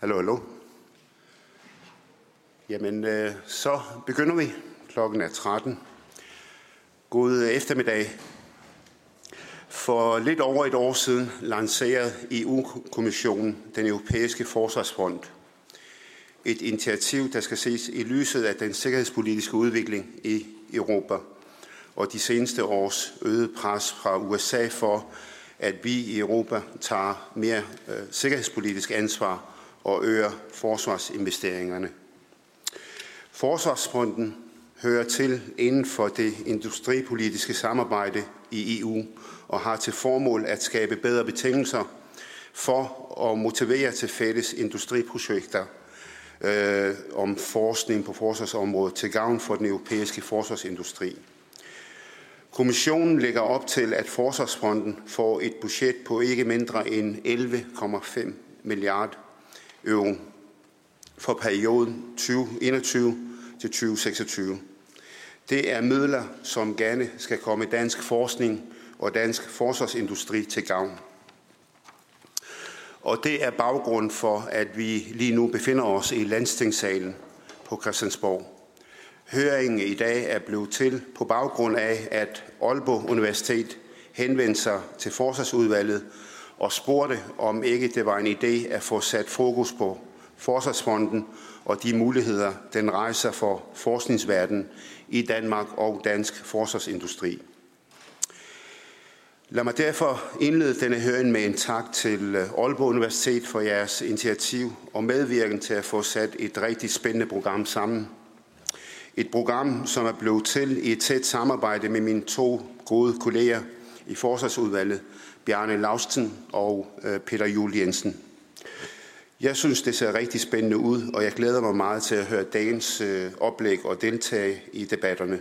Hallo. Jamen, så begynder vi. Klokken er 13. God eftermiddag. For lidt over et år siden lancerede EU-kommissionen den europæiske forsvarsfond. Et initiativ, der skal ses i lyset af den sikkerhedspolitiske udvikling i Europa og de seneste års øgede pres fra USA for, at vi i Europa tager mere sikkerhedspolitisk ansvar og øger forsvarsinvesteringerne. Forsvarsfonden hører til inden for det industripolitiske samarbejde i EU og har til formål at skabe bedre betingelser for at motivere til fælles industriprojekter om forskning på forsvarsområdet til gavn for den europæiske forsvarsindustri. Kommissionen lægger op til, at Forsvarsfonden får et budget på ikke mindre end 11,5 milliarder euro for perioden 2021 til 2026. Det er midler, som gerne skal komme dansk forskning og dansk forsvarsindustri til gavn. Og det er baggrund for, at vi lige nu befinder os i Landstingssalen på Christiansborg. Høringen i dag er blevet til på baggrund af, at Aalborg Universitet henvendte sig til Forsvarsudvalget og spurgte, om ikke det var en idé at få sat fokus på Forsvarsfonden og de muligheder, den rejser for forskningsverdenen i Danmark og dansk forsvarsindustri. Lad mig derfor indlede denne høring med en tak til Aalborg Universitet for jeres initiativ og medvirken til at få sat et rigtig spændende program sammen. Et program, som er blevet til i et tæt samarbejde med mine to gode kolleger i Forsvarsudvalget, Bjarne Laustsen og Peter Juel Jensen. Jeg synes, det ser rigtig spændende ud, og jeg glæder mig meget til at høre dagens oplæg og deltage i debatterne.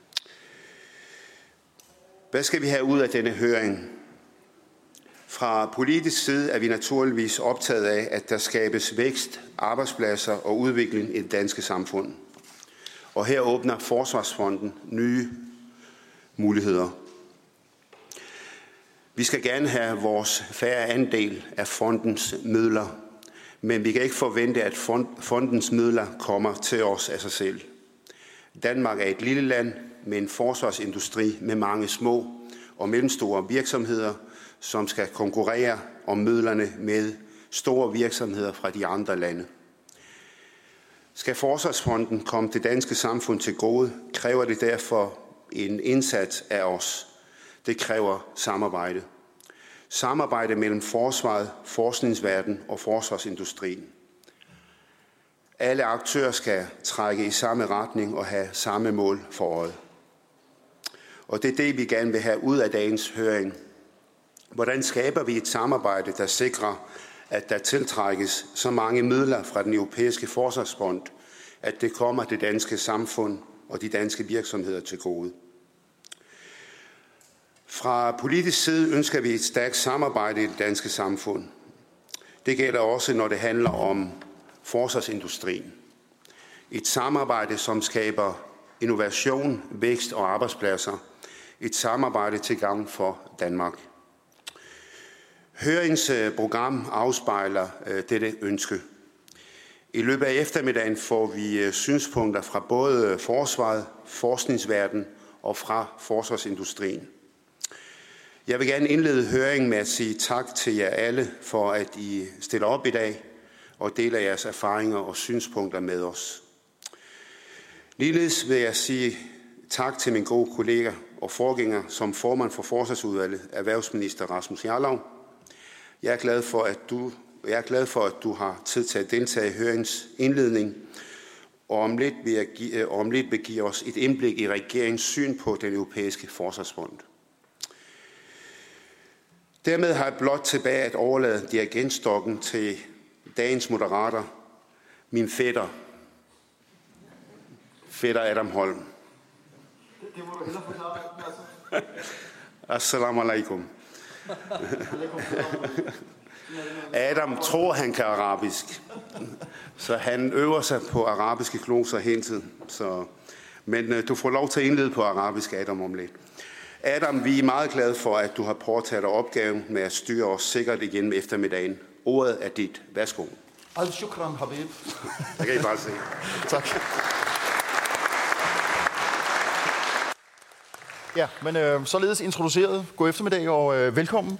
Hvad skal vi have ud af denne høring? Fra politisk side er vi naturligvis optaget af, at der skabes vækst, arbejdspladser og udvikling i det danske samfund. Og her åbner Forsvarsfonden nye muligheder. Vi skal gerne have vores færre andel af fondens midler, men vi kan ikke forvente, at fondens midler kommer til os af sig selv. Danmark er et lille land med en forsvarsindustri med mange små og mellemstore virksomheder, som skal konkurrere om midlerne med store virksomheder fra de andre lande. Skal Forsvarsfonden komme det danske samfund til gode, kræver det derfor en indsats af os. Det kræver samarbejde. Samarbejde mellem forsvaret, forskningsverdenen og forsvarsindustrien. Alle aktører skal trække i samme retning og have samme mål for øje. Og det er det, vi gerne vil have ud af dagens høring. Hvordan skaber vi et samarbejde, der sikrer, at der tiltrækkes så mange midler fra den europæiske forsvarsfond, at det kommer det danske samfund og de danske virksomheder til gode? Fra politisk side ønsker vi et stærkt samarbejde i det danske samfund. Det gælder også, når det handler om forsvarsindustrien. Et samarbejde, som skaber innovation, vækst og arbejdspladser. Et samarbejde til gavn for Danmark. Høringsprogram afspejler dette ønske. I løbet af eftermiddagen får vi synspunkter fra både forsvaret, forskningsverdenen og fra forsvarsindustrien. Jeg vil gerne indlede høringen med at sige tak til jer alle for, at I stiller op i dag og deler jeres erfaringer og synspunkter med os. Ligeledes vil jeg sige tak til min gode kollega og forgænger som formand for Forsvarsudvalget, erhvervsminister Rasmus Jarlov. Jeg er glad for, at du har tid til at deltage i høringens indledning, og om lidt vil give os et indblik i regeringens syn på den europæiske forsvarsfond. Dermed har jeg blot tilbage at overlade dirigentstokken til dagens moderator, min fætter Adam Holm. Det må du hellere forklare. Assalamu alaikum. Adam tror, han kan arabisk, så han øver sig på arabiske gloser hele tiden. Men du får lov til at indlede på arabisk, Adam, om lidt. Adam, vi er meget glade for, at du har påtaget dig opgaven med at styre os sikkert igen eftermiddagen. Ordet er dit. Værsgo. Al-shukran, Habib. Det kan I bare se. Tak. Ja, men således introduceret. God eftermiddag og velkommen.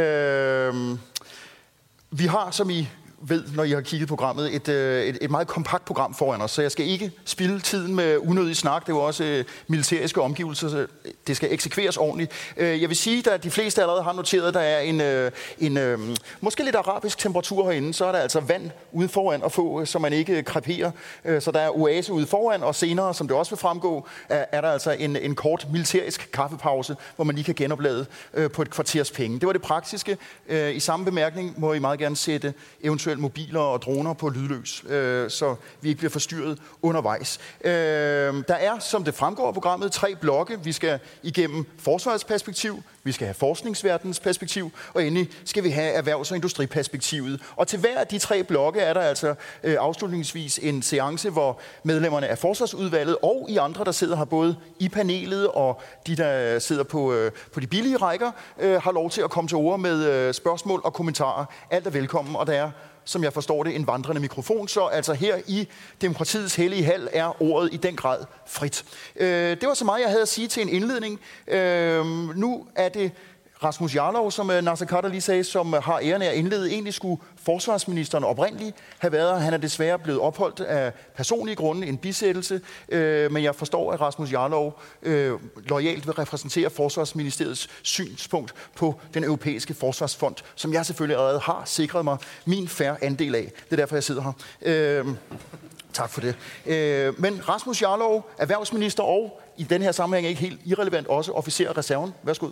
Vi har, som I ved, når I har kigget programmet, et meget kompakt program foran os, så jeg skal ikke spilde tiden med unødig snak. Det er jo også militæriske omgivelser, så det skal eksekveres ordentligt. Jeg vil sige, at de fleste allerede har noteret, at der er en måske lidt arabisk temperatur herinde, så er der altså vand ude foran at få, så man ikke kreperer. Så der er oase ude foran, og senere, som det også vil fremgå, er der altså en kort militærisk kaffepause, hvor man lige kan genoplade på et kvarters penge. Det var det praktiske. I samme bemærkning må I meget gerne sætte eventuelt mobiler og droner på lydløs, så vi ikke bliver forstyrret undervejs. Der er, som det fremgår af programmet, 3 blokke. Vi skal igennem forsvarets perspektiv, vi skal have forskningsverdenens perspektiv, og endelig skal vi have erhvervs- og industriperspektivet. Og til hver af de 3 blokke er der altså afslutningsvis en seance, hvor medlemmerne af forsvarsudvalget og I andre, der sidder her både i panelet og de, der sidder på de billige rækker, har lov til at komme til ord med spørgsmål og kommentarer. Alt er velkommen, og der er, som jeg forstår det, en vandrende mikrofon, så altså her i demokratiets hellige hal er ordet i den grad frit. Det var så meget, jeg havde at sige til en indledning. Nu er det Rasmus Jarlov, som Naser Khader lige sagde, som har æren af at indlede. Egentlig skulle forsvarsministeren oprindeligt have været. Han er desværre blevet opholdt af personlige grunde, en bisættelse. Men jeg forstår, at Rasmus Jarlov loyalt vil repræsentere Forsvarsministeriets synspunkt på den europæiske forsvarsfond, som jeg selvfølgelig allerede har sikret mig min fair andel af. Det er derfor, jeg sidder her. Tak for det. Men Rasmus Jarlov, erhvervsminister og i den her sammenhæng ikke helt irrelevant også officer af reserven. Værsgo.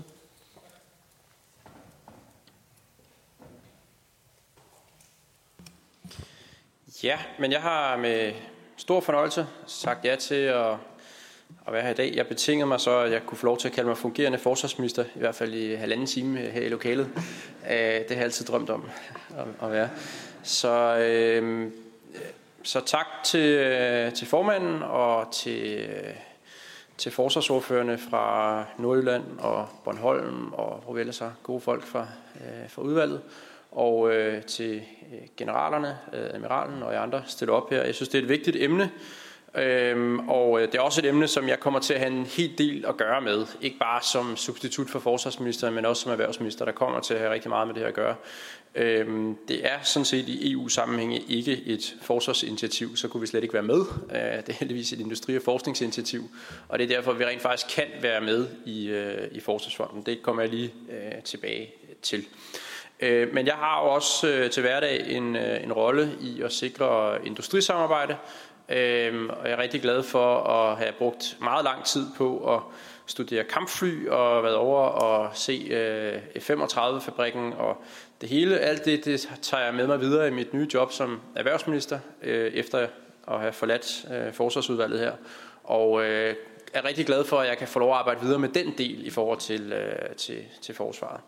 Ja, men jeg har med stor fornøjelse sagt ja til at være her i dag. Jeg betingede mig så, at jeg kunne få lov til at kalde mig fungerende forsvarsminister, i hvert fald i 1,5 time her i lokalet. Det har jeg altid drømt om at være. Så tak til formanden og til forsvarsordførerne fra Nordjylland og Bornholm og hvor ellers er gode folk fra udvalget. Og til generalerne, admiralen og jer andre stiller op her. Jeg synes, det er et vigtigt emne, og det er også et emne, som jeg kommer til at have en hel del at gøre med. Ikke bare som substitut for forsvarsministeren, men også som erhvervsminister, der kommer til at have rigtig meget med det her at gøre. Det er sådan set i EU-sammenhænge ikke et forsvarsinitiativ, så kunne vi slet ikke være med. Det er heldigvis et industri- og forskningsinitiativ, og det er derfor, vi rent faktisk kan være med i Forsvarsfonden. Det kommer jeg lige tilbage til. Men jeg har jo også til hverdag en rolle i at sikre industrisamarbejde, og jeg er rigtig glad for at have brugt meget lang tid på at studere kampfly og været over og se F-35-fabrikken og det hele. Alt det tager jeg med mig videre i mit nye job som erhvervsminister, efter at have forladt forsvarsudvalget her. Og er rigtig glad for, at jeg kan få lov at arbejde videre med den del i forhold til forsvaret.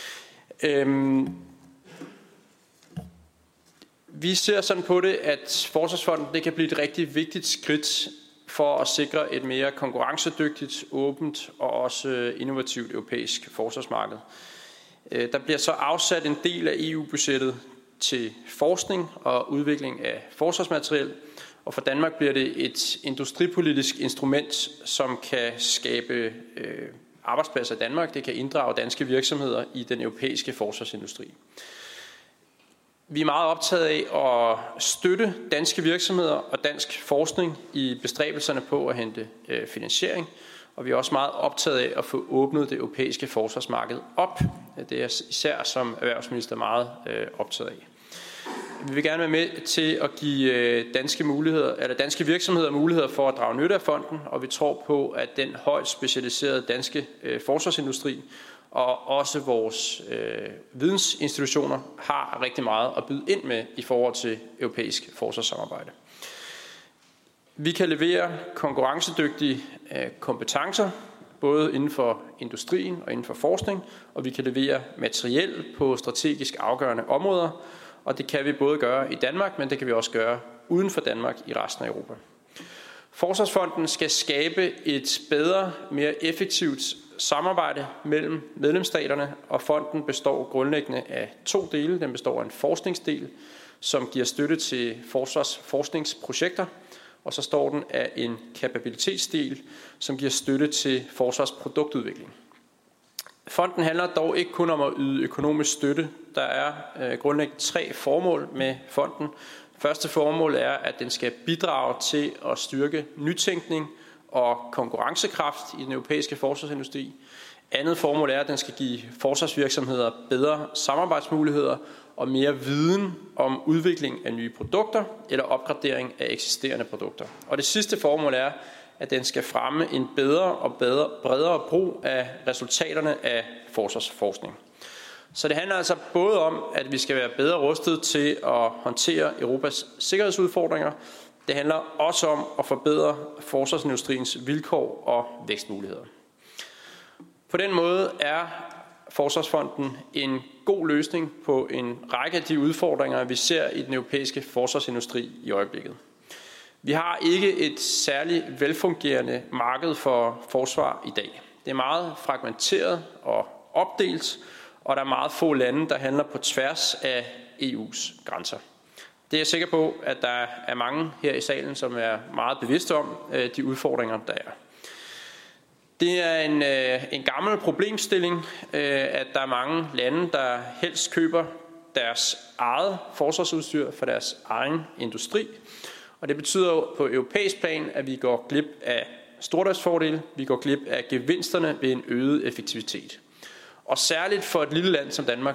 Vi ser sådan på det, at Forsvarsfonden det kan blive et rigtig vigtigt skridt for at sikre et mere konkurrencedygtigt, åbent og også innovativt europæisk forsvarsmarked. Der bliver så afsat en del af EU-budgettet til forskning og udvikling af forsvarsmateriel, og for Danmark bliver det et industripolitisk instrument, som kan skabe arbejdspladser i Danmark. Det kan inddrage danske virksomheder i den europæiske forsvarsindustri. Vi er meget optaget af at støtte danske virksomheder og dansk forskning i bestræbelserne på at hente finansiering, og vi er også meget optaget af at få åbnet det europæiske forsvarsmarked op. Det er især som erhvervsminister meget optaget af. Vi vil gerne være med til at give danske virksomheder muligheder for at drage nytte af fonden, og vi tror på, at den højt specialiserede danske forsvarsindustri og også vores vidensinstitutioner har rigtig meget at byde ind med i forhold til europæisk forsvarssamarbejde. Vi kan levere konkurrencedygtige kompetencer, både inden for industrien og inden for forskning, og vi kan levere materiel på strategisk afgørende områder, og det kan vi både gøre i Danmark, men det kan vi også gøre uden for Danmark i resten af Europa. Forsvarsfonden skal skabe et bedre, mere effektivt samarbejde mellem medlemsstaterne, og fonden består grundlæggende af 2 dele. Den består af en forskningsdel, som giver støtte til forsvarsforskningsprojekter, og så står den af en kapabilitetsdel, som giver støtte til forsvarsproduktudvikling. Fonden handler dog ikke kun om at yde økonomisk støtte. Der er grundlæggende 3 formål med fonden. Første formål er, at den skal bidrage til at styrke nytænkning og konkurrencekraft i den europæiske forsvarsindustri. Andet formål er, at den skal give forsvarsvirksomheder bedre samarbejdsmuligheder og mere viden om udvikling af nye produkter eller opgradering af eksisterende produkter. Og det sidste formål er, at den skal fremme en bedre og bredere brug af resultaterne af forsvarsforskning. Så det handler altså både om, at vi skal være bedre rustet til at håndtere Europas sikkerhedsudfordringer. Det handler også om at forbedre forsvarsindustriens vilkår og vækstmuligheder. På den måde er Forsvarsfonden en god løsning på en række af de udfordringer, vi ser i den europæiske forsvarsindustri i øjeblikket. Vi har ikke et særligt velfungerende marked for forsvar i dag. Det er meget fragmenteret og opdelt, og der er meget få lande, der handler på tværs af EU's grænser. Det er jeg sikker på, at der er mange her i salen, som er meget bevidste om de udfordringer, der er. Det er en gammel problemstilling, at der er mange lande, der helst køber deres eget forsvarsudstyr for deres egen industri. Og det betyder jo på europæisk plan, at vi går glip af stordriftsfordele, vi går glip af gevinsterne ved en øget effektivitet. Og særligt for et lille land som Danmark,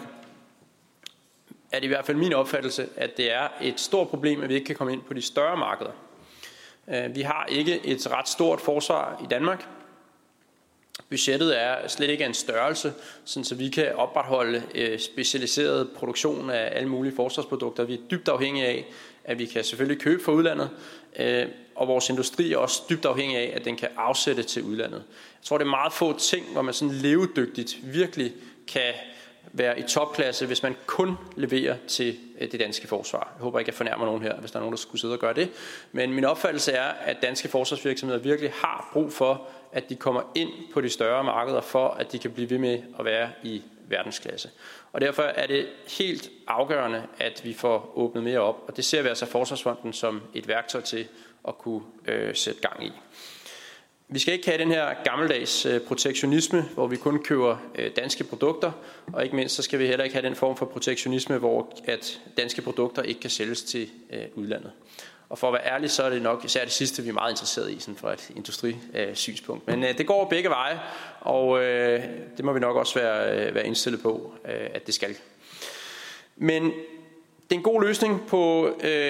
er det i hvert fald min opfattelse, at det er et stort problem, at vi ikke kan komme ind på de større markeder. Vi har ikke et ret stort forsvar i Danmark. Budgettet er slet ikke en størrelse, så vi kan opretholde specialiseret produktion af alle mulige forsvarsprodukter. Vi er dybt afhængige af, at vi kan selvfølgelig købe fra udlandet, og vores industri er også dybt afhængig af, at den kan afsætte til udlandet. Jeg tror, det er meget få ting, hvor man sådan levedygtigt virkelig kan være i topklasse, hvis man kun leverer til det danske forsvar. Jeg håber ikke, jeg fornærmer nogen her, hvis der er nogen, der skulle sidde og gøre det. Men min opfattelse er, at danske forsvarsvirksomheder virkelig har brug for, at de kommer ind på de større markeder, for at de kan blive ved med at være i verdensklasse. Og derfor er det helt afgørende, at vi får åbnet mere op, og det ser vi altså Forsvarsfonden som et værktøj til at kunne sætte gang i. Vi skal ikke have den her gammeldags protektionisme, hvor vi kun køber danske produkter, og ikke mindst så skal vi heller ikke have den form for protektionisme, hvor at danske produkter ikke kan sælges til udlandet. Og for at være ærlig, så er det nok især det sidste, vi er meget interesseret i, sådan fra et industrisynspunkt. Men det går begge veje, og det må vi nok også være indstillet på, at det skal. Men det er en god løsning på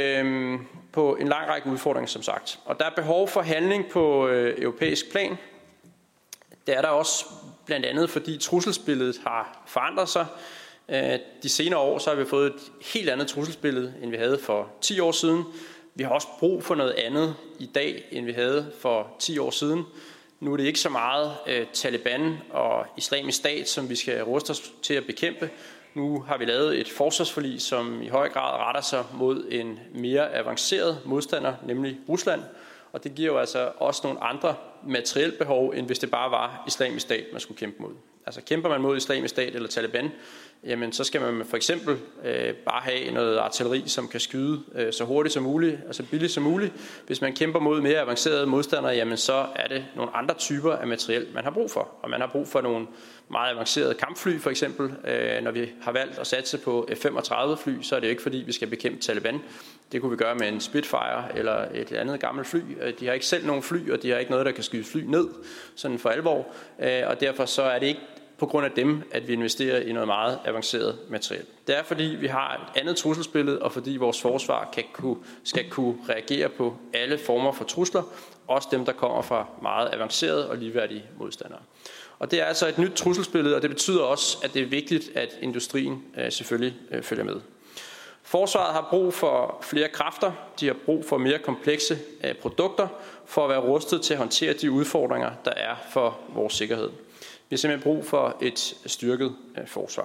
en lang række udfordringer, som sagt. Og der er behov for handling på europæisk plan. Det er der også blandt andet, fordi trusselsbilledet har forandret sig. De senere år så har vi fået et helt andet trusselsbillede, end vi havde for 10 år siden. Vi har også brug for noget andet i dag, end vi havde for 10 år siden. Nu er det ikke så meget Taliban og Islamisk Stat, som vi skal ruste os til at bekæmpe. Nu har vi lavet et forsvarsforlig, som i høj grad retter sig mod en mere avanceret modstander, nemlig Rusland. Og det giver jo altså også nogle andre materielle behov, end hvis det bare var Islamisk Stat, man skulle kæmpe mod. Altså kæmper man mod Islamisk Stat eller Taliban, jamen så skal man for eksempel bare have noget artilleri, som kan skyde så hurtigt som muligt, altså billigt som muligt. Hvis man kæmper mod mere avancerede modstandere, jamen så er det nogle andre typer af materiel, man har brug for. Og man har brug for nogle meget avancerede kampfly for eksempel. Når vi har valgt at satse på F-35 fly, så er det jo ikke fordi, vi skal bekæmpe Taliban. Det kunne vi gøre med en Spitfire eller et andet gammelt fly. De har ikke selv nogen fly, og de har ikke noget, der kan skyde fly ned, sådan for alvor. Og derfor så er det ikke på grund af dem, at vi investerer i noget meget avanceret materiel. Det er fordi, vi har et andet trusselsbillede, og fordi vores forsvar skal kunne reagere på alle former for trusler, også dem, der kommer fra meget avancerede og ligeværdige modstandere. Og det er altså et nyt trusselsbillede, og det betyder også, at det er vigtigt, at industrien selvfølgelig følger med. Forsvaret har brug for flere kræfter, de har brug for mere komplekse produkter, for at være rustet til at håndtere de udfordringer, der er for vores sikkerhed. Vi har simpelthen brug for et styrket forsvar.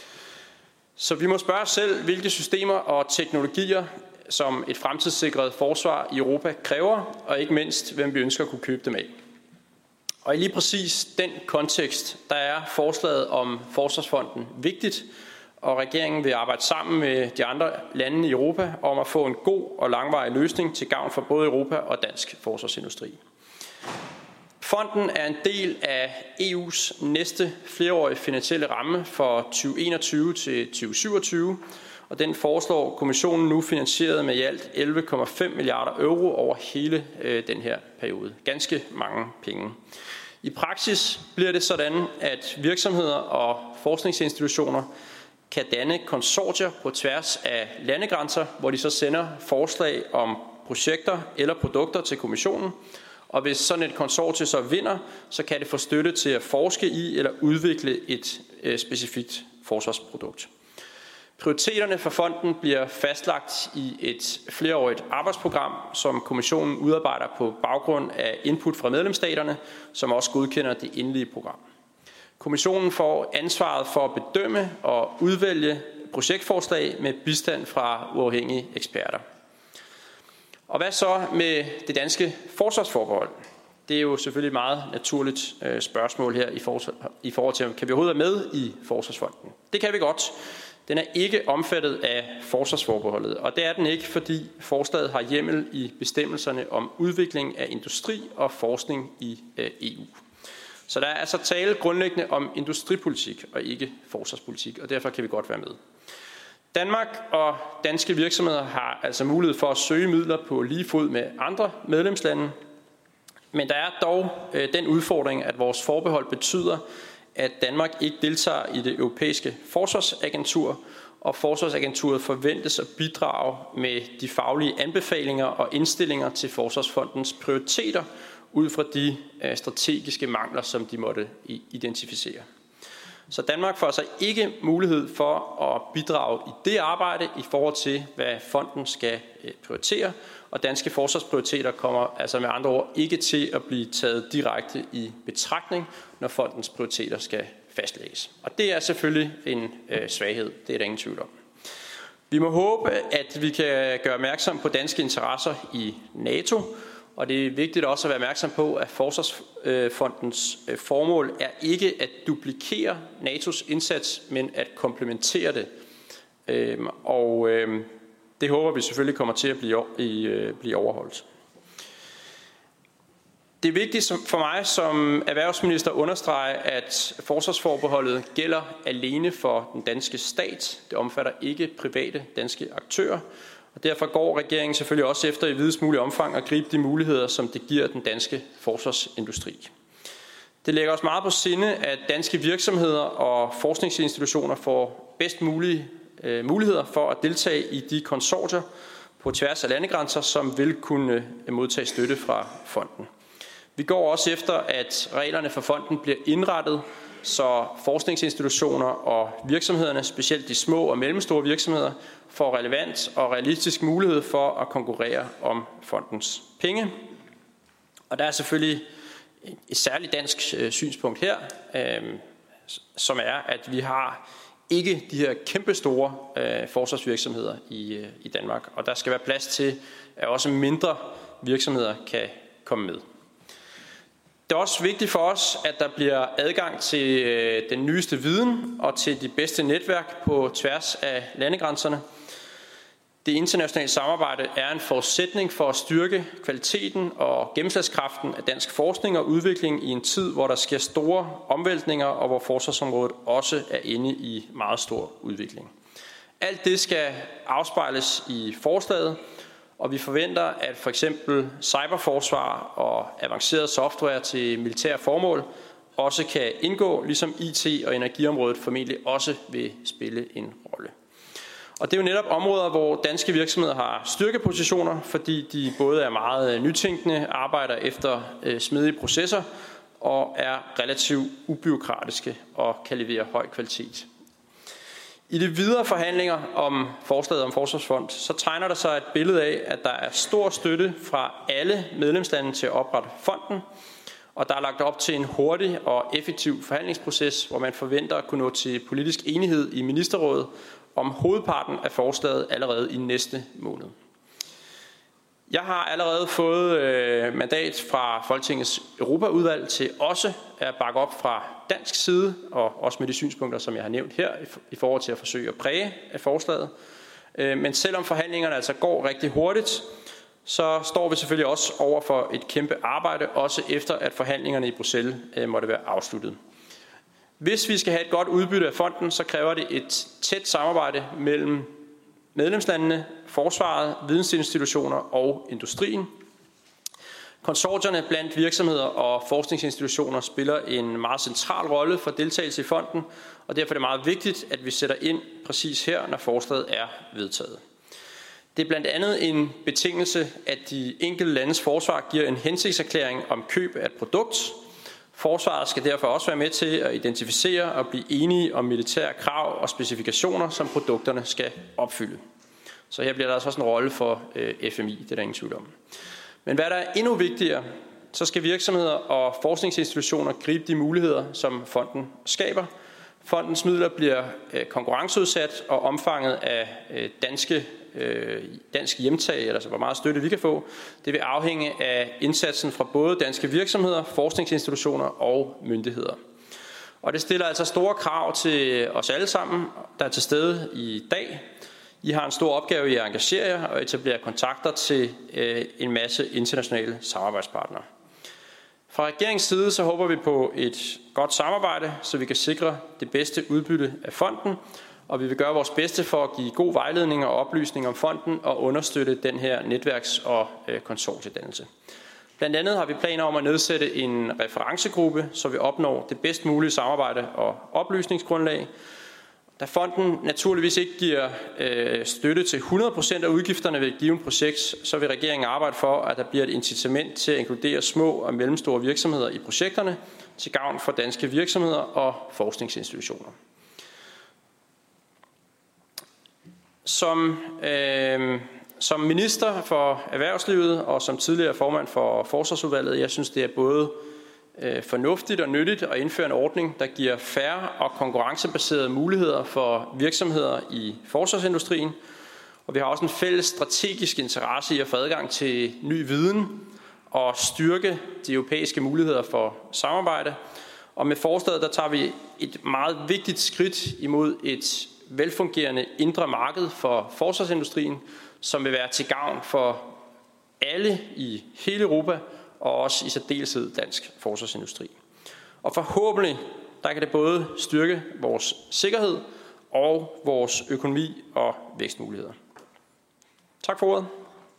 Så vi må spørge os selv, hvilke systemer og teknologier, som et fremtidssikret forsvar i Europa kræver, og ikke mindst, hvem vi ønsker at kunne købe dem af. Og i lige præcis den kontekst, der er forslaget om Forsvarsfonden vigtigt, og regeringen vil arbejde sammen med de andre lande i Europa om at få en god og langvarig løsning til gavn for både Europa og dansk forsvarsindustri. Fonden er en del af EU's næste flereårige finansielle ramme for 2021 til 2027, og den foreslår kommissionen nu finansieret med i alt 11,5 milliarder euro over hele den her periode. Ganske mange penge. I praksis bliver det sådan, at virksomheder og forskningsinstitutioner kan danne konsortier på tværs af landegrænser, hvor de så sender forslag om projekter eller produkter til kommissionen. Og hvis sådan et konsortie så vinder, så kan det få støtte til at forske i eller udvikle et specifikt forsvarsprodukt. Prioriteterne for fonden bliver fastlagt i et flereårigt arbejdsprogram, som kommissionen udarbejder på baggrund af input fra medlemsstaterne, som også godkender det endelige program. Kommissionen får ansvaret for at bedømme og udvælge projektforslag med bistand fra uafhængige eksperter. Og hvad så med det danske forsvarsforbehold? Det er jo selvfølgelig et meget naturligt spørgsmål her i forhold til, kan vi overhovedet være med i forsvarsfonden? Det kan vi godt. Den er ikke omfattet af forsvarsforbeholdet, og det er den ikke, fordi forslaget har hjemmel i bestemmelserne om udvikling af industri og forskning i EU. Så der er altså tale grundlæggende om industripolitik og ikke forsvarspolitik, og derfor kan vi godt være med. Danmark og danske virksomheder har altså mulighed for at søge midler på lige fod med andre medlemslande, men der er dog den udfordring, at vores forbehold betyder, at Danmark ikke deltager i det europæiske forsvarsagentur, og forsvarsagenturet forventes at bidrage med de faglige anbefalinger og indstillinger til Forsvarsfondens prioriteter ud fra de strategiske mangler, som de måtte identificere. Så Danmark får altså ikke mulighed for at bidrage i det arbejde i forhold til, hvad fonden skal prioritere, og danske forsvarsprioriteter kommer altså med andre ord ikke til at blive taget direkte i betragtning, når fondens prioriteter skal fastlægges. Og det er selvfølgelig en svaghed, det er der ingen tvivl om. Vi må håbe, at vi kan gøre opmærksom på danske interesser i NATO, og det er vigtigt også at være opmærksom på, at Forsvarsfondens formål er ikke at duplikere NATO's indsats, men at komplementere det. Det håber vi selvfølgelig kommer til at blive overholdt. Det er vigtigt for mig som erhvervsminister at understrege, at forsvarsforbeholdet gælder alene for den danske stat. Det omfatter ikke private danske aktører. Og derfor går regeringen selvfølgelig også efter i videst mulig omfang at gribe de muligheder, som det giver den danske forsvarsindustri. Det lægger os meget på sinde, at danske virksomheder og forskningsinstitutioner får bedst mulige muligheder for at deltage i de konsortier på tværs af landegrænser, som vil kunne modtage støtte fra fonden. Vi går også efter, at reglerne for fonden bliver indrettet, så forskningsinstitutioner og virksomhederne, specielt de små og mellemstore virksomheder, får relevant og realistisk mulighed for at konkurrere om fondens penge. Og der er selvfølgelig et særligt dansk synspunkt her, som er, at vi har ikke de her kæmpestore forsvarsvirksomheder i Danmark, og der skal være plads til, at også mindre virksomheder kan komme med. Det er også vigtigt for os, at der bliver adgang til den nyeste viden og til de bedste netværk på tværs af landegrænserne. Det internationale samarbejde er en forudsætning for at styrke kvaliteten og gennemslagskraften af dansk forskning og udvikling i en tid, hvor der sker store omvæltninger, og hvor forsvarsområdet også er inde i meget stor udvikling. Alt det skal afspejles i forslaget, og vi forventer, at for eksempel cyberforsvar og avanceret software til militære formål også kan indgå, ligesom IT- og energiområdet formentlig også vil spille en rolle. Og det er jo netop områder, hvor danske virksomheder har styrkepositioner, fordi de både er meget nytænkende, arbejder efter smidige processer og er relativt ubureaukratiske og kan levere høj kvalitet. I de videre forhandlinger om forslaget om forsvarsfond, så tegner der sig et billede af, at der er stor støtte fra alle medlemslande til at oprette fonden, og der er lagt op til en hurtig og effektiv forhandlingsproces, hvor man forventer at kunne nå til politisk enighed i ministerrådet om hovedparten af forslaget allerede i næste måned. Jeg har allerede fået mandat fra Folketingets Europaudvalg til også at bakke op fra dansk side, og også med de synspunkter, som jeg har nævnt her, i forhold til at forsøge at præge af forslaget. Men selvom forhandlingerne altså går rigtig hurtigt, så står vi selvfølgelig også over for et kæmpe arbejde, også efter at forhandlingerne i Bruxelles måtte være afsluttet. Hvis vi skal have et godt udbytte af fonden, så kræver det et tæt samarbejde mellem medlemslandene, forsvaret, vidensinstitutioner og industrien. Konsortierne blandt virksomheder og forskningsinstitutioner spiller en meget central rolle for deltagelse i fonden, og derfor er det meget vigtigt, at vi sætter ind præcis her, når forslaget er vedtaget. Det er blandt andet en betingelse, at de enkelte landes forsvar giver en hensigtserklæring om køb af et produkt. Forsvaret skal derfor også være med til at identificere og blive enige om militære krav og specifikationer, som produkterne skal opfylde. Så her bliver der altså også en rolle for FMI, det er der ingen tvivl om. Men hvad der er endnu vigtigere, så skal virksomheder og forskningsinstitutioner gribe de muligheder, som fonden skaber. Fondens midler bliver konkurrenceudsat, og omfanget af dansk hjemtag, altså hvor meget støtte vi kan få, det vil afhænge af indsatsen fra både danske virksomheder, forskningsinstitutioner og myndigheder. Og det stiller altså store krav til os alle sammen, der er til stede i dag. I har en stor opgave i at engagere jer og etablere kontakter til en masse internationale samarbejdspartnere. Fra regeringens side så håber vi på et godt samarbejde, så vi kan sikre det bedste udbytte af fonden, og vi vil gøre vores bedste for at give god vejledning og oplysning om fonden og understøtte den her netværks- og konsortiedannelse. Blandt andet har vi planer om at nedsætte en referencegruppe, så vi opnår det bedst mulige samarbejde og oplysningsgrundlag. Da fonden naturligvis ikke giver støtte til 100% af udgifterne ved et givet projekt, så vil regeringen arbejde for, at der bliver et incitament til at inkludere små og mellemstore virksomheder i projekterne til gavn for danske virksomheder og forskningsinstitutioner. Som minister for erhvervslivet og som tidligere formand for Forsvarsudvalget, jeg synes, det er både fornuftigt og nyttigt at indføre en ordning, der giver fair og konkurrencebaserede muligheder for virksomheder i forsvarsindustrien. Og vi har også en fælles strategisk interesse i at få adgang til ny viden og styrke de europæiske muligheder for samarbejde. Og med forslaget, der tager vi et meget vigtigt skridt imod et velfungerende indre marked for forsvarsindustrien, som vil være til gavn for alle i hele Europa, og også i særdeleshed dansk forsvarsindustri. Og forhåbentlig, der kan det både styrke vores sikkerhed og vores økonomi og vækstmuligheder. Tak for ordet.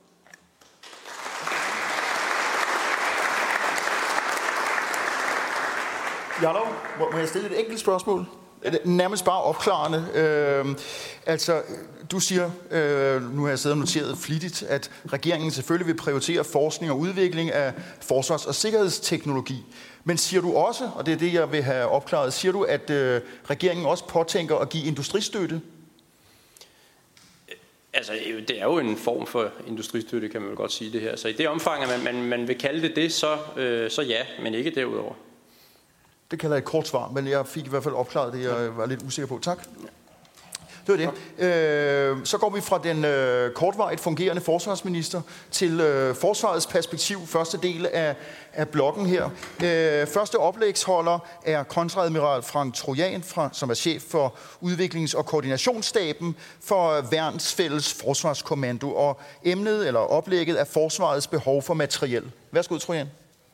Jarlov, må jeg stille et enkelt spørgsmål? Nærmest bare opklarende. Du siger, nu har jeg siddet og noteret flittigt, at regeringen selvfølgelig vil prioritere forskning og udvikling af forsvars- og sikkerhedsteknologi. Men siger du også, og det er det, jeg vil have opklaret, siger du, at regeringen også påtænker at give industristøtte? Altså, det er jo en form for industristøtte, kan man vel godt sige det her. Så i det omfang, at man vil kalde det, så ja, men ikke derudover. Det kalder jeg et kort svar, men jeg fik i hvert fald opklaret det, jeg var lidt usikker på. Tak. Det var det. Så går vi fra den kortvarigt fungerende forsvarsminister til forsvarets perspektiv, første del af blokken her. Første oplægsholder er kontreadmiral Frank Trojan, som er chef for udviklings- og koordinationsstaben for Værnsfælles Forsvarskommando, og emnet eller oplægget er forsvarets behov for materiel. Værsgo, Trojan.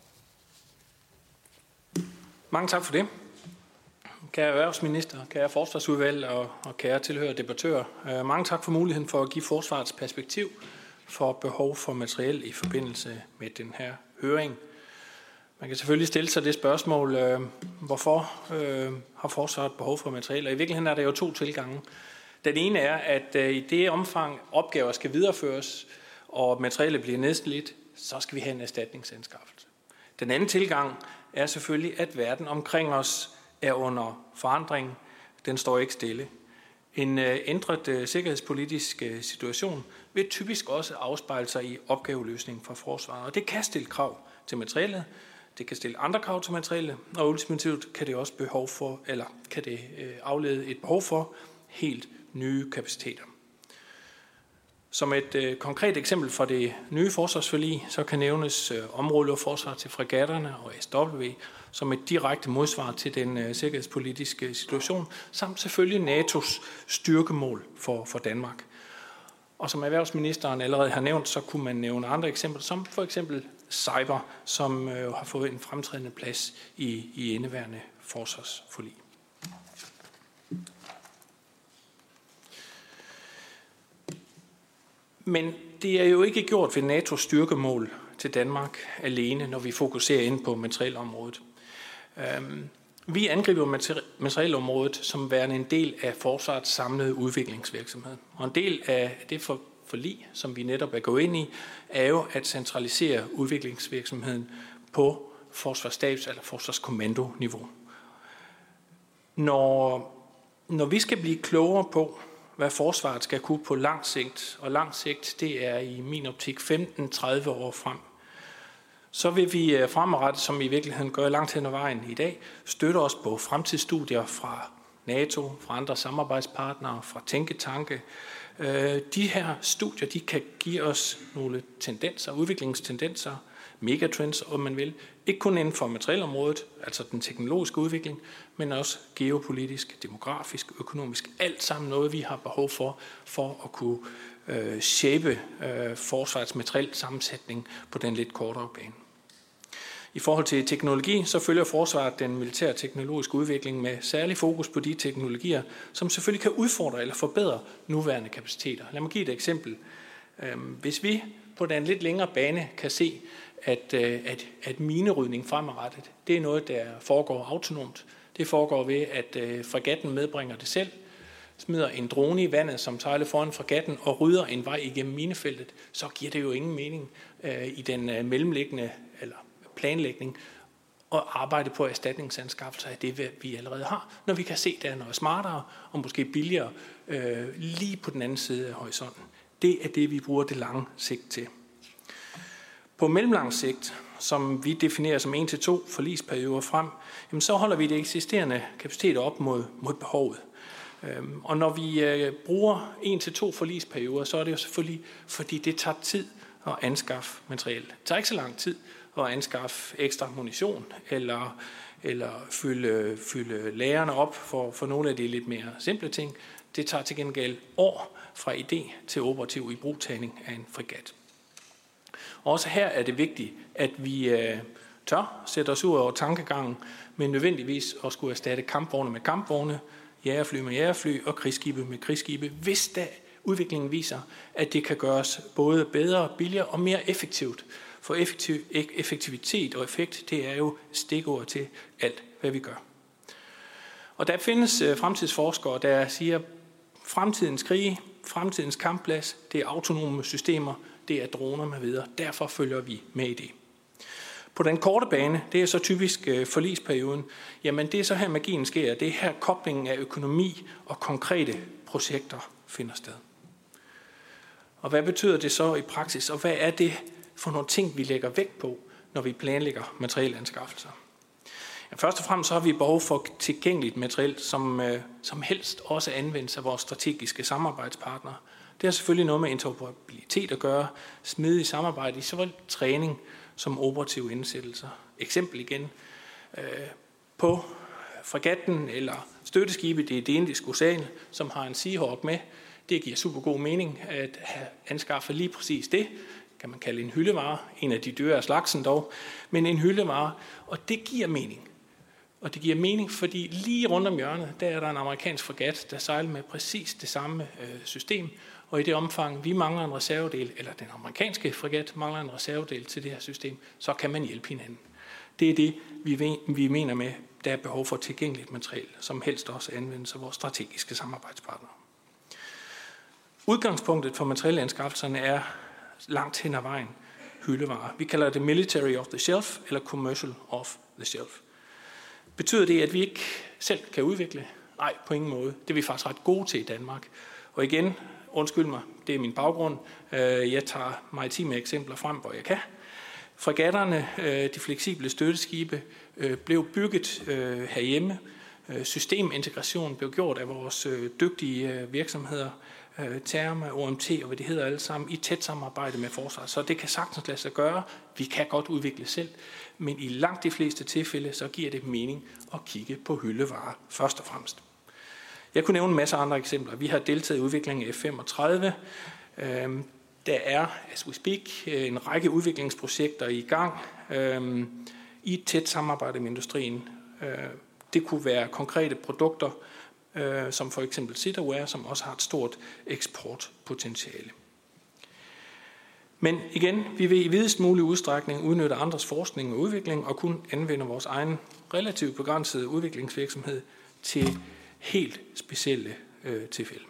Mange tak for det. Kære erhvervsminister, kære forsvarsudvalg og kære tilhører debattører. Mange tak for muligheden for at give forsvarets perspektiv for behov for materiel i forbindelse med den her høring. Man kan selvfølgelig stille sig det spørgsmål, hvorfor har forsvaret behov for materiel? Og i virkeligheden er der jo to tilgange. Den ene er, at i det omfang opgaver skal videreføres, og materiellet bliver nedslidt, så skal vi have en erstatningsanskaffelse. Den anden tilgang er selvfølgelig, at verden omkring os er under forandring. Den står ikke stille. En ændret sikkerhedspolitisk situation vil typisk også afspejle sig i opgaveløsningen for forsvaret. Og det kan stille krav til materiellet, det kan stille andre krav til materiellet, og ultimativt kan det også aflede et behov for helt nye kapaciteter. Som et konkret eksempel fra det nye forsvarsforlig, så kan nævnes områdeluftforsvar til fregatterne og SW som et direkte modsvar til den sikkerhedspolitiske situation, samt selvfølgelig NATO's styrkemål for Danmark. Og som erhvervsministeren allerede har nævnt, så kunne man nævne andre eksempler, som for eksempel cyber, som har fået en fremtrædende plads i indeværende forsvarsforlig. Men det er jo ikke gjort ved NATO's styrkemål til Danmark alene, når vi fokuserer ind på materielområdet. Vi angriber materielområdet som værende en del af forsvarets samlede udviklingsvirksomhed. Og en del af det forlig, som vi netop er gået ind i, er jo at centralisere udviklingsvirksomheden på forsvarsstabs- eller forsvarskommando-niveau. Når vi skal blive klogere på, hvad forsvaret skal kunne på lang sigt, og lang sigt, det er i min optik 15-30 år frem, så vil vi fremadrettet, som i virkeligheden gør langt hen ad vejen i dag, støtte os på fremtidsstudier fra NATO, fra andre samarbejdspartnere, fra tænketanke. De her studier, de kan give os nogle tendenser, udviklingstendenser, megatrends, om man vil. Ikke kun inden for materielområdet, altså den teknologiske udvikling, men også geopolitisk, demografisk, økonomisk. Alt sammen noget, vi har behov for at kunne shape forsvarets materiel sammensætning på den lidt kortere bane. I forhold til teknologi, så følger forsvaret den militære teknologiske udvikling med særlig fokus på de teknologier, som selvfølgelig kan udfordre eller forbedre nuværende kapaciteter. Lad mig give et eksempel. Hvis vi på den lidt længere bane kan se, at minerydning fremadrettet, det er noget, der foregår autonomt. Det foregår ved, at fregatten medbringer det selv, smider en drone i vandet, som sejler foran fregatten og rydder en vej igennem minefeltet, så giver det jo ingen mening i den mellemliggende eller planlægning at arbejde på erstatningsanskaffelser af det, vi allerede har, når vi kan se, at der er noget smartere og måske billigere lige på den anden side af horisonten. Det er det, vi bruger det lange sigt til. På mellemlang sigt, som vi definerer som 1-2 forligsperioder frem, jamen så holder vi det eksisterende kapacitet op mod behovet. Og når vi bruger 1-2 forligsperioder, så er det jo selvfølgelig, fordi det tager tid at anskaffe materiel. Det tager ikke så lang tid at anskaffe ekstra munition eller fylde lagrene op for nogle af de lidt mere simple ting. Det tager til gengæld år fra idé til operativ ibrugtagning af en fregat. Også her er det vigtigt, at vi tør sætte os ud over tankegangen, men nødvendigvis at skulle erstatte kampvogne med kampvogne, jagerfly med jagerfly og krigsskibe med krigsskibe, hvis da udviklingen viser, at det kan gøres både bedre, billigere og mere effektivt. For effektivitet og effekt, det er jo stikord til alt, hvad vi gør. Og der findes fremtidsforskere, der siger, fremtidens krige, fremtidens kampplads, det er autonome systemer, det er droner med videre. Derfor følger vi med i det. På den korte bane, det er så typisk forligsperioden, jamen det er så her magien sker. Det er her koblingen af økonomi og konkrete projekter finder sted. Og hvad betyder det så i praksis, og hvad er det for nogle ting, vi lægger vægt på, når vi planlægger materielanskaffelser? Ja, først og fremmest så har vi behov for tilgængeligt materiel, som helst også anvendes af vores strategiske samarbejdspartnere. Det har selvfølgelig noget med interoperabilitet at gøre, smidig samarbejde i såvel træning som operative indsættelser. Eksempel igen, på fregatten eller støtteskibet i det indiske ocean, som har en Seahawk med. Det giver super god mening at have anskaffet lige præcis det. Kan man kalde en hyldevare, en af de dyre af slagsen dog, men en hyldevare, og det giver mening. Og det giver mening, fordi lige rundt om hjørnet, der er der en amerikansk fregat, der sejler med præcis det samme system, og i det omfang, vi mangler en reservedel, eller den amerikanske fregat mangler en reservedel til det her system, så kan man hjælpe hinanden. Det er det, vi mener med, der er behov for tilgængeligt materiel, som helst også anvendes af vores strategiske samarbejdspartnere. Udgangspunktet for materielanskaffelserne er langt hen ad vejen hyldevarer. Vi kalder det military off the shelf eller commercial off the shelf. Betyder det, at vi ikke selv kan udvikle? Nej, på ingen måde. Det er vi faktisk ret gode til i Danmark. Og igen, undskyld mig, det er min baggrund. Jeg tager maritime eksempler frem, hvor jeg kan. Fregatterne, de fleksible støtteskibe, blev bygget herhjemme. Systemintegration blev gjort af vores dygtige virksomheder Therma, OMT og hvad det hedder alle sammen, i tæt samarbejde med forsvaret. Så det kan sagtens lade sig gøre. Vi kan godt udvikle selv, men i langt de fleste tilfælde, så giver det mening at kigge på hyldevarer først og fremmest. Jeg kunne nævne en masse andre eksempler. Vi har deltaget i udviklingen af F-35. Der er, as we speak, en række udviklingsprojekter i gang i et tæt samarbejde med industrien. Det kunne være konkrete produkter, som for eksempel Citaware, som også har et stort eksportpotentiale. Men igen, vi vil i videst mulig udstrækning udnytte andres forskning og udvikling og kun anvende vores egen relativt begrænsede udviklingsvirksomhed til helt specielle tilfælde.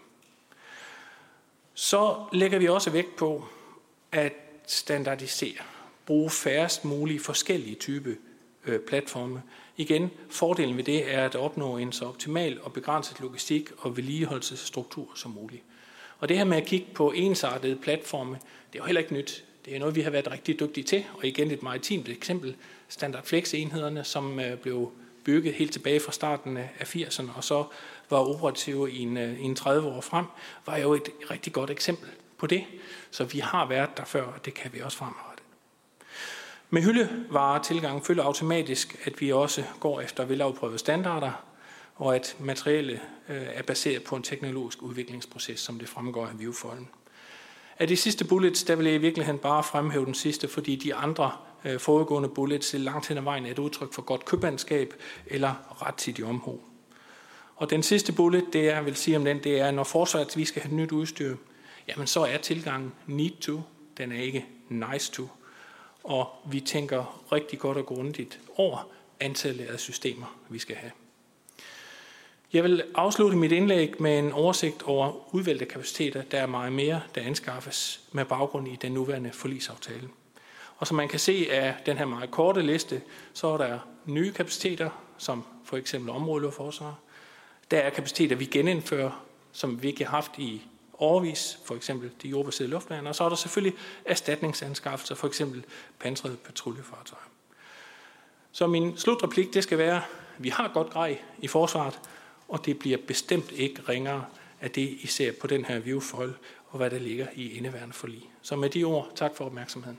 Så lægger vi også vægt på at standardisere, bruge færrest mulige forskellige typer platforme. Igen, fordelen ved det er at opnå en så optimal og begrænset logistik og vedligeholdelsesstruktur som muligt. Og det her med at kigge på ensartede platforme, det er jo heller ikke nyt. Det er noget, vi har været rigtig dygtige til, og igen et maritimt eksempel, Standard Flex-enhederne, som blev bygget helt tilbage fra starten af 80'erne, og så var operative i en 30 år frem, var jo et rigtig godt eksempel på det. Så vi har været der før, og det kan vi også fremadrettet. Med hyldevaretilgang følger automatisk, at vi også går efter velafprøvede standarder, og at materialet er baseret på en teknologisk udviklingsproces, som det fremgår af viewfolden. Af de sidste bullets, der vil jeg i virkeligheden bare fremhæve den sidste, fordi de andre foregående bullets langt hen ad vejen er et udtryk for godt købmandskab eller rettidig omhu. Og den sidste bullet, det jeg vil sige om den, det er, når forsvaret vi skal have nyt udstyr, jamen så er tilgangen need to, den er ikke nice to. Og vi tænker rigtig godt og grundigt over antallet af systemer, vi skal have. Jeg vil afslutte mit indlæg med en oversigt over udvalgte kapaciteter, der er meget mere, der anskaffes med baggrund i den nuværende forligsaftale. Og som man kan se af den her meget korte liste, så er der nye kapaciteter, som for eksempel områdeluftforsvar. Der er kapaciteter, vi genindfører, som vi ikke har haft i årevis, for eksempel de jordbaserede luftbaner. Og så er der selvfølgelig erstatningsanskaffelser, for eksempel pansrede patruljefartøjer. Så min slutreplik, det skal være, at vi har godt grej i forsvaret, og det bliver bestemt ikke ringere af det, I ser på den her viewfold, og hvad der ligger i indeværende forlig. Så med de ord, tak for opmærksomheden.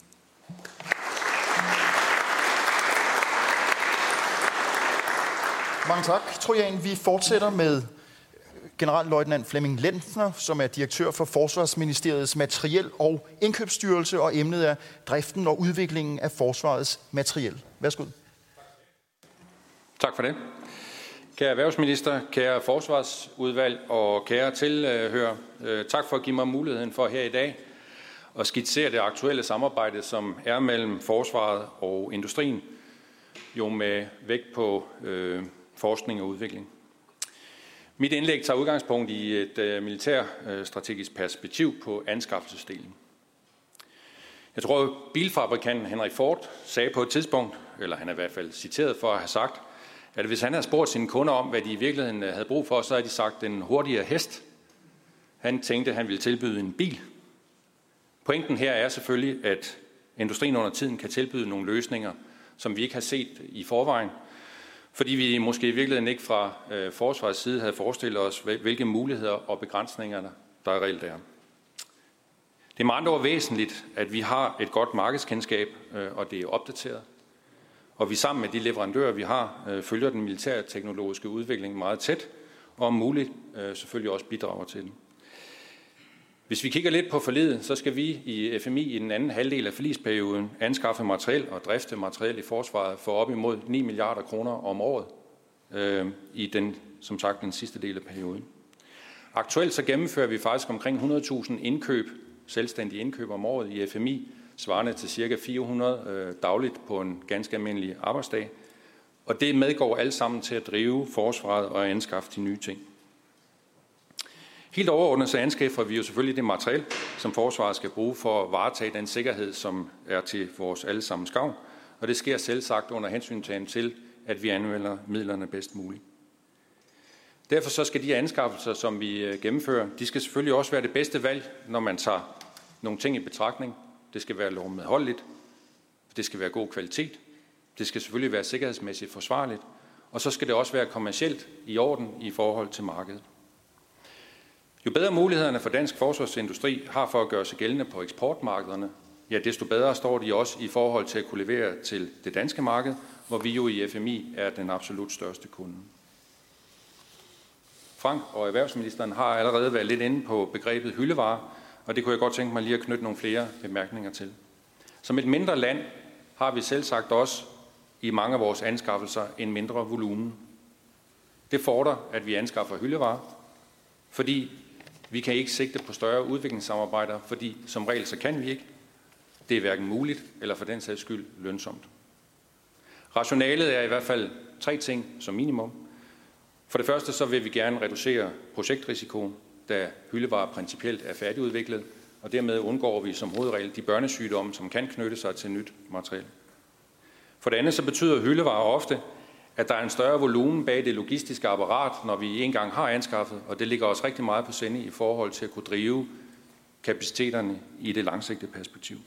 Mange tak, Trojan. Vi fortsætter med generalløjtnant Flemming Lentner, som er direktør for Forsvarsministeriets Materiel- og Indkøbsstyrelse, og emnet er driften og udviklingen af forsvarets materiel. Værsgo. Tak for det. Kære erhvervsminister, kære forsvarsudvalg og kære tilhører, tak for at give mig muligheden for her i dag at skitsere det aktuelle samarbejde, som er mellem forsvaret og industrien, jo med vægt på forskning og udvikling. Mit indlæg tager udgangspunkt i et militærstrategisk perspektiv på anskaffelsesdelen. Jeg tror, bilfabrikanten Henry Ford sagde på et tidspunkt, eller han er i hvert fald citeret for at have sagt, at hvis han havde spurgt sine kunder om, hvad de i virkeligheden havde brug for, så havde de sagt en hurtigere hest. Han tænkte, at han ville tilbyde en bil. Pointen her er selvfølgelig, at industrien under tiden kan tilbyde nogle løsninger, som vi ikke har set i forvejen, fordi vi måske i virkeligheden ikke fra forsvarets side havde forestillet os, hvilke muligheder og begrænsninger der reelt er. Det er med andre ord væsentligt, at vi har et godt markedskendskab, og det er opdateret. Og vi sammen med de leverandører, vi har, følger den militære teknologiske udvikling meget tæt, og om muligt selvfølgelig også bidrager til den. Hvis vi kigger lidt på forliget, så skal vi i FMI i den anden halvdel af forligsperioden anskaffe materiel og drifte materiel i forsvaret for op imod 9 milliarder kroner om året i som sagt den sidste del af perioden. Aktuelt så gennemfører vi faktisk omkring 100.000 indkøb, selvstændige indkøb om året i FMI, svarende til ca. 400 dagligt på en ganske almindelig arbejdsdag. Og det medgår alle sammen til at drive forsvaret og anskaffe de nye ting. Helt overordnet så anskaffer vi jo selvfølgelig det materiel, som forsvaret skal bruge for at varetage den sikkerhed, som er til vores allesammens gavn. Og det sker selvsagt under hensyntagen til, at vi anvender midlerne bedst muligt. Derfor så skal de anskaffelser, som vi gennemfører, de skal selvfølgelig også være det bedste valg, når man tager nogle ting i betragtning. Det skal være lovmedholdeligt, det skal være god kvalitet, det skal selvfølgelig være sikkerhedsmæssigt forsvarligt, og så skal det også være kommercielt i orden i forhold til markedet. Jo bedre mulighederne for dansk forsvarsindustri har for at gøre sig gældende på eksportmarkederne, ja, desto bedre står de også i forhold til at kunne levere til det danske marked, hvor vi jo i FMI er den absolut største kunde. Frank og erhvervsministeren har allerede været lidt inde på begrebet hyldevare, og det kunne jeg godt tænke mig lige at knytte nogle flere bemærkninger til. Som et mindre land har vi selvsagt også i mange af vores anskaffelser en mindre volumen. Det fordrer, at vi anskaffer hyldevarer, fordi vi kan ikke sigte på større udviklingssamarbejder, fordi som regel så kan vi ikke. Det er hverken muligt eller for den sags skyld lønsomt. Rationalet er i hvert fald 3 ting som minimum. For det første så vil vi gerne reducere projektrisikoen, da hyldevarer principielt er færdigudviklet, og dermed undgår vi som hovedregel de børnesygdomme, som kan knytte sig til nyt materiel. For det andet så betyder hyldevarer ofte, at der er en større volumen bag det logistiske apparat, når vi engang har anskaffet, og det ligger også rigtig meget på sinde i forhold til at kunne drive kapaciteterne i det langsigtede perspektiv.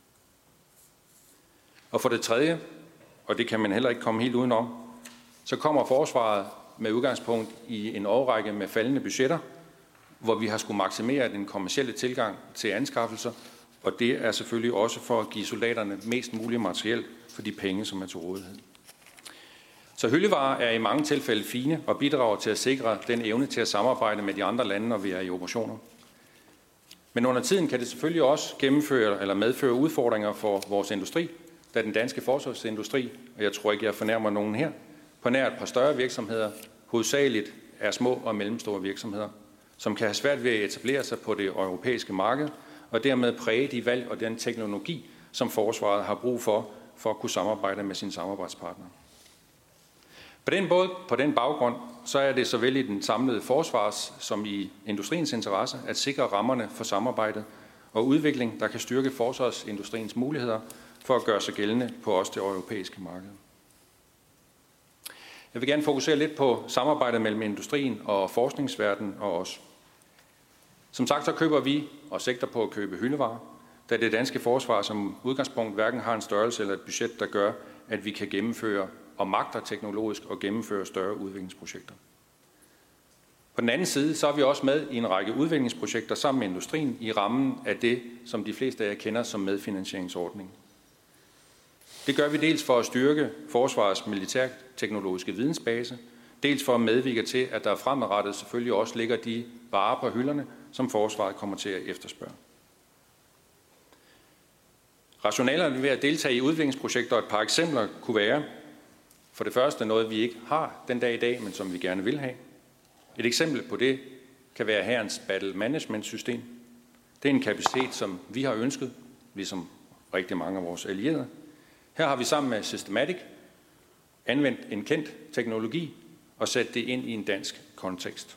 Og for det tredje, og det kan man heller ikke komme helt udenom, så kommer forsvaret med udgangspunkt i en årrække med faldende budgetter, hvor vi har skulle maksimere den kommercielle tilgang til anskaffelser, og det er selvfølgelig også for at give soldaterne mest muligt materiel for de penge, som er til rådighed. Så hyldevarer er i mange tilfælde fine og bidrager til at sikre den evne til at samarbejde med de andre lande, når vi er i operationer. Men under tiden kan det selvfølgelig også gennemføre eller medføre udfordringer for vores industri, da den danske forsvarsindustri, og jeg tror ikke, jeg fornærmer nogen her, på nær et par større virksomheder, hovedsageligt er små og mellemstore virksomheder, som kan have svært ved at etablere sig på det europæiske marked, og dermed præge de valg og den teknologi, som forsvaret har brug for at kunne samarbejde med sine samarbejdspartnere. På den baggrund, så er det såvel i den samlede forsvars som i industriens interesse at sikre rammerne for samarbejde og udvikling, der kan styrke forsvarsindustriens muligheder for at gøre sig gældende på også det europæiske marked. Jeg vil gerne fokusere lidt på samarbejdet mellem industrien og forskningsverdenen og os. Som sagt, så køber vi og sigter på at købe hyldevarer, da det danske forsvar som udgangspunkt hverken har en størrelse eller et budget, der gør, at vi kan gennemføre og magter teknologisk og gennemføre større udviklingsprojekter. På den anden side, så er vi også med i en række udviklingsprojekter sammen med industrien i rammen af det, som de fleste af jer kender som medfinansieringsordning. Det gør vi dels for at styrke forsvarets militærteknologiske vidensbase, dels for at medvirke til, at der fremadrettet selvfølgelig også ligger de varer på hylderne, som forsvaret kommer til at efterspørge. Rationalerne ved at deltage i udviklingsprojekter, et par eksempler kunne være, for det første noget, vi ikke har den dag i dag, men som vi gerne vil have. Et eksempel på det kan være hærens battle management system. Det er en kapacitet, som vi har ønsket, ligesom rigtig mange af vores allierede. Her har vi sammen med Systematic anvendt en kendt teknologi og sat det ind i en dansk kontekst.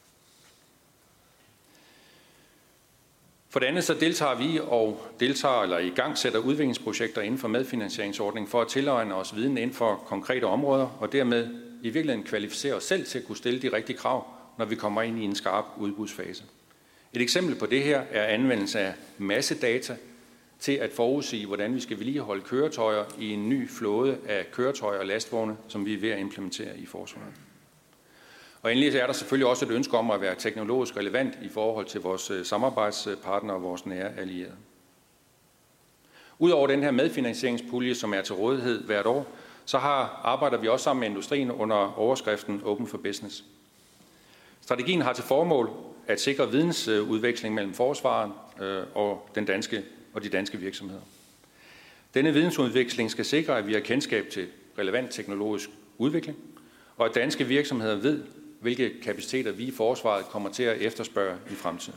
For det andet så deltager vi eller i gang sætter udviklingsprojekter inden for medfinansieringsordningen for at tilegne os viden inden for konkrete områder og dermed i virkeligheden kvalificere os selv til at kunne stille de rigtige krav, når vi kommer ind i en skarp udbudsfase. Et eksempel på det her er anvendelse af massedata til at forudsige, hvordan vi skal vedligeholde køretøjer i en ny flåde af køretøjer og lastvogne, som vi er ved at implementere i forsvaret. Og endelig er der selvfølgelig også et ønske om at være teknologisk relevant i forhold til vores samarbejdspartnere og vores nære allierede. Udover den her medfinansieringspulje, som er til rådighed hvert år, så arbejder vi også sammen med industrien under overskriften Open for Business. Strategien har til formål at sikre vidensudveksling mellem forsvaret og de danske virksomheder. Denne vidensudveksling skal sikre, at vi har kendskab til relevant teknologisk udvikling, og at danske virksomheder ved, hvilke kapaciteter vi i forsvaret kommer til at efterspørge i fremtiden.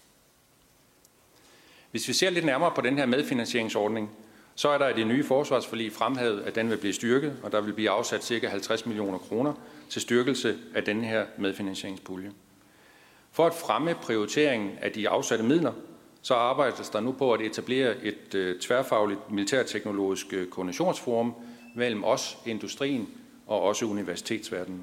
Hvis vi ser lidt nærmere på den her medfinansieringsordning, så er der i det nye forsvarsforlig fremhævet, at den vil blive styrket, og der vil blive afsat ca. 50 millioner kroner til styrkelse af denne her medfinansieringspulje. For at fremme prioriteringen af de afsatte midler, så arbejdes der nu på at etablere et tværfagligt militærteknologisk koordinationsforum mellem os, industrien og også universitetsverdenen.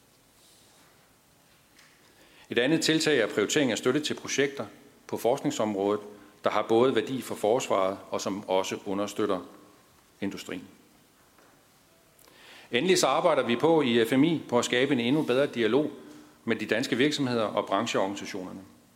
Et andet tiltag er prioritering af støtte til projekter på forskningsområdet, der har både værdi for forsvaret og som også understøtter industrien. Endelig så arbejder vi på i FMI på at skabe en endnu bedre dialog med de danske virksomheder og brancheorganisationerne.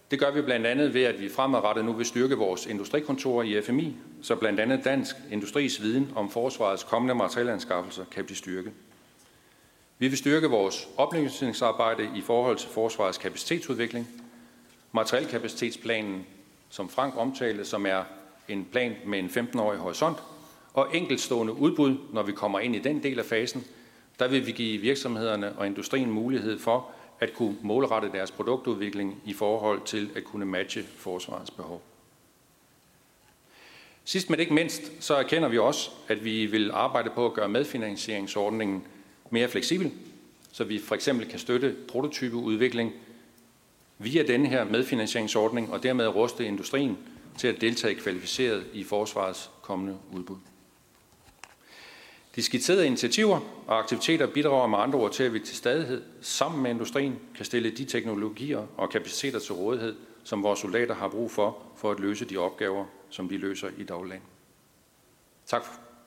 Det gør vi blandt andet ved, at vi fremadrettet nu vil styrke vores industrikontorer i FMI, så blandt andet Dansk Industris viden om forsvarets kommende materielanskaffelser kan blive styrket. Vi vil styrke vores oplysningsarbejde i forhold til forsvarets kapacitetsudvikling. Materielkapacitetsplanen, som Frank omtalte, som er en plan med en 15-årig horisont, og enkeltstående udbud, når vi kommer ind i den del af fasen, der vil vi give virksomhederne og industrien mulighed for at kunne målrette deres produktudvikling i forhold til at kunne matche forsvarets behov. Sidst men ikke mindst, så erkender vi også, at vi vil arbejde på at gøre medfinansieringsordningen mere fleksibel, så vi for eksempel kan støtte prototypeudvikling via denne her medfinansieringsordning og dermed ruste industrien til at deltage kvalificeret i forsvarets kommende udbud. De skitserede initiativer og aktiviteter bidrager med andre ord til, at vi til stadighed sammen med industrien kan stille de teknologier og kapaciteter til rådighed, som vores soldater har brug for at løse de opgaver, som de løser i dagligdagen. Tak.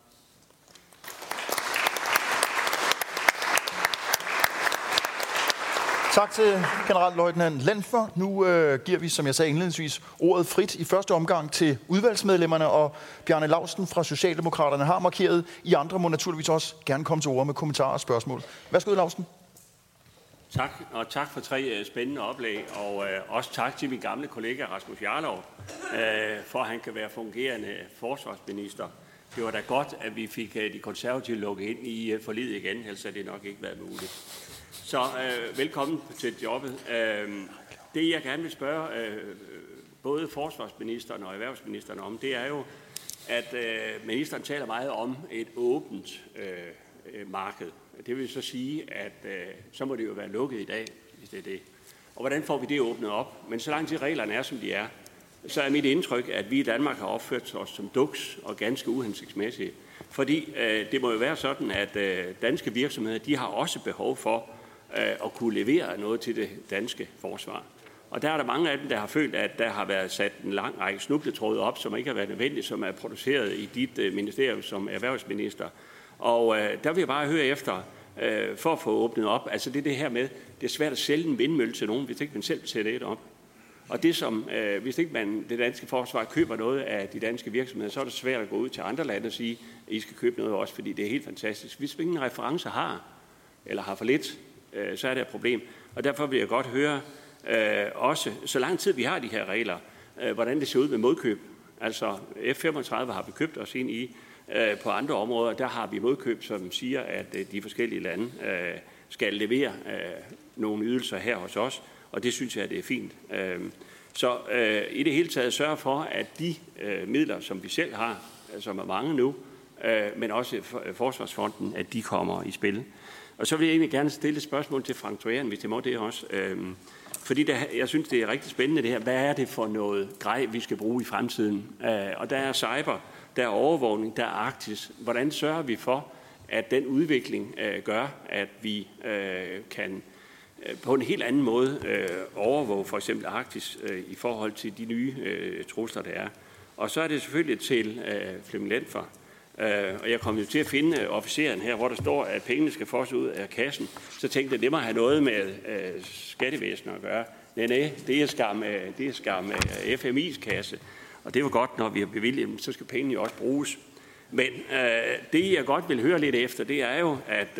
Tak til generalløjtnant Lenfer. Nu giver vi, som jeg sagde indledningsvis, ordet frit i første omgang til udvalgsmedlemmerne, og Bjarne Laustsen fra Socialdemokraterne har markeret. I andre må naturligvis også gerne komme til ord med kommentarer og spørgsmål. Værsgo, Laustsen. Tak, og tak for 3 spændende oplæg, og også tak til min gamle kollega Rasmus Jarlov, for at han kan være fungerende forsvarsminister. Det var da godt, at vi fik de konservative lukket ind i forliget igen, ellers havde det nok ikke været muligt. Så velkommen til jobbet. Det jeg gerne vil spørge både forsvarsministeren og erhvervsministeren om, det er jo, at ministeren taler meget om et åbent marked. Det vil så sige, at så må det jo være lukket i dag, hvis det er det. Og hvordan får vi det åbnet op? Men så langt til reglerne er, som de er, så er mit indtryk, at vi i Danmark har opført os som duks og ganske uhensigtsmæssige. Fordi det må jo være sådan, at danske virksomheder, de har også behov for at kunne levere noget til det danske forsvar. Og der er der mange af dem, der har følt, at der har været sat en lang række snubletråde op, som ikke har været nødvendige, som er produceret i dit ministerium som erhvervsminister. Og der vil jeg bare høre efter, for at få åbnet op, altså det her med, det er svært at sælge en vindmølle til nogen, hvis ikke man selv sætter et op. Og det som, hvis ikke det danske forsvar køber noget af de danske virksomheder, så er det svært at gå ud til andre lande og sige, at I skal købe noget også, fordi det er helt fantastisk. Hvis vi ingen referencer har, eller har for lidt, så er det et problem. Og derfor vil jeg godt høre, også så lang tid vi har de her regler, hvordan det ser ud med modkøb. Altså F-35 har vi købt os ind i. På andre områder, der har vi modkøb, som siger, at de forskellige lande skal levere nogle ydelser her hos os, og det synes jeg, det er fint. Så i det hele taget sørge for, at de midler, som vi selv har, som er mange nu, men også Forsvarsfonden, at de kommer i spil. Og så vil jeg egentlig gerne stille et spørgsmål til Frank Trojan, hvis det må det også. Fordi jeg synes, det er rigtig spændende det her. Hvad er det for noget grej, vi skal bruge i fremtiden? Og der er cyber, der er overvågning, der er Arktis. Hvordan sørger vi for, at den udvikling gør, at vi kan på en helt anden måde overvåge for eksempel Arktis i forhold til de nye trusler, der er? Og så er det selvfølgelig til Flemming Lenfer. Og jeg kom jo til at finde officeren her, hvor der står, at pengene skal fosse ud af kassen. Så tænkte jeg, det må have noget med skattevæsenet at gøre. Nej, det er skam FMI's kasse. Og det var godt, når vi har bevilget dem, så skal pengene jo også bruges. Men det, jeg godt vil høre lidt efter, det er jo, at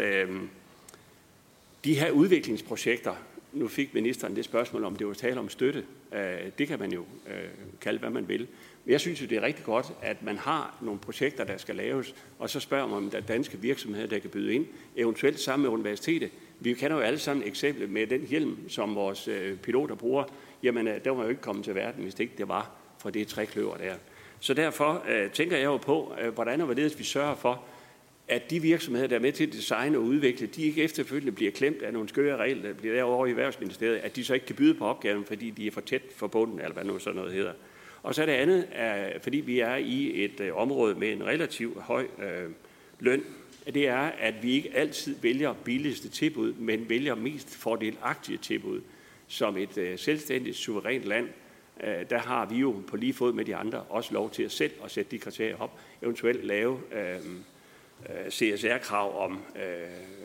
de her udviklingsprojekter, nu fik ministeren det spørgsmål, om det var tale om støtte. Det kan man jo kalde, hvad man vil. Men jeg synes jo, det er rigtig godt, at man har nogle projekter, der skal laves, og så spørger man, om der er danske virksomheder, der kan byde ind, eventuelt sammen med universitetet. Vi kender jo alle sammen eksempler med den hjelm, som vores piloter bruger. Jamen, der var jo ikke kommet til verden, hvis det ikke det var for det trækløver der. Så derfor tænker jeg jo på, hvordan og hvorledes vi sørger for, at de virksomheder, der er med til at designe og udvikle, de ikke efterfølgende bliver klemt af nogle skøre regler, der bliver derovre i Erhvervsministeriet, at de så ikke kan byde på opgaven, fordi de er for tæt forbundet, eller hvad nu sådan noget hedder. Og så er det andet, fordi vi er i et område med en relativt høj løn, det er, at vi ikke altid vælger billigste tilbud, men vælger mest fordelagtige tilbud. Som et selvstændigt, suverænt land, der har vi jo på lige fod med de andre også lov til at selv at sætte de kriterier op, eventuelt lave CSR-krav om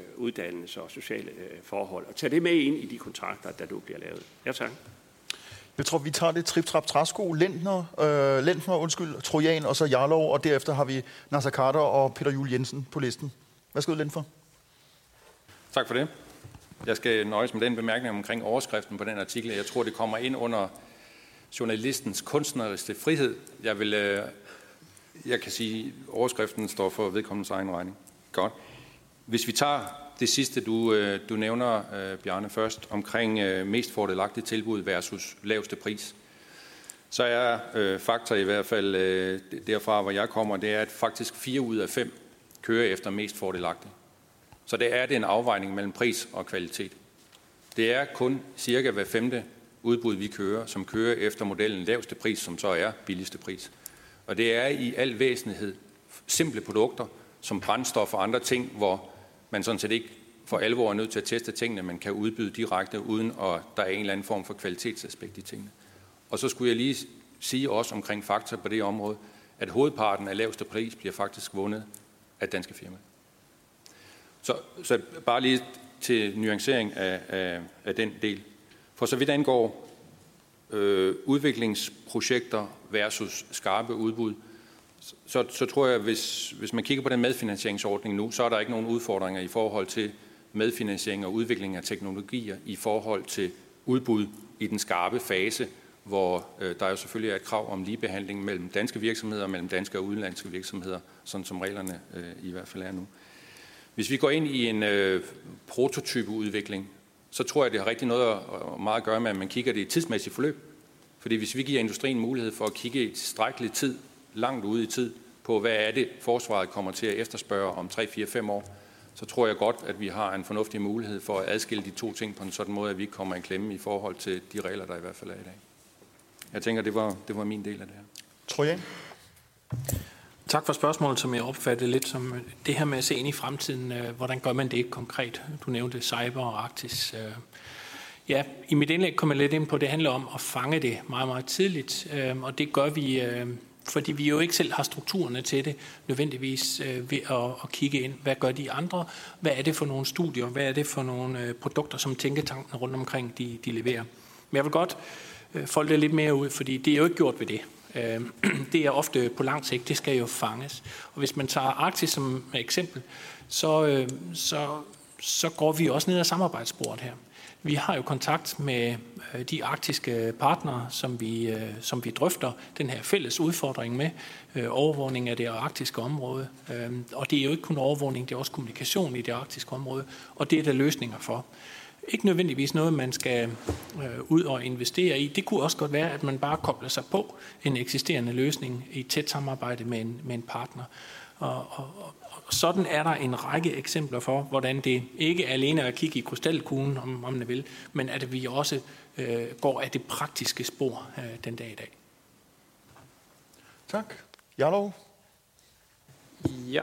uddannelse og sociale forhold, og tage det med ind i de kontrakter, der nu bliver lavet. Ja, tak. Jeg tror, vi tager det trip-trap træsko, Lentner, Trojan og så Jarlov, og derefter har vi Naser Khader og Peter Juel Jensen på listen. Værsgo, Lentner. Tak for det. Jeg skal nøjes med den bemærkning omkring overskriften på den artikel. Jeg tror, det kommer ind under journalistens kunstneriske frihed. Jeg kan sige, at overskriften står for vedkommens egen regning. Godt. Hvis vi tager det sidste, du nævner, Bjarne, først, omkring mest fordelagtige tilbud versus laveste pris, så er fakta i hvert fald derfra, hvor jeg kommer, det er, at faktisk 4 ud af 5 kører efter mest fordelagtige. Så det er en afvejning mellem pris og kvalitet. Det er kun cirka hver 5. udbud, vi kører, som kører efter modellen laveste pris, som så er billigste pris. Og det er i al væsentlighed simple produkter, som brændstof og andre ting, hvor man sådan set ikke for alvor er nødt til at teste tingene, man kan udbyde direkte, uden at der er en eller anden form for kvalitetsaspekt i tingene. Og så skulle jeg lige sige også omkring fakta på det område, at hovedparten af laveste pris bliver faktisk vundet af danske firmaer. Så bare lige til nuancering af den del. For så vidt angår udviklingsprojekter versus skarpe udbud, så tror jeg, hvis man kigger på den medfinansieringsordning nu, så er der ikke nogen udfordringer i forhold til medfinansiering og udvikling af teknologier i forhold til udbud i den skarpe fase, hvor der jo selvfølgelig er et krav om ligebehandling mellem danske virksomheder og mellem danske og udenlandske virksomheder, sådan som reglerne i hvert fald er nu. Hvis vi går ind i en prototypeudvikling, så tror jeg, det har rigtig noget meget at gøre med, at man kigger det i et tidsmæssigt forløb. Fordi hvis vi giver industrien mulighed for at kigge i tilstrækkelig tid, langt ude i tid, på hvad er det, forsvaret kommer til at efterspørge om 3, 4, 5 år, så tror jeg godt, at vi har en fornuftig mulighed for at adskille de to ting på en sådan måde, at vi ikke kommer i klemme i forhold til de regler, der i hvert fald er i dag. Jeg tænker, det var min del af det her. Trojan? Tak for spørgsmålet, som jeg opfattede lidt som det her med at se ind i fremtiden. Hvordan gør man det konkret? Du nævnte cyber og Arktis. Ja, i mit indlæg kom jeg lidt ind på, at det handler om at fange det meget, meget tidligt. Og det gør vi, fordi vi jo ikke selv har strukturerne til det, nødvendigvis ved at kigge ind. Hvad gør de andre? Hvad er det for nogle studier? Hvad er det for nogle produkter, som tænketanken rundt omkring de leverer? Men jeg vil godt folde det lidt mere ud, fordi det er jo ikke gjort ved det. Det er ofte på lang sigt, det skal jo fanges. Og hvis man tager Arktis som eksempel, så går vi også ned ad samarbejdssporet her. Vi har jo kontakt med de arktiske partnere, som vi drøfter den her fælles udfordring med, overvågning af det arktiske område. Og det er jo ikke kun overvågning, det er også kommunikation i det arktiske område, og det er der løsninger for. Ikke nødvendigvis noget, man skal ud og investere i. Det kunne også godt være, at man bare kobler sig på en eksisterende løsning i et tæt samarbejde med en partner. Og sådan er der en række eksempler for, hvordan det ikke er alene at kigge i krystalkuglen, om man vil, men at vi også går af det praktiske spor den dag i dag. Tak. Jarlov? Ja.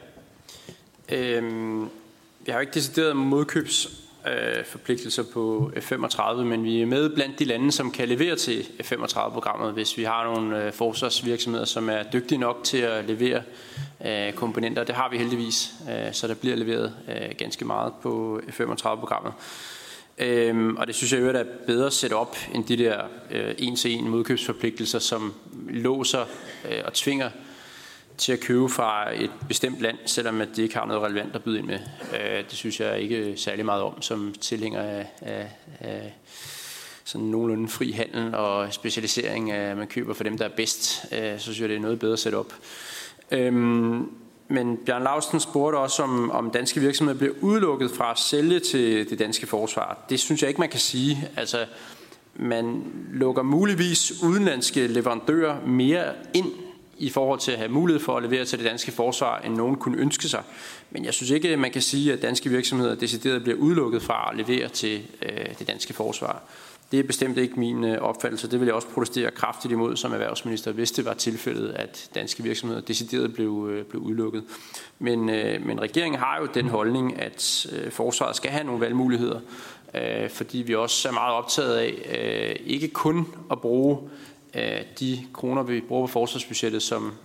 Vi har jo ikke decideret modkøbsforpligtelser på F-35, men vi er med blandt de lande, som kan levere til F-35-programmet, hvis vi har nogle forsvarsvirksomheder, som er dygtige nok til at levere komponenter. Det har vi heldigvis, så der bliver leveret ganske meget på F-35-programmet. Og det synes jeg jo er bedre set op end de der en-til-en modkøbsforpligtelser, som låser og tvinger til at købe fra et bestemt land, selvom at de ikke har noget relevant at byde ind med. Det synes jeg ikke særlig meget om, som tilhænger af sådan nogenlunde fri handel og specialisering, at man køber for dem, der er bedst. Så synes jeg, det er noget bedre set op. Men Bjørn Lausten spurgte også, om danske virksomheder bliver udelukket fra at sælge til det danske forsvar. Det synes jeg ikke, man kan sige. Altså, man lukker muligvis udenlandske leverandører mere ind i forhold til at have mulighed for at levere til det danske forsvar, end nogen kunne ønske sig. Men jeg synes ikke, at man kan sige, at danske virksomheder decideret bliver udelukket fra at levere til det danske forsvar. Det er bestemt ikke min opfattelse. Det vil jeg også protestere kraftigt imod som erhvervsminister, hvis det var tilfældet, at danske virksomheder decideret blev udelukket. Men regeringen har jo den holdning, at forsvaret skal have nogle valgmuligheder, fordi vi også er meget optaget af ikke kun at bruge de kroner, vi bruger på forsvarsbudgettet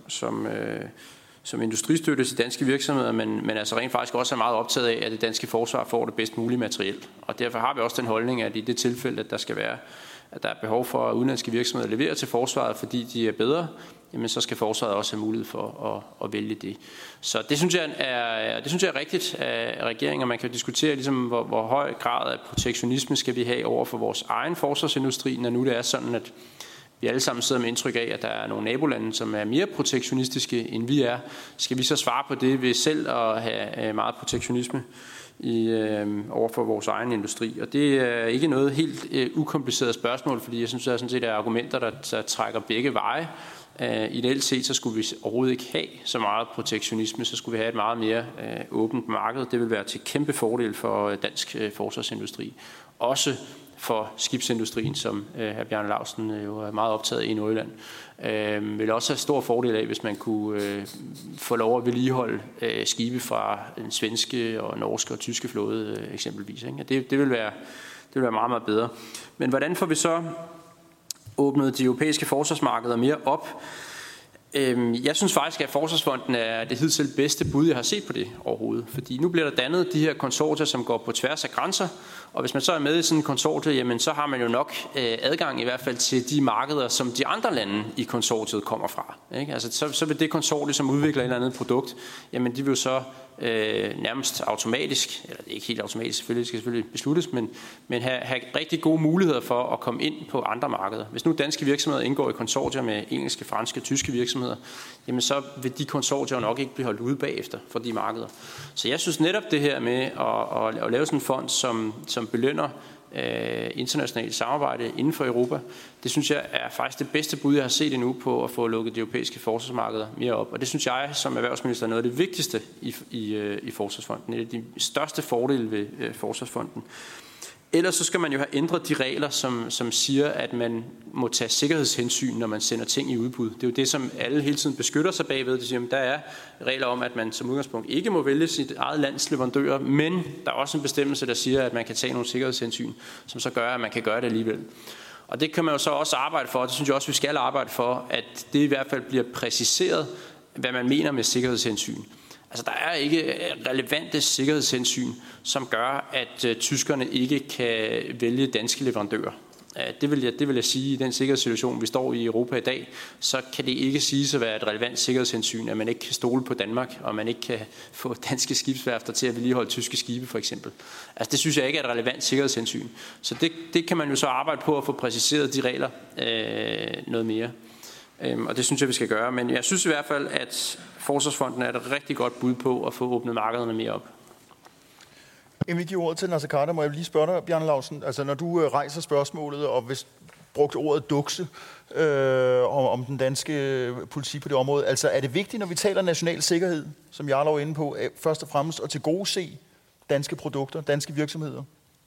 som industristøtte til danske virksomheder, men altså rent faktisk også er meget optaget af, at det danske forsvar får det bedst mulige materiel. Og derfor har vi også den holdning, at i det tilfælde, at der skal være at der er behov for, at udenlandske virksomheder leverer til forsvaret, fordi de er bedre, jamen så skal forsvaret også have mulighed for at vælge det. Så det synes jeg er rigtigt af regeringen, og man kan diskutere, ligesom, hvor høj grad af protektionisme skal vi have over for vores egen forsvarsindustri, når nu det er sådan, at vi alle sammen sidder med indtryk af, at der er nogle nabolande, som er mere protektionistiske, end vi er. Skal vi så svare på det ved selv at have meget protektionisme over for vores egen industri? Og det er ikke noget helt ukompliceret spørgsmål, fordi jeg synes, der er sådan set argumenter, der trækker begge veje. Ideelt set, så skulle vi overhovedet ikke have så meget protektionisme, så skulle vi have et meget mere åbent marked. Det vil være til kæmpe fordel for dansk forsvarsindustri. Også for skibsindustrien, som hr. Bjarne Laustsen jo er meget optaget i Nordjylland. Vil også have stor fordel af, hvis man kunne få lov at vedligeholde skibe fra den svenske og norske og tyske flåde eksempelvis. Ikke? Det vil være meget, meget bedre. Men hvordan får vi så åbnet de europæiske forsvarsmarkeder mere op? Jeg synes faktisk, at Forsvarsfonden er det hidtil bedste bud, jeg har set på det overhovedet. Fordi nu bliver der dannet de her konsortier, som går på tværs af grænser. Og hvis man så er med i sådan en konsortie, jamen så har man jo nok adgang i hvert fald til de markeder, som de andre lande i konsortiet kommer fra. Ikke? Altså, så vil det konsortie, som udvikler et eller andet produkt, jamen de vil jo så nærmest automatisk, eller det er ikke helt automatisk selvfølgelig, det skal selvfølgelig besluttes, men have rigtig gode muligheder for at komme ind på andre markeder. Hvis nu danske virksomheder indgår i konsortier med engelske, franske, tyske virksomheder, jamen så vil de konsortier nok ikke blive holdt ude bagefter for de markeder. Så jeg synes netop det her med at lave sådan en fond, som belønner internationalt samarbejde inden for Europa, det synes jeg er faktisk det bedste bud, jeg har set endnu på at få lukket de europæiske forsvarsmarkeder mere op. Og det synes jeg som erhvervsminister er noget af det vigtigste i Forsvarsfonden. Et af de største fordele ved Forsvarsfonden. Ellers så skal man jo have ændret de regler, som siger, at man må tage sikkerhedshensyn, når man sender ting i udbud. Det er jo det, som alle hele tiden beskytter sig bagved. Det siger, at der er regler om, at man som udgangspunkt ikke må vælge sit eget lands leverandører, men der er også en bestemmelse, der siger, at man kan tage nogle sikkerhedshensyn, som så gør, at man kan gøre det alligevel. Og det kan man jo så også arbejde for, og det synes jeg også, vi skal arbejde for, at det i hvert fald bliver præciseret, hvad man mener med sikkerhedshensyn. Altså, der er ikke relevante sikkerhedshensyn, som gør, at tyskerne ikke kan vælge danske leverandører. Det vil jeg sige, i den sikkerhedssituation, vi står i Europa i dag, så kan det ikke siges at være et relevant sikkerhedshensyn, at man ikke kan stole på Danmark, og man ikke kan få danske skibsværfter til at vedligeholde tyske skibe, for eksempel. Altså, det synes jeg ikke er et relevant sikkerhedshensyn. Så det kan man jo så arbejde på at få præciseret de regler noget mere. Og det synes jeg, vi skal gøre. Men jeg synes i hvert fald, at Forsvarsfonden er et rigtig godt bud på at få åbnet markederne mere op. Inden vi giver ordet til Naser Khader, må jeg lige spørge dig, Bjarne Laustsen. Altså, når du rejser spørgsmålet og hvis brugt ordet dukse om den danske politik på det område, altså er det vigtigt, når vi taler national sikkerhed, som Jarlov er inde på, først og fremmest at tilgodese danske produkter, danske virksomheder?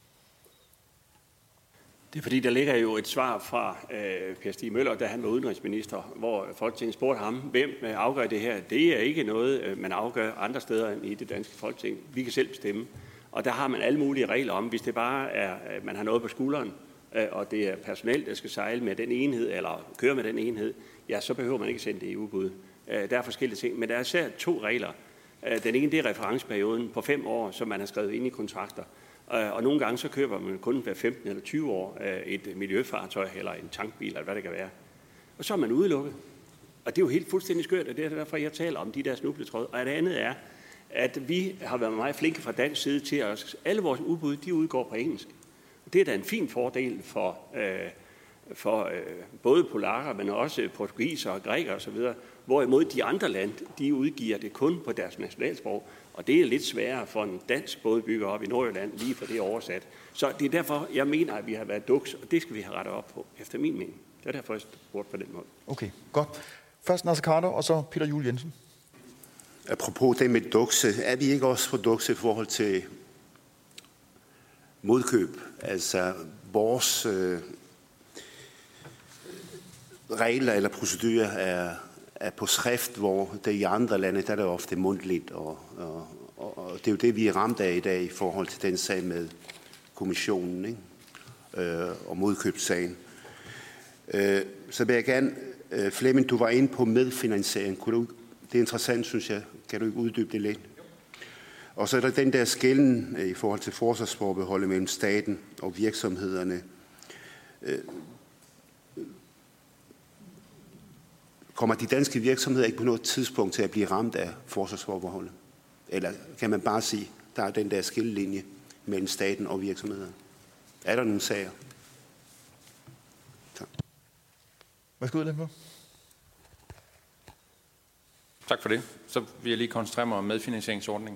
Det er fordi, der ligger jo et svar fra Per Stig Møller, da han var udenrigsminister, hvor Folketinget spurgte ham, hvem afgør det her. Det er ikke noget, man afgør andre steder end i det danske Folketing. Vi kan selv bestemme. Og der har man alle mulige regler om, hvis det bare er, man har noget på skulderen, og det er personel, der skal sejle med den enhed, eller køre med den enhed, ja, så behøver man ikke sende det i udbud. Der er forskellige ting, men der er især 2 regler. Den ene, det er referenceperioden på 5 år, som man har skrevet ind i kontrakter. Og nogle gange så køber man kun hver 15 eller 20 år et miljøfartøj eller en tankbil, eller hvad det kan være. Og så er man udelukket. Og det er jo helt fuldstændig skørt, og det er derfor, jeg taler om de der snubletråd. Og det andet er, at vi har været meget flinke fra dansk side til at alle vores udbud, de udgår på engelsk. Det er da en fin fordel for både polakker, men også portugiser og grækere osv., hvorimod de andre lande, de udgiver det kun på deres nationalsprog, og det er lidt sværere for en dansk bådbygger op i Nordjylland, lige for det oversat. Så det er derfor, jeg mener, at vi har været duks, og det skal vi have rettet op på, efter min mening. Det er derfor, jeg spurgte på den måde. Okay, godt. Først Naser Khader, og så Peter Juel Jensen. Apropos det med dukse, er vi ikke også på dukse i forhold til modkøb? Altså, vores regler eller procedurer er på skrift, hvor det i andre lande, der er det ofte mundtligt, og det er jo det, vi er ramt af i dag i forhold til den sag med kommissionen, ikke? Og modkøbssagen. Så vil jeg gerne, Flemming, du var inde på medfinansiering. Det er interessant, synes jeg. Kan du ikke uddybe det lidt? Og så er der den der skelnen i forhold til forsvarsforbeholdet mellem staten og virksomhederne. Kommer de danske virksomheder ikke på noget tidspunkt til at blive ramt af forsvarsforbeholdet? Eller kan man bare sige, der er den der skillelinje mellem staten og virksomheder? Er der nogle sager? Tak. Værsgo, Lemper. Tak for det. Så vil jeg lige koncentrere mig om medfinansieringsordningen.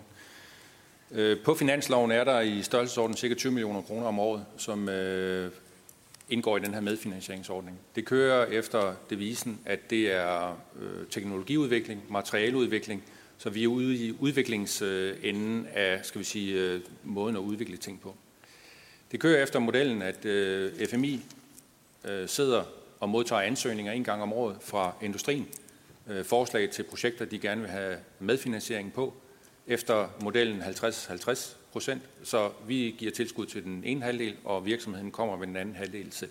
På finansloven er der i størrelsesorden ca. 20 millioner kroner om året, som indgår i den her medfinansieringsordning. Det kører efter devisen, at det er teknologiudvikling, materialeudvikling, så vi er ude i udviklingsenden af, skal vi sige, måden at udvikle ting på. Det kører efter modellen, at FMI sidder og modtager ansøgninger en gang om året fra industrien, forslag til projekter, de gerne vil have medfinansiering på, efter modellen 50-50%, så vi giver tilskud til den ene halvdel, og virksomheden kommer med den anden halvdel selv.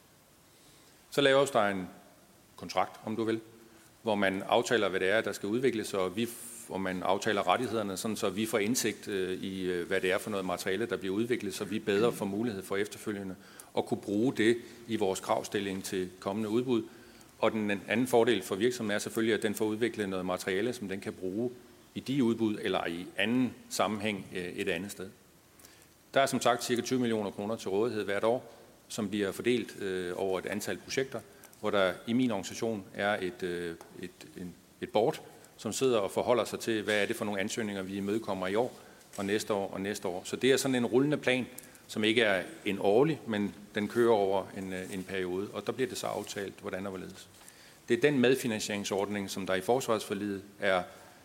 Så laves der en kontrakt, om du vil, hvor man aftaler, hvad det er, der skal udvikles, og hvor man aftaler rettighederne, sådan så vi får indsigt i, hvad det er for noget materiale, der bliver udviklet, så vi bedre får mulighed for efterfølgende at kunne bruge det i vores kravstilling til kommende udbud. Og den anden fordel for virksomheden er selvfølgelig, at den får udviklet noget materiale, som den kan bruge i de udbud eller i anden sammenhæng et andet sted. Der er som sagt ca. 20 millioner kroner til rådighed hvert år, som bliver fordelt over et antal projekter, hvor der i min organisation er et board, som sidder og forholder sig til, hvad er det for nogle ansøgninger, vi imødekommer i år og næste år og næste år. Så det er sådan en rullende plan, som ikke er en årlig, men den kører over en periode, og der bliver det så aftalt, hvordan og hvorledes. Det er den medfinansieringsordning, som der i forsvarsforliget er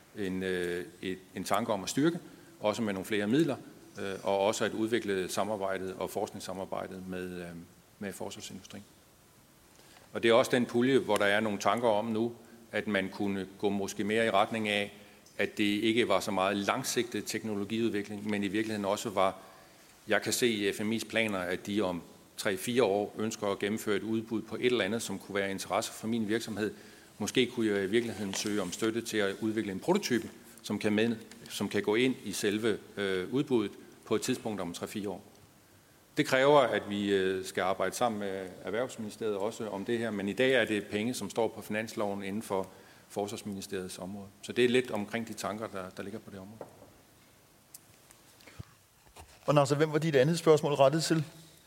en tanke om at styrke, også med nogle flere midler, og også at udvikle samarbejdet og forskningssamarbejdet med forsvarsindustrien. Og det er også den pulje, hvor der er nogle tanker om nu, at man kunne gå måske mere i retning af, at det ikke var så meget langsigtet teknologiudvikling, men i virkeligheden også var, jeg kan se i FMI's planer, at de om 3-4 år ønsker at gennemføre et udbud på et eller andet, som kunne være interesse for min virksomhed. Måske kunne jeg i virkeligheden søge om støtte til at udvikle en prototype, som kan gå ind i selve udbuddet på et tidspunkt om 3-4 år. Det kræver, at vi skal arbejde sammen med Erhvervsministeriet også om det her, men i dag er det penge, som står på finansloven inden for Forsvarsministeriets område. Så det er lidt omkring de tanker, der ligger på det område. Og Nasser, hvem var dit andet spørgsmål rettet til?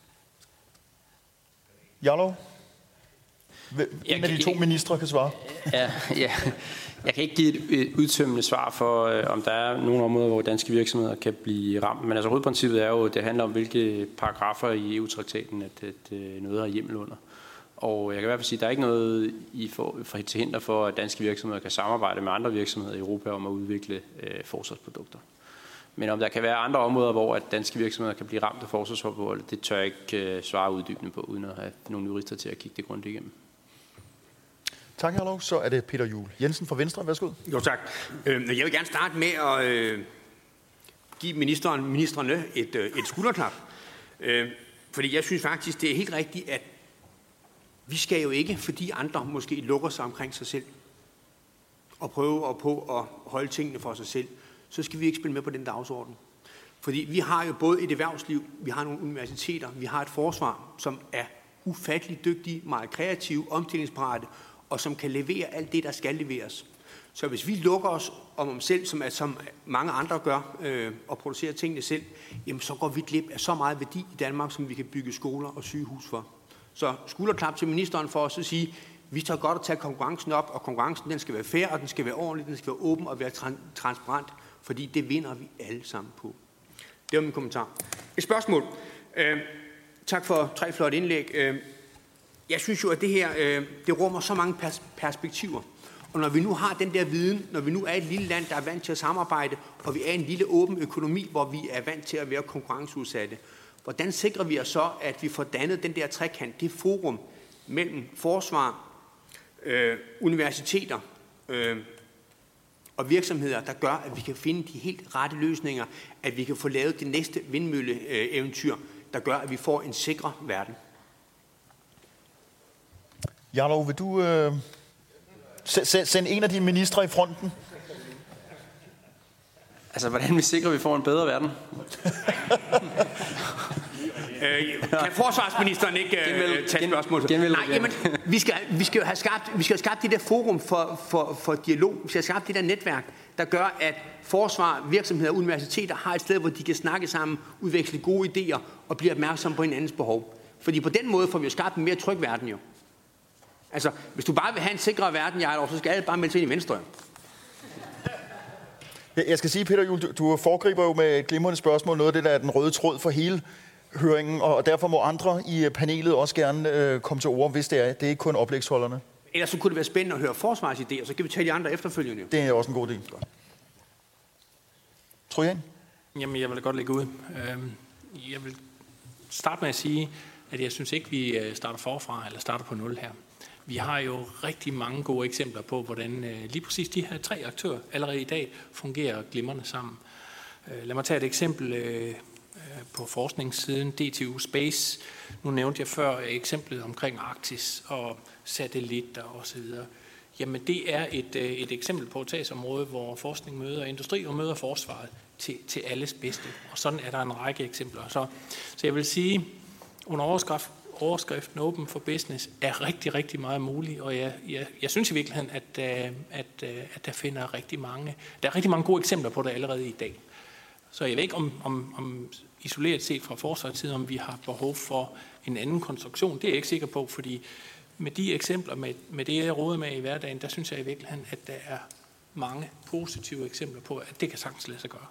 Jarlov? En af de to ministre kan svare. Ja. Jeg kan ikke give et udtømmende svar for, om der er nogle områder, hvor danske virksomheder kan blive ramt. Men altså hovedprincippet er jo, at det handler om, hvilke paragrafer i EU-traktaten, at noget har hjemmel under. Og jeg kan i hvert fald sige, at der er ikke noget til hinder for, at danske virksomheder kan samarbejde med andre virksomheder i Europa om at udvikle forsvarsprodukter. Men om der kan være andre områder, hvor at danske virksomheder kan blive ramt af forsvarsforbeholdet, det tør jeg ikke svare uddybende på, uden at have nogle jurister til at kigge det grundigt igennem. Tak, Jarlov. Så er det Peter Juel Jensen fra Venstre. Værsgo. Jo, tak. Jeg vil gerne starte med at give ministrene et skulderklap. Fordi jeg synes faktisk, det er helt rigtigt, at vi skal jo ikke, fordi andre måske lukker sig omkring sig selv, og prøve på at holde tingene for sig selv, så skal vi ikke spille med på den dagsorden. Fordi vi har jo både et erhvervsliv, vi har nogle universiteter, vi har et forsvar, som er ufattelig dygtige, meget kreative, omstillingsparate, og som kan levere alt det, der skal leveres. Så hvis vi lukker os om selv, som mange andre gør, og producerer tingene selv, jamen så går vi glip af så meget værdi i Danmark, som vi kan bygge skoler og sygehus for. Så skulderklap til ministeren for os at sige, vi tager godt at tage konkurrencen op, og konkurrencen den skal være fair, og den skal være ordentlig, den skal være åben og være transparent, fordi det vinder vi alle sammen på. Det var min kommentar. Et spørgsmål. Tak for 3 flotte indlæg. Jeg synes jo, at det her det rummer så mange perspektiver. Og når vi nu har den der viden, når vi nu er et lille land, der er vant til at samarbejde, og vi er en lille åben økonomi, hvor vi er vant til at være konkurrenceudsatte, hvordan sikrer vi os så, at vi får dannet den der trekant, det forum mellem forsvar, universiteter og virksomheder, der gør, at vi kan finde de helt rette løsninger, at vi kan få lavet det næste vindmølleeventyr, der gør, at vi får en sikker verden. Jarlov, vil du sende en af dine ministre i fronten? Altså, hvordan vi sikrer, at vi får en bedre verden? Kan forsvarsministeren ikke tage spørgsmål? Nej, jamen, vi skal jo have skabt det der forum for dialog. Vi skal have skabt det der netværk, der gør, at forsvar, virksomheder og universiteter har et sted, hvor de kan snakke sammen, udveksle gode idéer og blive opmærksomme på hinandens behov. Fordi på den måde får vi jo skabt en mere tryg verden jo. Altså, hvis du bare vil have en sikrere verden, så skal alle bare melde sig ind i Venstre. Jeg skal sige, Peter Juel, du foregriber jo med et glimrende spørgsmål noget af det, der er den røde tråd for hele høringen, og derfor må andre i panelet også gerne komme til ord, hvis det er. Det er ikke kun oplægsholderne. Ellers så kunne det være spændende at høre forsvarsidéer, så kan vi tage de andre efterfølgende. Det er også en god idé. Tror jeg? Jamen, jeg vil godt lægge ud. Jeg vil starte med at sige, at jeg synes ikke, vi starter forfra eller starter på 0 her. Vi har jo rigtig mange gode eksempler på, hvordan lige præcis de her 3 aktører allerede i dag fungerer glimrende sammen. Lad mig tage et eksempel på forskningssiden, DTU Space. Nu nævnte jeg før eksemplet omkring Arktis og satellitter osv. Jamen det er et eksempel på et sagsområde, hvor forskning møder industri og møder forsvaret til alles bedste. Og sådan er der en række eksempler. Så jeg vil sige, under overskriften Open for Business er rigtig, rigtig meget muligt, og jeg synes i virkeligheden, at der finder rigtig mange gode eksempler på det allerede i dag. Så jeg ved ikke om isoleret set fra forsvarets side, om vi har behov for en anden konstruktion. Det er jeg ikke sikker på, fordi med de eksempler, med det jeg råder med i hverdagen, der synes jeg i virkeligheden, at der er mange positive eksempler på, at det kan sagtens lade sig gøre.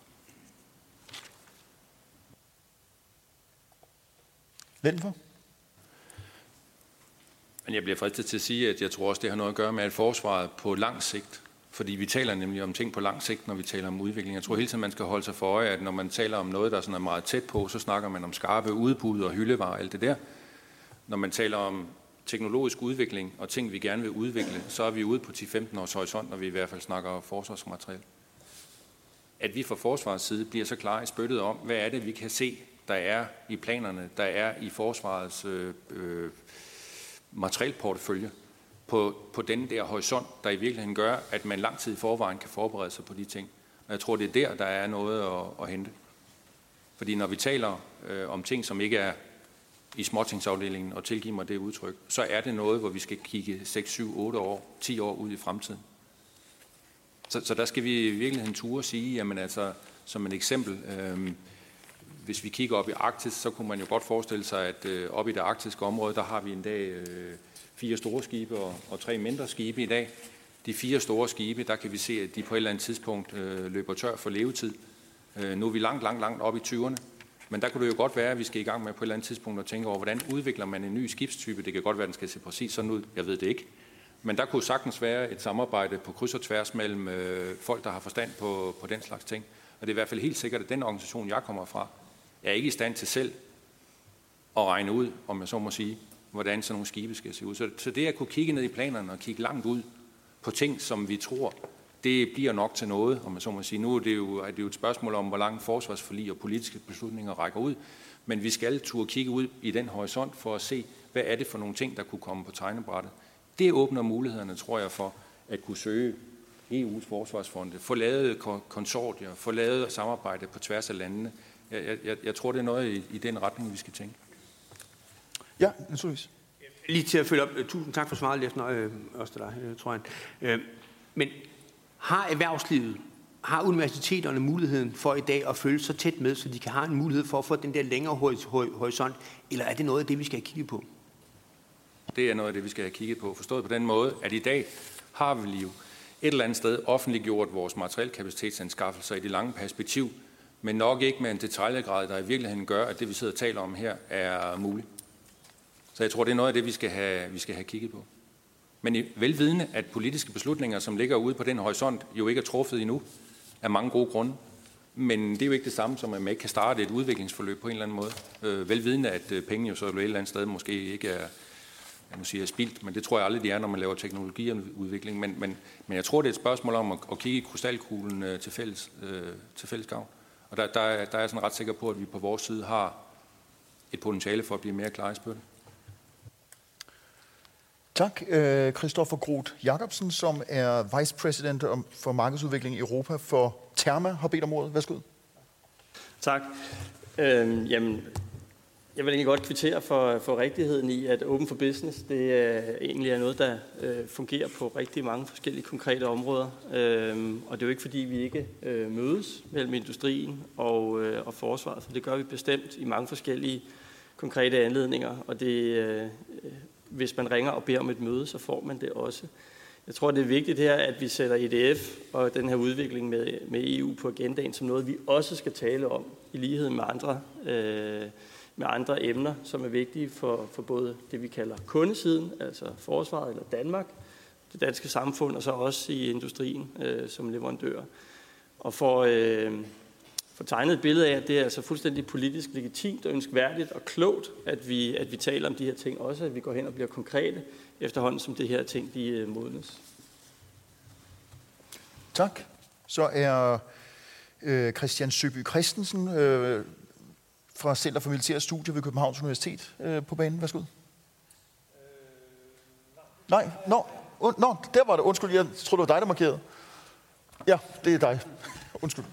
Lenfor? Men jeg bliver fristet til at sige, at jeg tror også, det har noget at gøre med, at forsvaret på lang sigt, fordi vi taler nemlig om ting på lang sigt, når vi taler om udvikling. Jeg tror hele tiden, man skal holde sig for øje, at når man taler om noget, der sådan er meget tæt på, så snakker man om skarpe udbud og hyldevarer og alt det der. Når man taler om teknologisk udvikling og ting, vi gerne vil udvikle, så er vi ude på 10-15 års horisont, når vi i hvert fald snakker forsvarsmateriel. At vi fra forsvarets side bliver så klar i spyttet om, hvad er det, vi kan se, der er i planerne, der er i forsvarets materielportefølje på den der horisont, der i virkeligheden gør, at man lang tid i forvejen kan forberede sig på de ting. Og jeg tror, det er der er noget at hente. Fordi når vi taler om ting, som ikke er i småtingsafdelingen, og tilgive mig det udtryk, så er det noget, hvor vi skal kigge 6, 7, 8 år, 10 år ud i fremtiden. Så der skal vi i virkeligheden ture og sige, jamen altså, som et eksempel, hvis vi kigger op i Arktis, så kunne man jo godt forestille sig, at op i det arktiske område, der har vi en dag 4 store skibe og 3 mindre skibe i dag. De 4 store skibe, der kan vi se, at de på et eller andet tidspunkt løber tør for levetid. Nu er vi langt op i 20'erne. Men der kunne det jo godt være, at vi skal i gang med på et eller andet tidspunkt at tænke over, hvordan udvikler man en ny skibstype. Det kan godt være, at den skal se præcis sådan ud. Jeg ved det ikke. Men der kunne sagtens være et samarbejde på kryds og tværs mellem folk, der har forstand på den slags ting. Og det er i hvert fald helt sikkert, at den organisation, jeg kommer fra, er ikke i stand til selv at regne ud, om jeg så må sige, hvordan sådan nogle skibe skal se ud. Så det at kunne kigge ned i planerne og kigge langt ud på ting, som vi tror, det bliver nok til noget, om man så må sige. Nu er det jo et spørgsmål om, hvor langt forsvarsforlig og politiske beslutninger rækker ud. Men vi skal turde kigge ud i den horisont for at se, hvad er det for nogle ting, der kunne komme på tegnebrættet. Det åbner mulighederne, tror jeg, for at kunne søge EU's forsvarsfonde, få lavet konsortier, få lavet samarbejde på tværs af landene. Jeg tror, det er noget i den retning, vi skal tænke. Ja, naturligvis. Lige til at følge op. Tusind tak for svaret, Lesner, også til dig, tror jeg. Men har erhvervslivet, har universiteterne muligheden for i dag at følge så tæt med, så de kan have en mulighed for at få den der længere horisont, eller er det noget af det, vi skal have kigget på? Det er noget af det, vi skal have kigget på. Forstået på den måde, at i dag har vi jo et eller andet sted offentliggjort vores materielkapacitetsanskaffelser i det lange perspektiv, men nok ikke med en detaljgrad, der i virkeligheden gør, at det, vi sidder og taler om her, er muligt. Så jeg tror, det er noget af det, vi skal have kigget på. Men velvidende, at politiske beslutninger, som ligger ude på den horisont, jo ikke er truffet endnu, af mange gode grunde. Men det er jo ikke det samme, som at man ikke kan starte et udviklingsforløb på en eller anden måde. Velvidende, at penge jo så et eller andet sted måske ikke er, er spildt, men det tror jeg aldrig, de er, når man laver teknologiudvikling. Men jeg tror, det er et spørgsmål om at kigge i krystalkuglen til fælles gavn. Og der er jeg sådan ret sikker på, at vi på vores side har et potentiale for at blive mere klar i spyttet. Tak. Christoffer Groth Jacobsen, som er Vice President for markedsudvikling i Europa for Terma, har bedt om ordet. Værsgo. Tak. Jamen, Jeg vil egentlig godt kvittere for rigtigheden i, at Open for Business, det egentlig er noget, der fungerer på rigtig mange forskellige konkrete områder. Og det er jo ikke, fordi vi ikke mødes mellem industrien og forsvaret, for det gør vi bestemt i mange forskellige konkrete anledninger. Og det, hvis man ringer og beder om et møde, så får man det også. Jeg tror, det er vigtigt her, at vi sætter EDF og den her udvikling med EU på agendaen som noget, vi også skal tale om, i lighed med andre emner, som er vigtige for både det, vi kalder kundesiden, altså forsvaret eller Danmark, det danske samfund, og så også i industrien som leverandør. Og for tegnet et billede af, at det er altså fuldstændig politisk legitimt og ønskværdigt og klogt, at vi taler om de her ting, også at vi går hen og bliver konkrete, efterhånden som det her ting de modnes. Tak. Så er Christian Søby Christensen fra Center for Militære Studier ved Københavns Universitet på banen. Værsgo. Nej, der var det. Undskyld, jeg tror det var dig, der markerede. Ja, det er dig. Undskyld.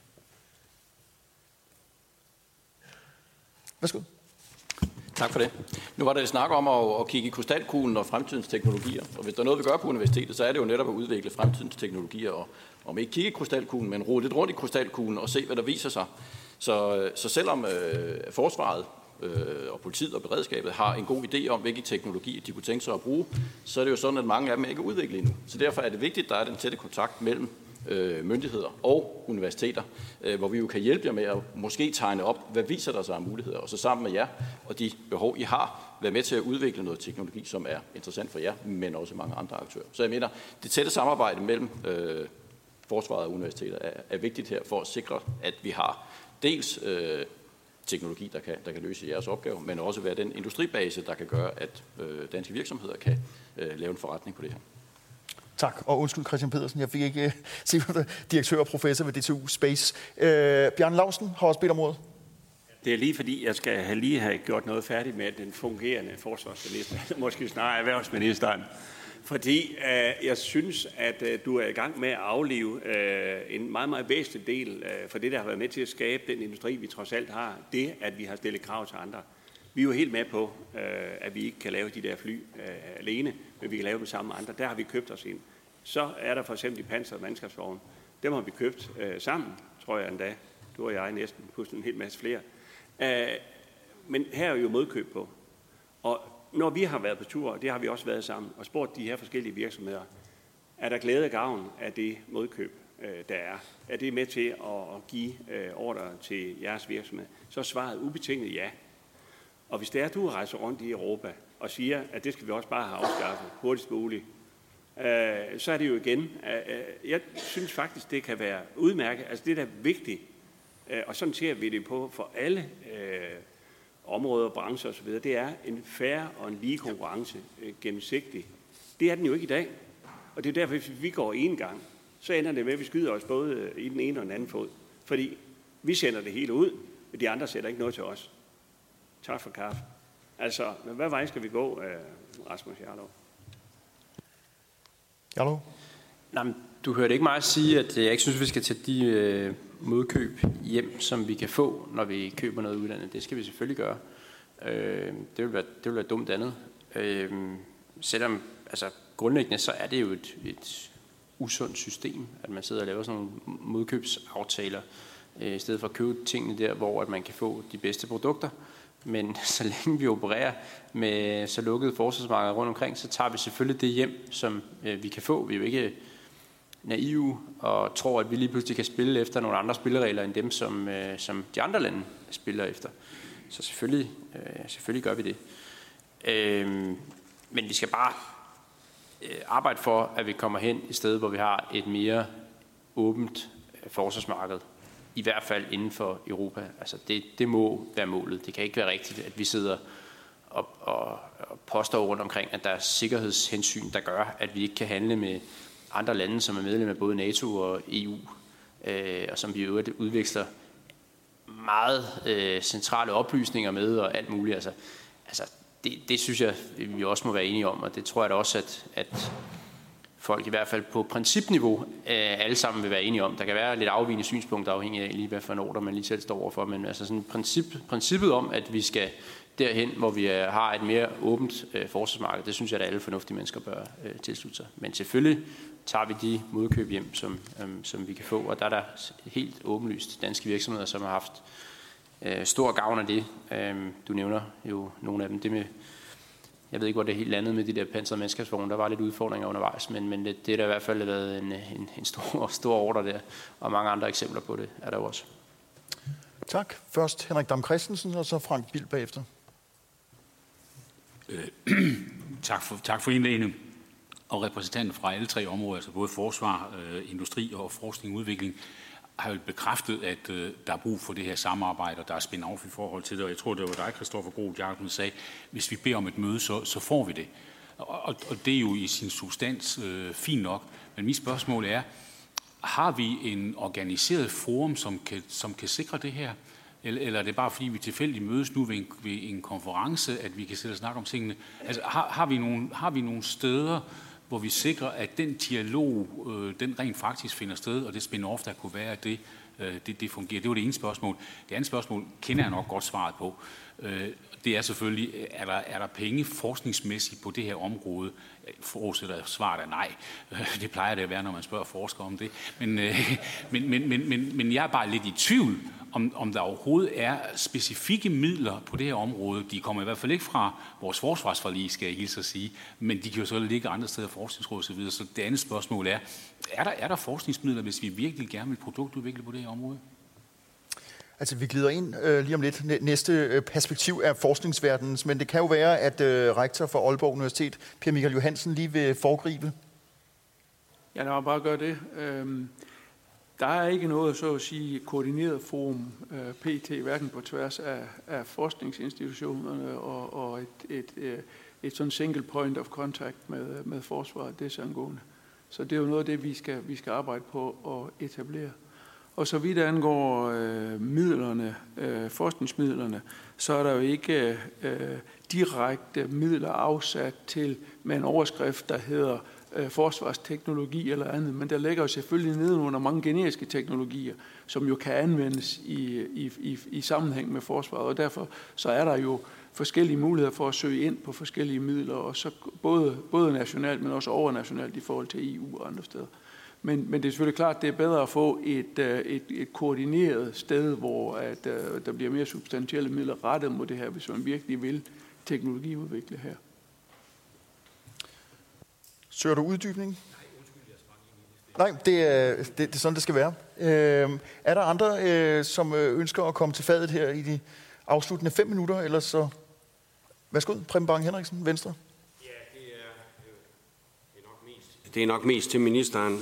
Værsgo. Tak for det. Nu var der et snak om at kigge i krystalkuglen og fremtidens teknologier. Og hvis der er noget, vi gør på universitetet, så er det jo netop at udvikle fremtidens teknologier. Og om ikke kigge i krystalkuglen, men rode lidt rundt i krystalkuglen og se, hvad der viser sig. Så selvom forsvaret og politiet og beredskabet har en god idé om, hvilke teknologier de kunne tænke sig at bruge, så er det jo sådan, at mange af dem ikke er udviklet endnu. Så derfor er det vigtigt, at der er den tætte kontakt mellem myndigheder og universiteter, hvor vi jo kan hjælpe jer med at måske tegne op, hvad viser der sig af muligheder, og så sammen med jer og de behov, I har, være med til at udvikle noget teknologi, som er interessant for jer, men også mange andre aktører. Så jeg mener, det tætte samarbejde mellem forsvaret og universiteter er vigtigt her for at sikre, at vi har dels teknologi, der kan løse jeres opgave, men også være den industribase, der kan gøre, at danske virksomheder kan lave en forretning på det her. Tak, og undskyld Christian Pedersen, jeg fik ikke se, direktør og professor ved DTU Space. Bjarne Laustsen har også bedt om ordet. Det er lige fordi, jeg skal lige have gjort noget færdigt med den fungerende forsvarsminister, måske snarere erhvervsministeren. Fordi jeg synes, at du er i gang med at aflive en meget, meget væsentlig del for det, der har været med til at skabe den industri, vi trods alt har. Det, at vi har stillet krav til andre. Vi er jo helt med på, at vi ikke kan lave de der fly alene, men vi kan lave dem sammen med andre. Der har vi købt os ind. Så er der for eksempel de pansrede mandskabsvogne. Dem har vi købt sammen, tror jeg endda. Du og jeg næsten, plus en hel masse flere. Men her er jo modkøb på. Og når vi har været på tur, og det har vi også været sammen, og spurgt de her forskellige virksomheder, er der glæde og gavn af det modkøb, der er? Er det med til at give ordre til jeres virksomhed? Så er svaret ubetinget ja. Og hvis det er, at du rejser rundt i Europa og siger, at det skal vi også bare have afskaffet hurtigst muligt, så er det jo igen, jeg synes faktisk, det kan være udmærket. Altså det, der er vigtigt, og sådan ser vi det på for alle områder, brancher osv., det er en fair og en lige konkurrence gennemsigtig. Det er den jo ikke i dag. Og det er derfor, hvis vi går en gang, så ender det med, at vi skyder os både i den ene og den anden fod. Fordi vi sender det hele ud, men de andre sætter ikke noget til os. Tak for kaffe. Altså, hvad vej skal vi gå, Rasmus Jarlov? Jarlov? Nej, du hørte ikke mig sige, at jeg ikke synes, vi skal tage de modkøb hjem, som vi kan få, når vi køber noget udlandet. Det skal vi selvfølgelig gøre. Det vil være dumt andet. Selvom, altså grundlæggende, så er det jo et usundt system, at man sidder og laver sådan nogle modkøbsaftaler, i stedet for at købe tingene der, hvor at man kan få de bedste produkter. Men så længe vi opererer med så lukkede forsvarsmarkeder rundt omkring, så tager vi selvfølgelig det hjem, som vi kan få. Vi er jo ikke naive og tror, at vi lige pludselig kan spille efter nogle andre spilleregler end dem, som de andre lande spiller efter. Så selvfølgelig gør vi det. Men vi skal bare arbejde for, at vi kommer hen i stedet, hvor vi har et mere åbent forsvarsmarked. I hvert fald inden for Europa. Altså det må være målet. Det kan ikke være rigtigt, at vi sidder og påstår rundt omkring, at der er sikkerhedshensyn, der gør, at vi ikke kan handle med andre lande, som er medlem af både NATO og EU, og som vi i øvrigt udveksler meget centrale oplysninger med og alt muligt. Altså det synes jeg, vi også må være enige om, og det tror jeg da også, at folk i hvert fald på principniveau alle sammen vil være enige om. Der kan være lidt afvigende synspunkter afhængig af lige hvad for en order man lige selv står overfor, men altså sådan princippet om, at vi skal derhen, hvor vi har et mere åbent forsvarsmarked, det synes jeg, at alle fornuftige mennesker bør tilslutte sig. Men selvfølgelig tager vi de modkøb hjem, som vi kan få, og der er der helt åbenlyst danske virksomheder, som har haft stor gavn af det. Du nævner jo nogle af dem. Det med, jeg ved ikke, hvor det helt landede med de der pansrede mandskabsvogne. Der var lidt udfordringer undervejs, men det er der i hvert fald været en stor ordre der, og mange andre eksempler på det er der også. Tak. Først Henrik Dam Kristensen, og så Frank Bill bagefter. Tak for indlæggene. Og repræsentanten fra alle tre områder, altså både forsvar, industri og forskning og udvikling, har jo bekræftet, at der er brug for det her samarbejde, og der er spin-off i forhold til det. Og jeg tror, det var dig, Christoffer Groth Jacobsen, sagde, hvis vi beder om et møde, så får vi det. Og det er jo i sin substans fint nok. Men mit spørgsmål er, har vi en organiseret forum, som kan sikre det her? Eller er det bare fordi, vi tilfældigt mødes nu ved en konference, at vi kan sidde og snakke om tingene? Altså, har vi nogle steder, hvor vi sikrer, at den dialog, den rent faktisk finder sted, og det spin-off, der kunne være, at det fungerer? Det var det ene spørgsmål. Det andet spørgsmål kender jeg nok godt svaret på. Det er selvfølgelig, er der penge forskningsmæssigt på det her område? Jeg forudsætter, at svaret er nej. Det plejer det at være, når man spørger forskere om det. Men jeg er bare lidt i tvivl, om der overhovedet er specifikke midler på det her område. De kommer i hvert fald ikke fra vores forsvarsforlig, skal jeg hilse at sige, men de kan jo så ligge andre steder, forskningsråd og så videre. Så det andet spørgsmål er der forskningsmidler, hvis vi virkelig gerne vil produktudvikle på det her område? Altså, vi glider ind lige om lidt. Næste perspektiv er forskningsverdenens, men det kan jo være, at rektor for Aalborg Universitet, Per Michael Johansen, lige vil foregribe. Ja, lad mig bare gøre det. Der er ikke noget, så at sige, koordineret forum PT, hverken på tværs af forskningsinstitutionerne og et sådan single point of contact med forsvaret, desangående. Så det er jo noget af det, vi skal arbejde på at etablere. Og så vidt angår midlerne, forskningsmidlerne, så er der jo ikke direkte midler afsat til med en overskrift, der hedder forsvarsteknologi eller andet, men der ligger jo selvfølgelig nedenunder mange generiske teknologier, som jo kan anvendes i sammenhæng med forsvaret, og derfor så er der jo forskellige muligheder for at søge ind på forskellige midler, og så både nationalt, men også overnationalt i forhold til EU og andre steder. Men det er selvfølgelig klart, at det er bedre at få et koordineret sted, hvor der bliver mere substantielle midler rettet mod det her, hvis man virkelig vil teknologiudvikle her. Søger du uddybning? Nej, det er sådan, det skal være. Er der andre, som ønsker at komme til fadet her i de afsluttende 5 minutter, eller så... Værsgo, Preben Bang Henriksen, Venstre. Ja, det er nok mest til ministeren.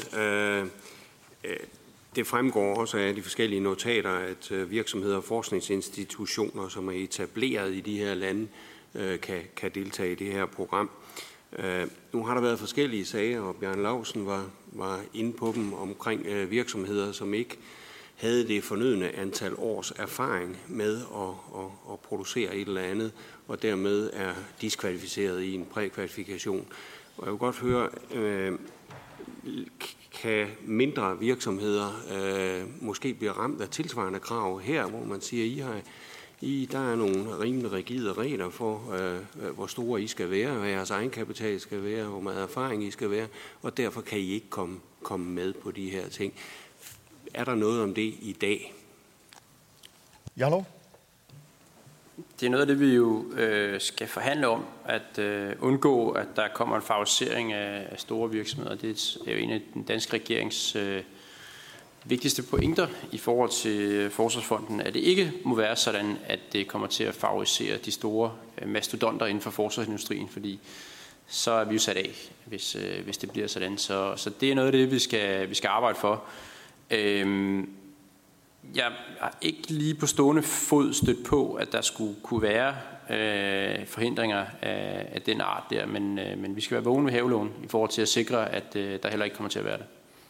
Det fremgår også af de forskellige notater, at virksomheder og forskningsinstitutioner, som er etableret i de her lande, kan deltage i det her program. Nu har der været forskellige sager, og Bjarne Laustsen var inde på dem omkring virksomheder, som ikke havde det fornødne antal års erfaring med at producere et eller andet, og dermed er diskvalificeret i en prækvalifikation. Og jeg vil godt høre, kan mindre virksomheder måske blive ramt af tilsvarende krav her, hvor man siger, der er nogle rimelig rigide regler for, hvor store I skal være, hvad jeres egenkapital skal være, hvor meget erfaring I skal være, og derfor kan I ikke komme med på de her ting. Er der noget om det i dag? Jarlov? Det er noget af det, vi jo skal forhandle om, at undgå, at der kommer en favorisering af store virksomheder. Det er jo en af den danske regerings vigtigste pointer i forhold til Forsvarsfonden, at det ikke må være sådan, at det kommer til at favorisere de store mastodonter inden for forsvarsindustrien, fordi så er vi jo sat af, hvis det bliver sådan. Så det er noget af det, vi skal arbejde for. Jeg har ikke lige på stående fod stødt på, at der skulle kunne være forhindringer af den art der, men vi skal være vågne ved havelån i forhold til at sikre, at der heller ikke kommer til at være det.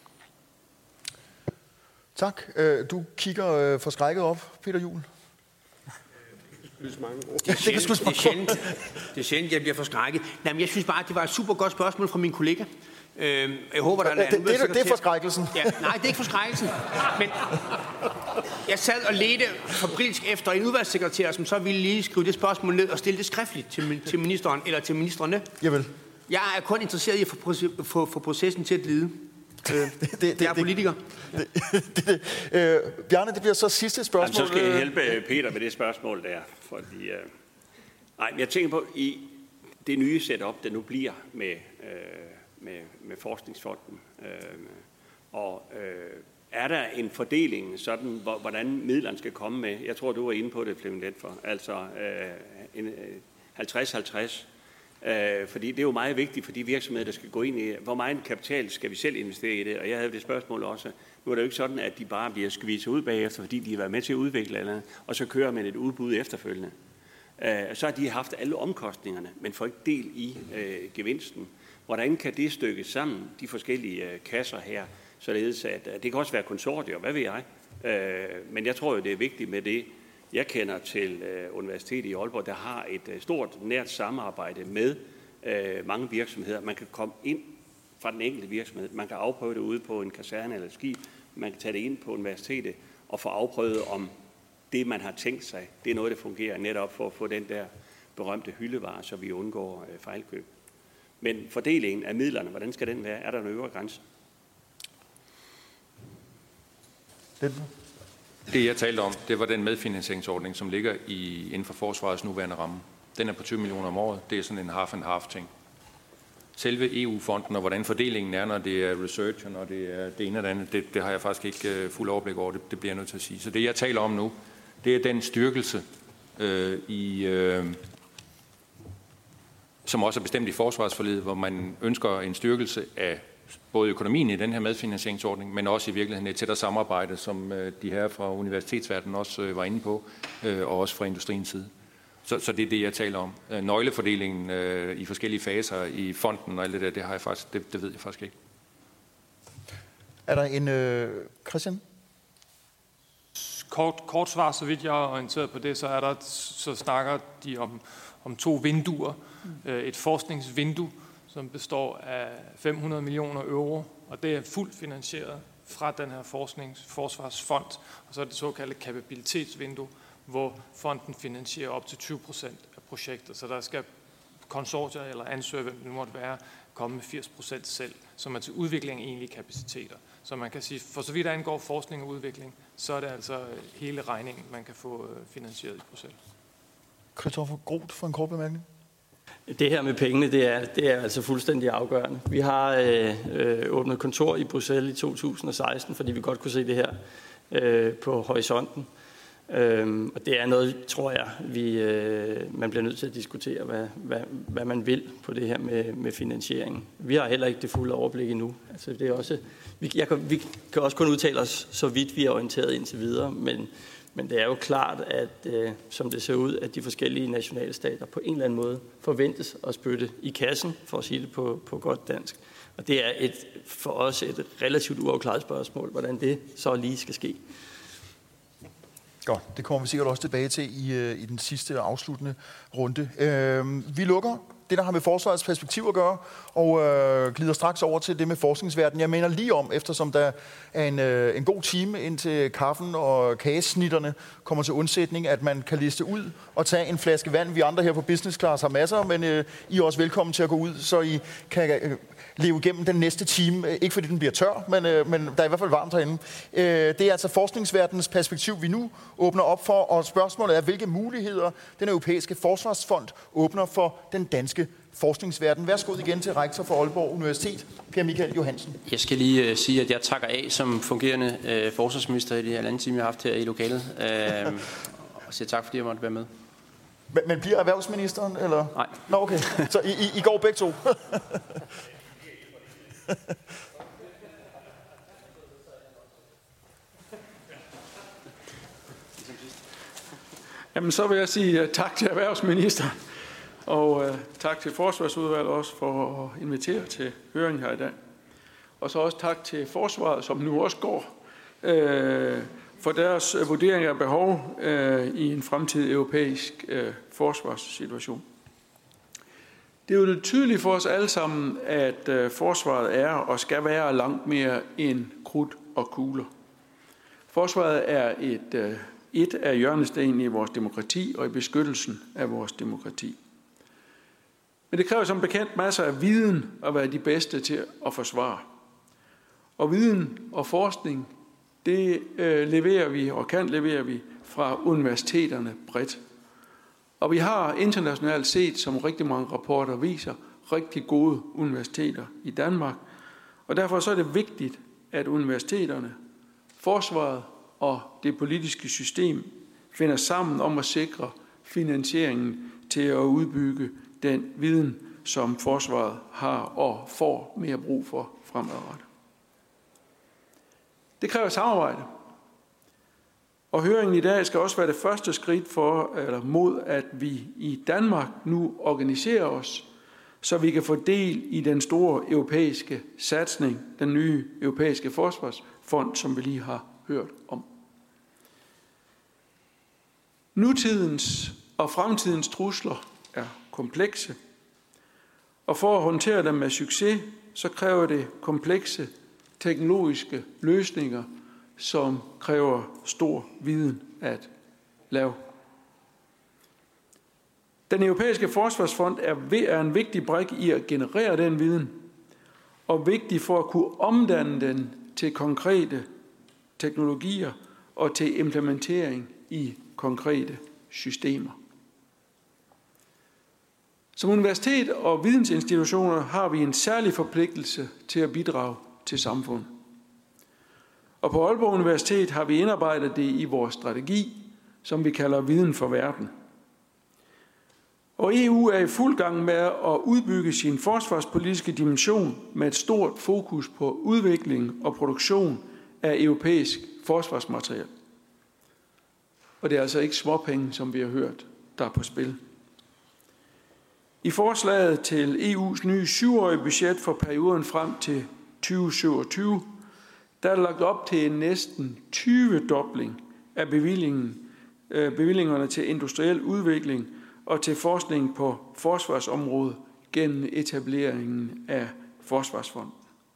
Tak. Du kigger forskrækket op, Peter Juhl. Det er sjældent, jeg bliver forskrækket. Jamen, jeg synes bare, at det var et super godt spørgsmål fra min kollega. Jeg håber, der er det er forskrækkelsen. Ja, nej, det er ikke forskrækkelsen. Men jeg sad og ledte fabrilsk efter en udvalgssekretær, som så ville lige skrive det spørgsmål ned og stille det skriftligt til ministeren eller til ministrene. Javel. Jeg er kun interesseret i at få processen til at glide. Jeg er politiker. Bjarne, det bliver så sidste spørgsmål. Jamen, så skal jeg hjælpe Peter med det spørgsmål der. Fordi, jeg tænker på, i det nye setup, der nu bliver med Forskningsfonden, er der en fordeling sådan, hvordan midlerne skal komme med? Jeg tror, du var inde på det, Flemming Lentfor. Altså 50-50. Fordi det er jo meget vigtigt for de virksomheder, der skal gå ind i, hvor meget kapital skal vi selv investere i det? Og jeg havde det spørgsmål også. Nu er det jo ikke sådan, at de bare bliver skviset ud bagefter, fordi de har været med til at udvikle eller andet, og så kører man et udbud efterfølgende. Så har de haft alle omkostningerne, men får ikke del i gevinsten. Hvordan kan det stykkes sammen, de forskellige kasser her, således at det kan også være konsortier, hvad ved jeg? Men jeg tror jo, det er vigtigt med det. Jeg kender til Universitetet i Aalborg, der har et stort nært samarbejde med mange virksomheder. Man kan komme ind fra den enkelte virksomhed. Man kan afprøve det ude på en kaserne eller et skib. Man kan tage det ind på universitetet og få afprøvet, om det, man har tænkt sig, det er noget, der fungerer netop for at få den der berømte hyldevare, så vi undgår fejlkøb. Men fordelingen af midlerne, hvordan skal den være? Er der en øvre grænse? Det, jeg talte om, det var den medfinansieringsordning, som ligger inden for forsvarets nuværende ramme. Den er på 20 millioner om året. Det er sådan en half-and-half ting. Selve EU-fonden og hvordan fordelingen er, når det er research og når det er det ene og det andet, det har jeg faktisk ikke fuld overblik over. Det bliver jeg nødt til at sige. Så det, jeg taler om nu, det er den styrkelse, som også er bestemt i forsvarsforliget, hvor man ønsker en styrkelse af både økonomien i den her medfinansieringsordning, men også i virkeligheden et tættere samarbejde, som de her fra universitetsverdenen også var inde på, og også fra industriens side. Så det er det, jeg taler om. Nøglefordelingen i forskellige faser i fonden og alt det der, det har jeg faktisk, det ved jeg faktisk ikke. Er der en Christian? Kort svar, så vidt jeg er orienteret på det, så snakker de om 2 vinduer. Et forskningsvindue, som består af 500 millioner euro, og det er fuldt finansieret fra den her forsvarsfond, og så er det såkaldte kapabilitetsvindue, hvor fonden finansierer op til 20% af projektet, så der skal konsortier eller ansøgere, hvem det måtte være, komme med 80% selv, som er til udvikling af egentlige kapaciteter. Så man kan sige, for så vidt angår forskning og udvikling, så er det altså hele regningen, man kan få finansieret i Bruxelles. Christoffer Groth for en kort bemærkning. Det her med pengene, det er altså fuldstændig afgørende. Vi har åbnet kontor i Bruxelles i 2016, fordi vi godt kunne se det her på horisonten. Og det er noget, tror jeg, man bliver nødt til at diskutere, hvad man vil på det her med finansieringen. Vi har heller ikke det fulde overblik endnu. Altså, det er også, vi kan også kun udtale os, så vidt vi er orienteret indtil videre, men det er jo klart, at som det ser ud, at de forskellige nationalstater på en eller anden måde forventes at spytte i kassen, for at sige det på godt dansk. Og det er for os et relativt uafklaret spørgsmål, hvordan det så lige skal ske. Godt, det kommer vi sikkert også tilbage til i den sidste afsluttende runde. Vi lukker det, der har med forsvarets perspektiv at gøre, og glider straks over til det med forskningsverdenen. Jeg mener lige om, eftersom der er en god time indtil kaffen og kagesnitterne kommer til undsætning, at man kan liste ud og tage en flaske vand. Vi andre her på business class har masser, men I er også velkommen til at gå ud, så I kan leve igennem den næste time. Ikke fordi den bliver tør, men der er i hvert fald varmt herinde. Det er altså forskningsverdenens perspektiv, vi nu åbner op for, og spørgsmålet er, hvilke muligheder den europæiske forsvarsfond åbner for den danske forskningsverden. Værsgo igen til rektor for Aalborg Universitet, Per Michael Johansen. Jeg skal lige sige, at jeg takker af som fungerende forsvarsminister i de halvanden time, jeg har haft her i lokalet. Og siger tak, fordi jeg måtte være med. Men bliver erhvervsministeren, eller? Nej. Nå, okay. Så I går begge to. Jamen, så vil jeg sige tak til erhvervsministeren, og tak til Forsvarsudvalget også for at invitere til høring her i dag. Og så også tak til Forsvaret, som nu også går, for deres vurdering af behov i en fremtidig europæisk forsvarssituation. Det er jo tydeligt for os alle sammen, at forsvaret er og skal være langt mere end krudt og kugler. Forsvaret er et af hjørnestenene i vores demokrati og i beskyttelsen af vores demokrati. Men det kræver som bekendt masser af viden at være de bedste til at forsvare. Og viden og forskning, det leverer vi og kan levere vi fra universiteterne bredt. Og vi har internationalt set, som rigtig mange rapporter viser, rigtig gode universiteter i Danmark. Og derfor så er det vigtigt, at universiteterne, forsvaret og det politiske system finder sammen om at sikre finansieringen til at udbygge den viden, som forsvaret har og får mere brug for fremadrettet. Det kræver samarbejde. Og høringen i dag skal også være det første skridt mod, at vi i Danmark nu organiserer os, så vi kan få del i den store europæiske satsning, den nye europæiske forsvarsfond, som vi lige har hørt om. Nutidens og fremtidens trusler er komplekse, og for at håndtere dem med succes, så kræver det komplekse teknologiske løsninger, som kræver stor viden at lave. Den europæiske forsvarsfond er en vigtig brik i at generere den viden, og vigtig for at kunne omdanne den til konkrete teknologier og til implementering i konkrete systemer. Som universitet og vidensinstitutioner har vi en særlig forpligtelse til at bidrage til samfundet. Og på Aalborg Universitet har vi indarbejdet det i vores strategi, som vi kalder Viden for Verden. Og EU er i fuld gang med at udbygge sin forsvarspolitiske dimension med et stort fokus på udvikling og produktion af europæisk forsvarsmateriel. Og det er altså ikke småpenge, som vi har hørt, der er på spil. I forslaget til EU's nye 7-årige budget for perioden frem til 2027, der er lagt op til en næsten 20-dobling af bevillingerne til industriel udvikling og til forskning på forsvarsområdet gennem etableringen af Forsvarsfonden.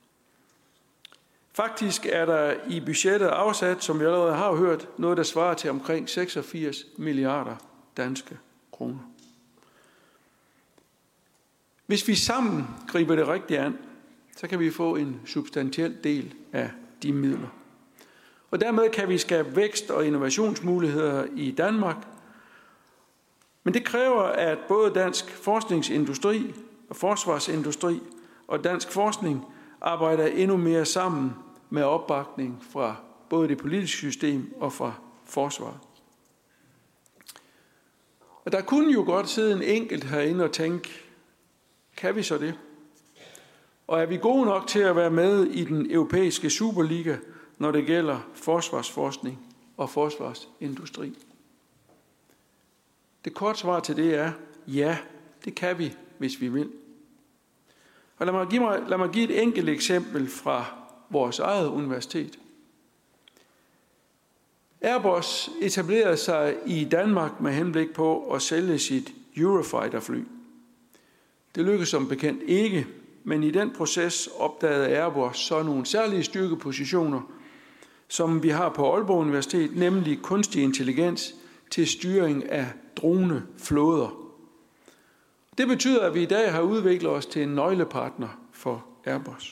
Faktisk er der i budgettet afsat, som vi allerede har hørt, noget, der svarer til omkring 86 milliarder danske kroner. Hvis vi sammen griber det rigtigt an, så kan vi få en substantiel del af de midler. Og dermed kan vi skabe vækst og innovationsmuligheder i Danmark. Men det kræver, at både dansk forskningsindustri og forsvarsindustri og dansk forskning arbejder endnu mere sammen med opbakning fra både det politiske system og fra forsvaret. Og der kunne jo godt sidde en enkelt herinde og tænke, kan vi så det? Og er vi gode nok til at være med i den europæiske Superliga, når det gælder forsvarsforskning og forsvarsindustri? Det korte svar til det er, ja, det kan vi, hvis vi vil. Og lad mig give et enkelt eksempel fra vores eget universitet. Airbus etablerede sig i Danmark med henblik på at sælge sit Eurofighter-fly. Det lykkedes som bekendt ikke, men i den proces opdagede Airbus så nogle særlige styrkepositioner, som vi har på Aalborg Universitet, nemlig kunstig intelligens til styring af droneflåder. Det betyder, at vi i dag har udviklet os til en nøglepartner for Airbus.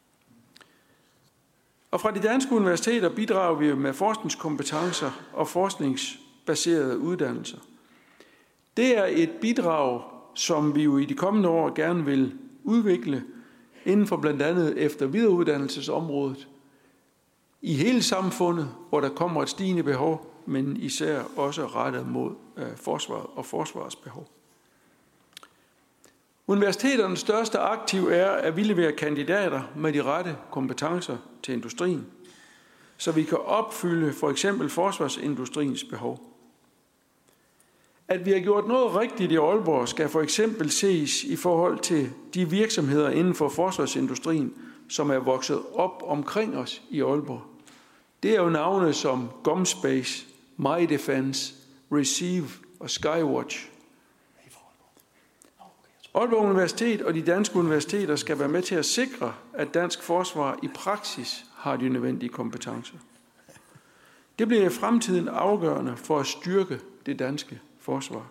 Og fra de danske universiteter bidrager vi med forskningskompetencer og forskningsbaserede uddannelser. Det er et bidrag, som vi jo i de kommende år gerne vil udvikle inden for blandt andet efter- og videreuddannelsesområdet i hele samfundet, hvor der kommer et stigende behov, men især også rettet mod forsvaret og forsvarets behov. Universiteternes største aktiv er, at vi leverer kandidater med de rette kompetencer til industrien, så vi kan opfylde for eksempel forsvarsindustriens behov. At vi har gjort noget rigtigt i Aalborg, skal for eksempel ses i forhold til de virksomheder inden for forsvarsindustrien, som er vokset op omkring os i Aalborg. Det er jo navne som GomSpace, MyDefense, Receive og Skywatch. Aalborg Universitet og de danske universiteter skal være med til at sikre, at dansk forsvar i praksis har de nødvendige kompetencer. Det bliver i fremtiden afgørende for at styrke det danske forsvar.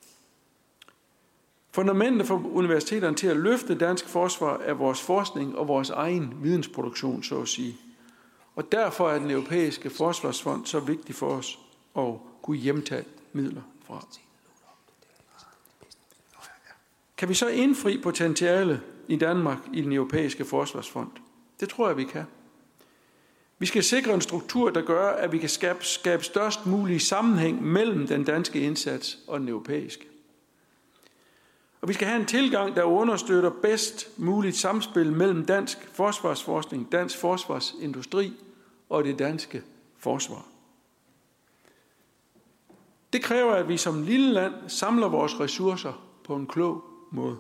Fundamentet for universiteterne til at løfte dansk forsvar er vores forskning og vores egen vidensproduktion, så at sige. Og derfor er den europæiske forsvarsfond så vigtig for os at kunne hjemtage midler fra. Kan vi så indfri potentiale i Danmark i den europæiske forsvarsfond? Det tror jeg, vi kan. Vi skal sikre en struktur, der gør, at vi kan skabe størst mulig sammenhæng mellem den danske indsats og den europæiske. Og vi skal have en tilgang, der understøtter bedst muligt samspil mellem dansk forsvarsforskning, dansk forsvarsindustri og det danske forsvar. Det kræver, at vi som lille land samler vores ressourcer på en klog måde.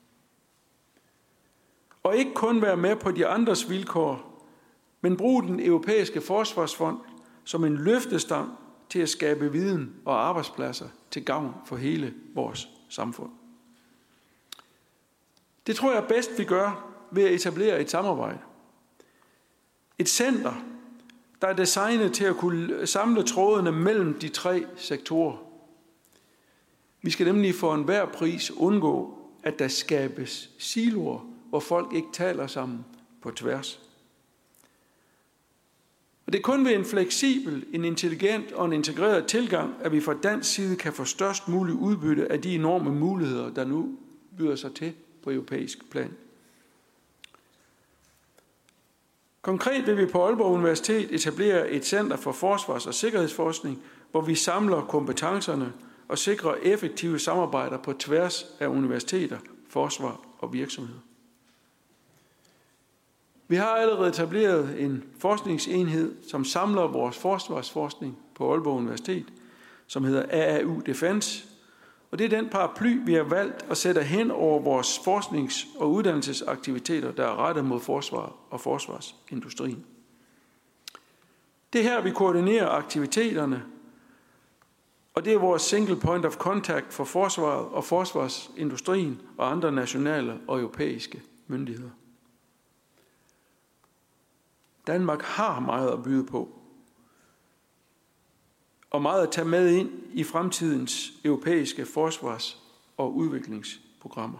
Og ikke kun være med på de andres vilkår, men bruge den europæiske forsvarsfond som en løftestang til at skabe viden og arbejdspladser til gavn for hele vores samfund. Det tror jeg bedst vi gør ved at etablere et samarbejde. Et center, der er designet til at kunne samle trådene mellem de tre sektorer. Vi skal nemlig for enhver pris undgå, at der skabes siloer, hvor folk ikke taler sammen på tværs. Og det er kun ved en fleksibel, en intelligent og en integreret tilgang, at vi fra dansk side kan få størst muligt udbytte af de enorme muligheder, der nu byder sig til på europæisk plan. Konkret vil vi på Aalborg Universitet etablere et center for forsvars- og sikkerhedsforskning, hvor vi samler kompetencerne og sikrer effektive samarbejder på tværs af universiteter, forsvar og virksomheder. Vi har allerede etableret en forskningsenhed, som samler vores forsvarsforskning på Aalborg Universitet, som hedder AAU Defense. Og det er den paraply, vi har valgt at sætte hen over vores forsknings- og uddannelsesaktiviteter, der er rettet mod forsvar og forsvarsindustrien. Det er her, vi koordinerer aktiviteterne, og det er vores single point of contact for forsvaret og forsvarsindustrien og andre nationale og europæiske myndigheder. Danmark har meget at byde på, og meget at tage med ind i fremtidens europæiske forsvars- og udviklingsprogrammer.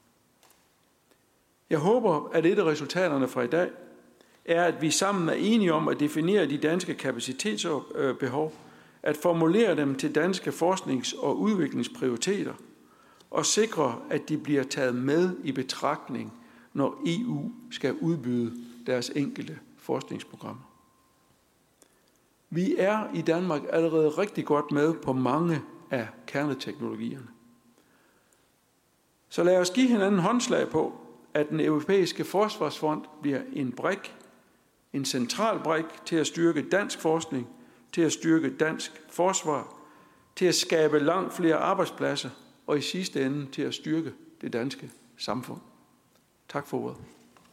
Jeg håber, at et af resultaterne fra i dag er, at vi sammen er enige om at definere de danske kapacitetsbehov, at formulere dem til danske forsknings- og udviklingsprioriteter, og sikre, at de bliver taget med i betragtning, når EU skal udbyde deres enkelte forskningsprogrammer. Vi er i Danmark allerede rigtig godt med på mange af kerneteknologierne. Så lad os give hinanden håndslag på, at den europæiske forsvarsfond bliver en brik, en central brik til at styrke dansk forskning, til at styrke dansk forsvar, til at skabe langt flere arbejdspladser og i sidste ende til at styrke det danske samfund. Tak for ordet.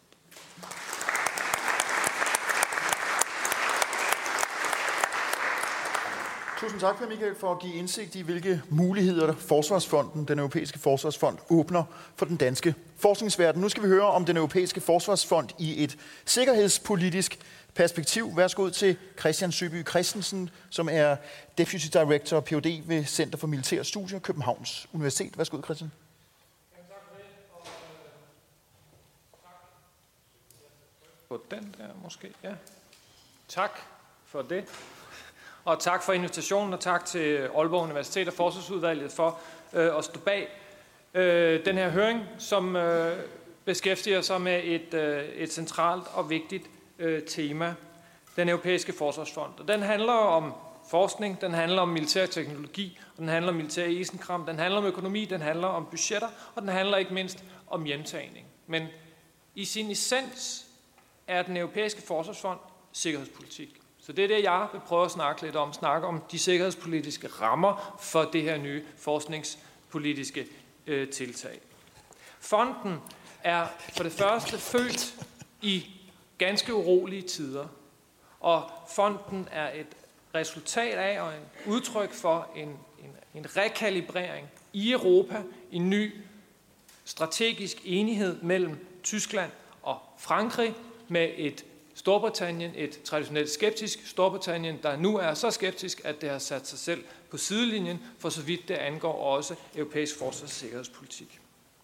Tusind tak, Michael, for at give indsigt i, hvilke muligheder Forsvarsfonden, den europæiske forsvarsfond, åbner for den danske forskningsverden. Nu skal vi høre om den europæiske forsvarsfond i et sikkerhedspolitisk perspektiv. Værsgo til Christian Søby Christensen, som er Deputy Director og Ph.D. ved Center for Militære Studier, Københavns Universitet. Værsgo, Christian. På den der måske, ja. Tak for det. Og tak for invitationen, og tak til Aalborg Universitet og Forsvarsudvalget for at stå bag den her høring, som beskæftiger sig med et centralt og vigtigt tema, den europæiske forsvarsfond. Og den handler om forskning, den handler om militær teknologi, og den handler om militær isenkram, den handler om økonomi, den handler om budgetter, og den handler ikke mindst om hjemtagning. Men i sin essens er den europæiske forsvarsfond sikkerhedspolitik. Så det er det, jeg vil prøve at snakke lidt om. Snakke om de sikkerhedspolitiske rammer for det her nye forskningspolitiske tiltag. Fonden er for det første født i ganske urolige tider. Og fonden er et resultat af og en udtryk for en rekalibrering i Europa, en ny strategisk enighed mellem Tyskland og Frankrig med et Storbritannien, et traditionelt skeptisk Storbritannien, der nu er så skeptisk, at det har sat sig selv på sidelinjen, for så vidt det angår også europæisk forsvars- og sikkerhedspolitik.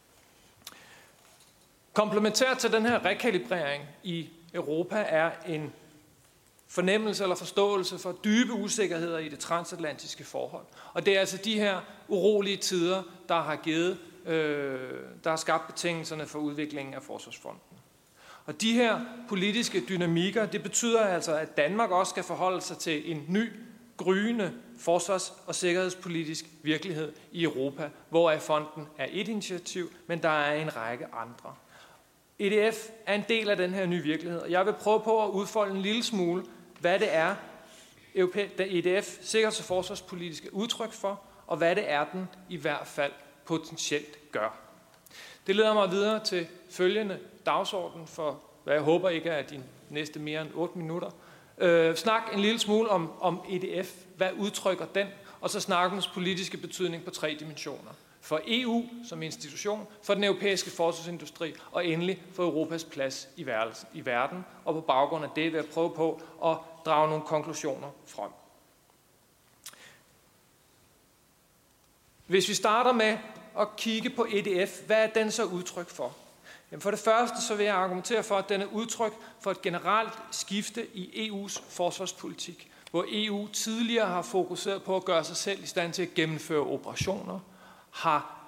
Komplementært til den her rekalibrering i Europa er en fornemmelse eller forståelse for dybe usikkerheder i det transatlantiske forhold. Og det er altså de her urolige tider, der har skabt betingelserne for udviklingen af Forsvarsfonden. Og de her politiske dynamikker, det betyder altså, at Danmark også skal forholde sig til en ny, gryende forsvars- og sikkerhedspolitisk virkelighed i Europa, hvor fonden er et initiativ, men der er en række andre. EDF er en del af den her nye virkelighed, og jeg vil prøve på at udfolde en lille smule, hvad det er, EDF sikkerheds- og forsvarspolitisk er udtryk for, og hvad det er, den i hvert fald potentielt gør. Det leder mig videre til følgende dagsorden for, hvad jeg håber ikke er de næste mere end 8 minutter. Snak en lille smule om EDF, hvad udtrykker den, og så snakkens politiske betydning på 3 dimensioner. For EU som institution, for den europæiske forsvarsindustri og endelig for Europas plads i verden. Og på baggrund af det vil jeg prøve på at drage nogle konklusioner frem. Hvis vi starter med at kigge på EDF, hvad er den så udtryk for? Jamen for det første så vil jeg argumentere for, at den er udtryk for et generelt skifte i EU's forsvarspolitik, hvor EU tidligere har fokuseret på at gøre sig selv i stand til at gennemføre operationer, har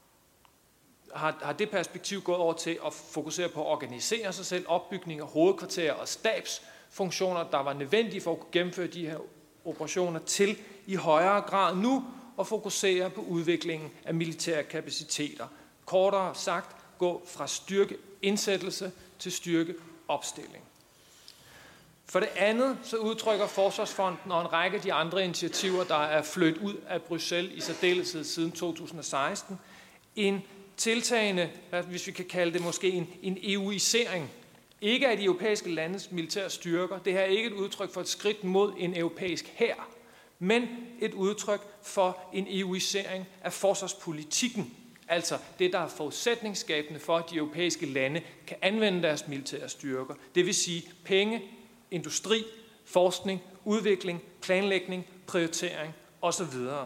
det perspektiv gået over til at fokusere på at organisere sig selv, opbygning af hovedkvarterer og stabsfunktioner, der var nødvendige for at kunne gennemføre de her operationer, til i højere grad nu at fokusere på udviklingen af militære kapaciteter. Kortere sagt, gå fra styrkeindsættelse til styrkeopstilling. For det andet så udtrykker Forsvarsfonden og en række af de andre initiativer, der er flyttet ud af Bruxelles i særdeleshed siden 2016, en tiltagende, hvis vi kan kalde det måske en EU-isering, ikke af de europæiske landes militære styrker. Det her er ikke et udtryk for et skridt mod en europæisk hær, men et udtryk for en EU-isering af forsvarspolitikken. Altså det, der er forudsætningsskabende for, at de europæiske lande kan anvende deres militære styrker. Det vil sige penge, industri, forskning, udvikling, planlægning, prioritering osv.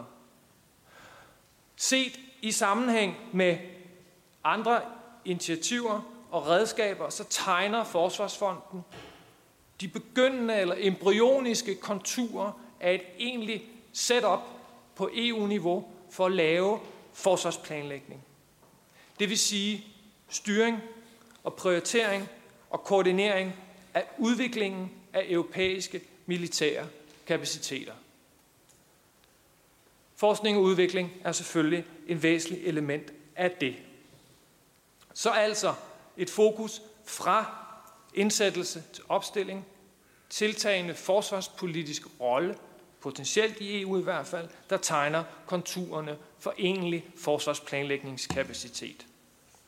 Set i sammenhæng med andre initiativer og redskaber, så tegner Forsvarsfonden de begyndende eller embryoniske konturer af et egentligt setup på EU-niveau for at lave forsvarsplanlægning. Det vil sige styring og prioritering og koordinering af udviklingen af europæiske militære kapaciteter. Forskning og udvikling er selvfølgelig en væsentlig element af det. Så altså et fokus fra indsættelse til opstilling, tiltagende forsvarspolitisk rolle, potentielt i EU i hvert fald, der tegner konturerne for egentlig forsvarsplanlægningskapacitet.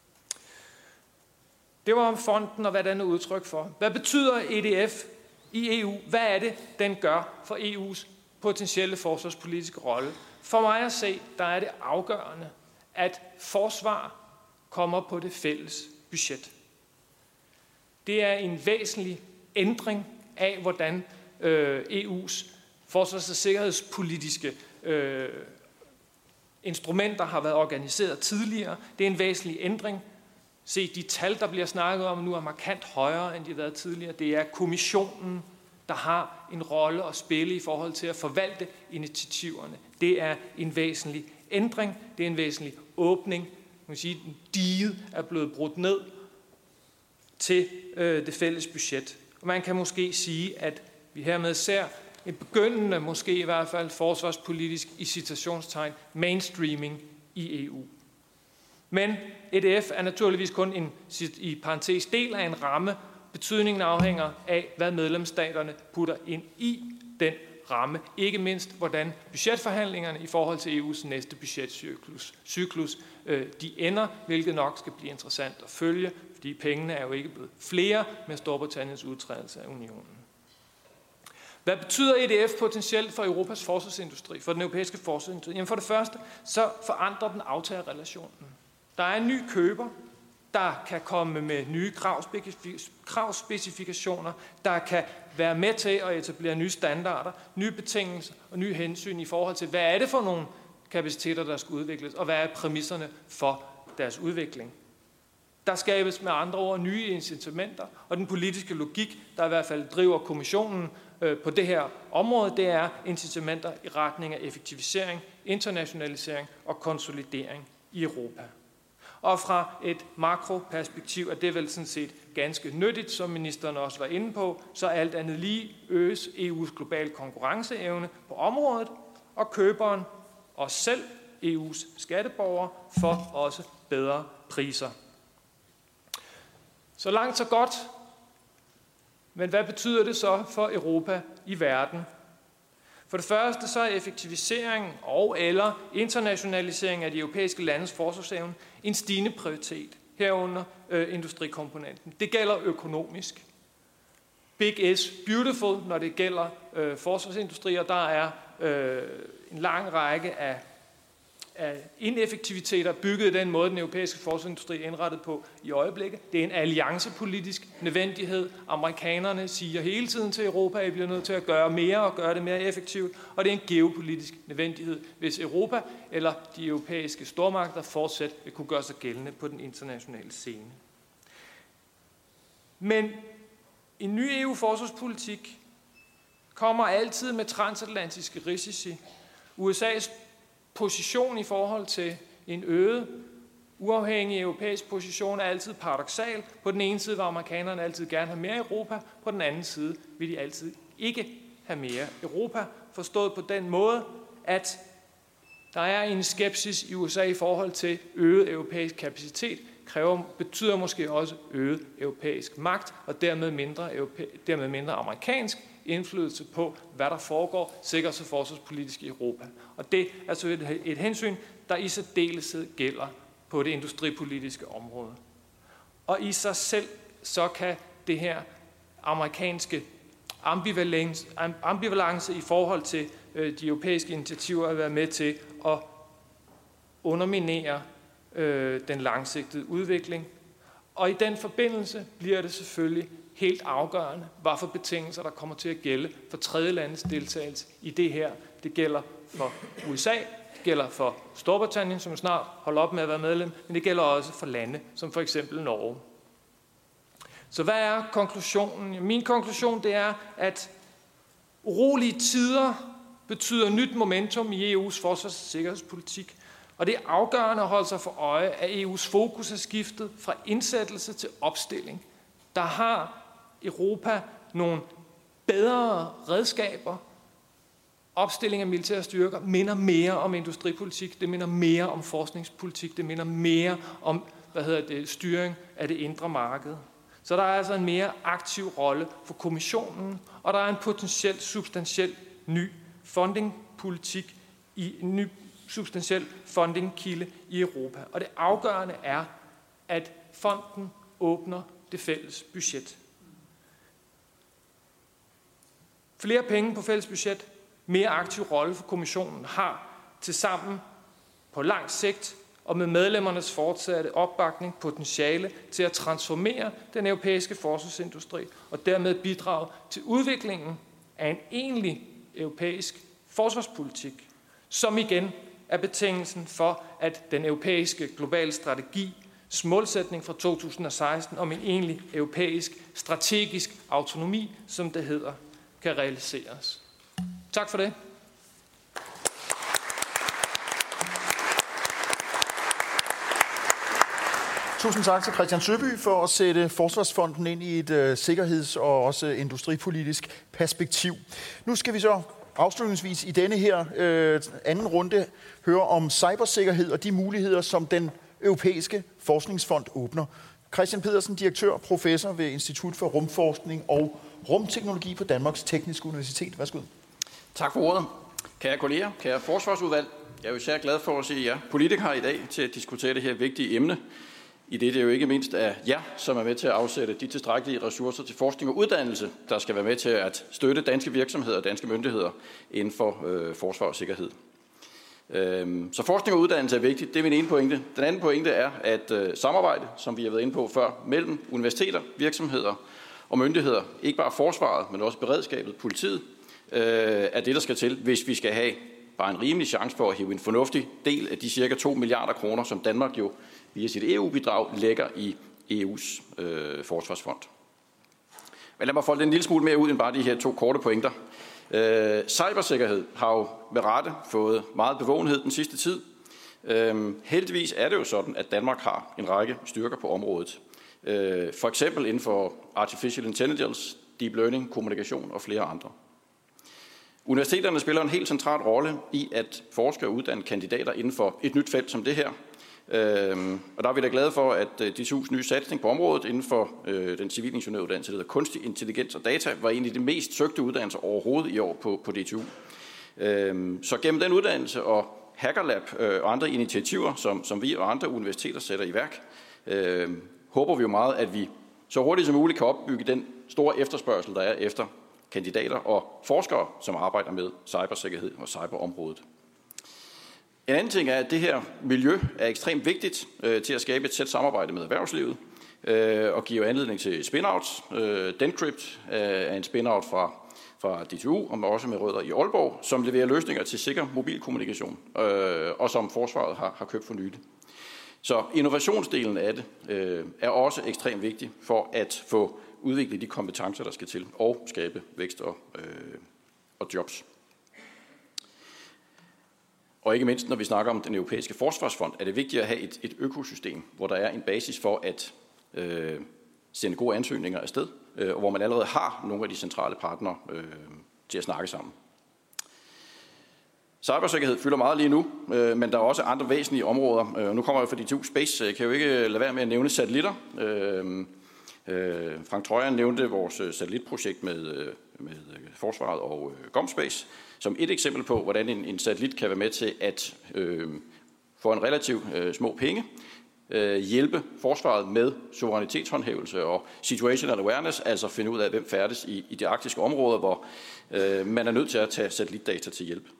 Det var om fonden og hvad den er udtryk for. Hvad betyder EDF i EU? Hvad er det, den gør for EU's potentielle forsvarspolitiske rolle? For mig at se, der er det afgørende, at forsvar kommer på det fælles budget. Det er en væsentlig ændring af, hvordan EU's forsvars- og sikkerhedspolitiske instrumenter har været organiseret tidligere. Det er en væsentlig ændring. Se, de tal, der bliver snakket om nu, er markant højere, end de har været tidligere. Det er kommissionen, der har en rolle at spille i forhold til at forvalte initiativerne. Det er en væsentlig ændring. Det er en væsentlig åbning. Man kan sige, at diget er blevet brudt ned til det fælles budget. Og man kan måske sige, at vi hermed ser en begyndende, måske i hvert fald forsvarspolitisk i citationstegn, mainstreaming i EU. Men EDF er naturligvis kun en i parentes del af en ramme. Betydningen afhænger af, hvad medlemsstaterne putter ind i den ramme. Ikke mindst, hvordan budgetforhandlingerne i forhold til EU's næste budgetcyklus de ender, hvilket nok skal blive interessant at følge, fordi pengene er jo ikke blevet flere med Storbritanniens udtrædelse af unionen. Hvad betyder EDF potentielt for Europas forsvarsindustri, for den europæiske forsvarsindustri? Jamen for det første, så forandrer den aftagerrelationen. Der er en ny køber, der kan komme med nye kravspecifikationer, der kan være med til at etablere nye standarder, nye betingelser og nye hensyn i forhold til, hvad er det for nogle kapaciteter, der skal udvikles, og hvad er præmisserne for deres udvikling. Der skabes med andre ord nye incitamenter, og den politiske logik, der i hvert fald driver kommissionen på det her område, det er incitamenter i retning af effektivisering, internationalisering og konsolidering i Europa. Og fra et makroperspektiv er det vel sådan set ganske nyttigt, som ministeren også var inde på, så alt andet lige øges EU's globale konkurrenceevne på området, og køberen, og selv EU's skatteborgere, får også bedre priser. Så langt så godt, men hvad betyder det så for Europa i verden? For det første så er effektivisering og eller internationalisering af de europæiske landes forsvarsevne en stigende prioritet, herunder industrikomponenten. Det gælder økonomisk. Big is beautiful, når det gælder forsvarsindustrier. Der er en lang række af ineffektiviteter bygget i den måde, den europæiske forsvarsindustri er indrettet på i øjeblikket. Det er en alliancepolitisk nødvendighed. Amerikanerne siger hele tiden til Europa, at I bliver nødt til at gøre mere og gøre det mere effektivt. Og det er en geopolitisk nødvendighed, hvis Europa eller de europæiske stormagter fortsat vil kunne gøre sig gældende på den internationale scene. Men en ny EU-forsvarspolitik kommer altid med transatlantiske risici. USA's position i forhold til en øget, uafhængig europæisk position er altid paradoksal. På den ene side vil amerikanerne altid gerne have mere Europa, på den anden side vil de altid ikke have mere Europa, forstået på den måde, at der er en skepsis i USA i forhold til øget europæisk kapacitet, betyder måske også øget europæisk magt, og dermed mindre amerikansk indflydelse på, hvad der foregår sikkerheds- og forsvarspolitisk i Europa. Og det er så et hensyn, der i særdeleshed gælder på det industripolitiske område. Og i sig selv, så kan det her amerikanske ambivalence i forhold til de europæiske initiativer være med til at underminere den langsigtede udvikling. Og i den forbindelse bliver det selvfølgelig helt afgørende, hvad for betingelser, der kommer til at gælde for tredje landes deltagelse i det her. Det gælder for USA, det gælder for Storbritannien, som snart holder op med at være medlem, men det gælder også for lande, som for eksempel Norge. Så hvad er konklusionen? Min konklusion det er, at urolige tider betyder nyt momentum i EU's forsvars- og sikkerhedspolitik, og det er afgørende at holde sig for øje, at EU's fokus er skiftet fra indsættelse til opstilling. Der har Europa nogle bedre redskaber. Opstilling af militære styrker minder mere om industripolitik, det minder mere om forskningspolitik, det minder mere om styring af det indre marked. Så der er altså en mere aktiv rolle for kommissionen, og der er en potentielt substantiel ny fundingpolitik en ny substantiel fundingkilde i Europa. Og det afgørende er, at fonden åbner det fælles budget. Flere penge på fælles budget, mere aktiv rolle for kommissionen har tilsammen på lang sigt og med medlemmernes fortsatte opbakning potentiale til at transformere den europæiske forsvarsindustri og dermed bidrage til udviklingen af en egentlig europæisk forsvarspolitik, som igen er betingelsen for, at den europæiske globale strategis målsætning fra 2016 om en egentlig europæisk strategisk autonomi, som det hedder, kan realiseres. Tak for det. Tusind tak til Christian Søby for at sætte Forsvarsfonden ind i et sikkerheds- og også industripolitisk perspektiv. Nu skal vi så afslutningsvis i denne her anden runde høre om cybersikkerhed og de muligheder, som den europæiske forskningsfond åbner. Christian Pedersen, direktør og professor ved Institut for Rumforskning og Rumteknologi på Danmarks Tekniske Universitet. Værsgo. Tak for ordet. Kære kolleger, kære forsvarsudvalg, jeg er jo især glad for at se jer politikere i dag til at diskutere det her vigtige emne, i det jo ikke mindst er jer, som er med til at afsætte de tilstrækkelige ressourcer til forskning og uddannelse, der skal være med til at støtte danske virksomheder og danske myndigheder inden for forsvar og sikkerhed. Så forskning og uddannelse er vigtigt. Det er min ene pointe. Den anden pointe er, at samarbejde, som vi har været inde på før, mellem universiteter, virksomheder og myndigheder, ikke bare forsvaret, men også beredskabet, politiet, er det, der skal til, hvis vi skal have bare en rimelig chance for at hive en fornuftig del af de cirka 2 milliarder kroner, som Danmark jo via sit EU-bidrag lægger i EU's forsvarsfond. Men lad mig folde en lille smule mere ud end bare de her 2 korte pointer. Cybersikkerhed har jo med rette fået meget bevågenhed den sidste tid. Heldigvis er det jo sådan, at Danmark har en række styrker på området. For eksempel inden for artificial intelligence, deep learning, kommunikation og flere andre. Universiteterne spiller en helt central rolle i at forske og uddanne kandidater inden for et nyt felt som det her. Og der er vi da glade for, at DTU's nye satsning på området inden for den civilingeniøruddannelse, der hedder kunstig intelligens og data, var en af de mest søgte uddannelser overhovedet i år på DTU. Så gennem den uddannelse og Hackerlab og andre initiativer, som vi og andre universiteter sætter i værk, håber vi jo meget, at vi så hurtigt som muligt kan opbygge den store efterspørgsel, der er efter kandidater og forskere, som arbejder med cybersikkerhed og cyberområdet. En anden ting er, at det her miljø er ekstremt vigtigt til at skabe et tæt samarbejde med erhvervslivet og giver anledning til spin-outs. Dencrypt er en spin-out fra DTU, og også med rødder i Aalborg, som leverer løsninger til sikker mobilkommunikation, og som forsvaret har købt for nylig. Så innovationsdelen af det er også ekstremt vigtig for at få udviklet de kompetencer, der skal til, og skabe vækst og jobs. Og ikke mindst, når vi snakker om den europæiske forsvarsfond, er det vigtigt at have et økosystem, hvor der er en basis for at sende gode ansøgninger afsted, og hvor man allerede har nogle af de centrale partnere til at snakke sammen. Cybersikkerhed fylder meget lige nu, men der er også andre væsentlige områder. Nu kommer jeg fra DTU Space, så jeg kan jo ikke lade være med at nævne satellitter. Frank Trøjer nævnte vores satellitprojekt med Forsvaret og GomSpace som et eksempel på, hvordan en satellit kan være med til at for en relativt små penge hjælpe forsvaret med suverænitetshåndhævelse og situational awareness, altså finde ud af, hvem færdes i de arktiske områder, hvor man er nødt til at tage satellitdata til hjælp.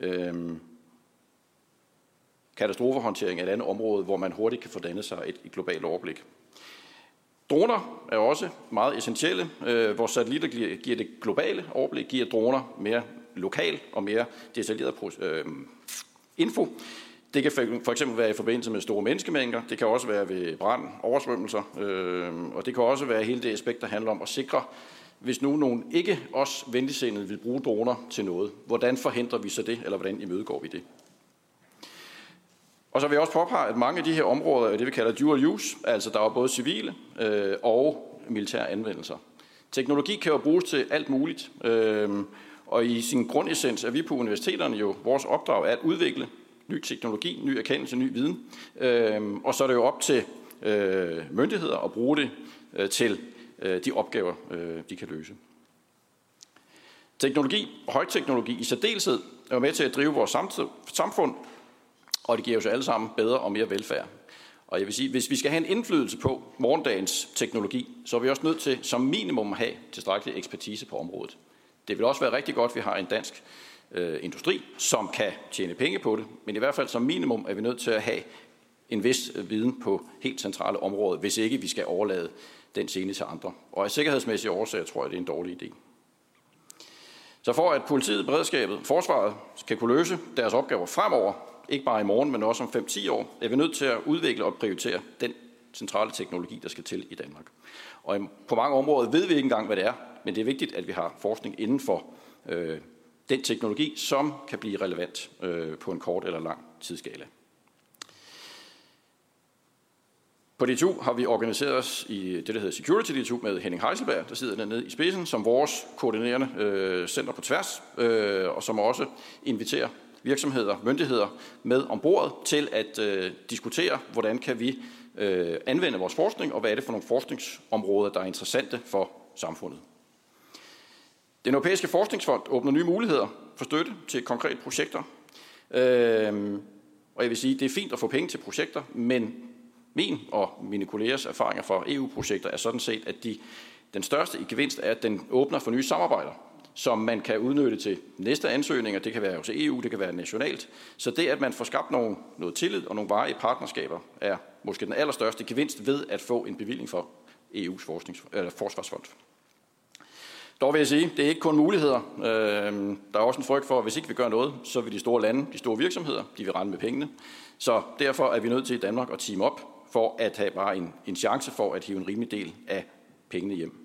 Katastrofehåndtering er et andet område, hvor man hurtigt kan få dannet sig et globalt overblik. Droner er også meget essentielle. Vores satellitter giver det globale overblik, giver droner mere lokal og mere detaljeret info. Det kan for eksempel være i forbindelse med store menneskemængder, det kan også være ved brand, oversvømmelser, og det kan også være hele det aspekt, der handler om at sikre, hvis nu nogen ikke os venligsindede vil bruge droner til noget, hvordan forhindrer vi så det, eller hvordan imødegår vi det? Og så vil jeg også påpege, at mange af de her områder er det, vi kalder dual use, altså der er både civile og militære anvendelser. Teknologi kan jo bruges til alt muligt, og i sin grundessens er vi på universiteterne jo, vores opdrag er at udvikle ny teknologi, ny erkendelse, ny viden, og så er det jo op til myndigheder at bruge det til de opgaver, de kan løse. Teknologi, højteknologi i særdeleshed, er jo med til at drive vores samfund, og det giver os alle sammen bedre og mere velfærd. Og jeg vil sige, hvis vi skal have en indflydelse på morgendagens teknologi, så er vi også nødt til som minimum at have tilstrækkelig ekspertise på området. Det vil også være rigtig godt, at vi har en dansk industri, som kan tjene penge på det, men i hvert fald som minimum er vi nødt til at have en vis viden på helt centrale områder, hvis ikke vi skal overlade den scene til andre. Og af sikkerhedsmæssige årsager tror jeg, det er en dårlig idé. Så for at politiet, beredskabet, forsvaret kan kunne løse deres opgaver fremover, ikke bare i morgen, men også om 5-10 år, er vi nødt til at udvikle og prioritere den centrale teknologi, der skal til i Danmark. Og på mange områder ved vi ikke engang, hvad det er, men det er vigtigt, at vi har forskning inden for den teknologi, som kan blive relevant på en kort eller lang tidsskala. På DTU har vi organiseret os i det, der hedder Security DTU med Henning Heiselberg, der sidder dernede i spidsen, som vores koordinerende center på tværs, og som også inviterer virksomheder, myndigheder med ombord til at diskutere, hvordan kan vi anvende vores forskning, og hvad er det for nogle forskningsområder, der er interessante for samfundet. Den europæiske forskningsfond åbner nye muligheder for støtte til konkrete projekter. Og jeg vil sige, det er fint at få penge til projekter, men min og mine kollegers erfaringer fra EU-projekter er sådan set, at den største gevinst er, at den åbner for nye samarbejder. som man kan udnytte til næste ansøgninger. Det kan være hos EU, det kan være nationalt. Så det, at man får skabt noget tillid og nogle varige partnerskaber, er måske den allerstørste gevinst ved at få en bevilling for EU's forsvarsfond. Dog vil jeg sige, det er ikke kun muligheder. Der er også en frygt for, at hvis ikke vi gør noget, så vil de store lande, de store virksomheder, de vil rende med pengene. Så derfor er vi nødt til i Danmark at team op for at have bare en chance for at hive en rimelig del af pengene hjem.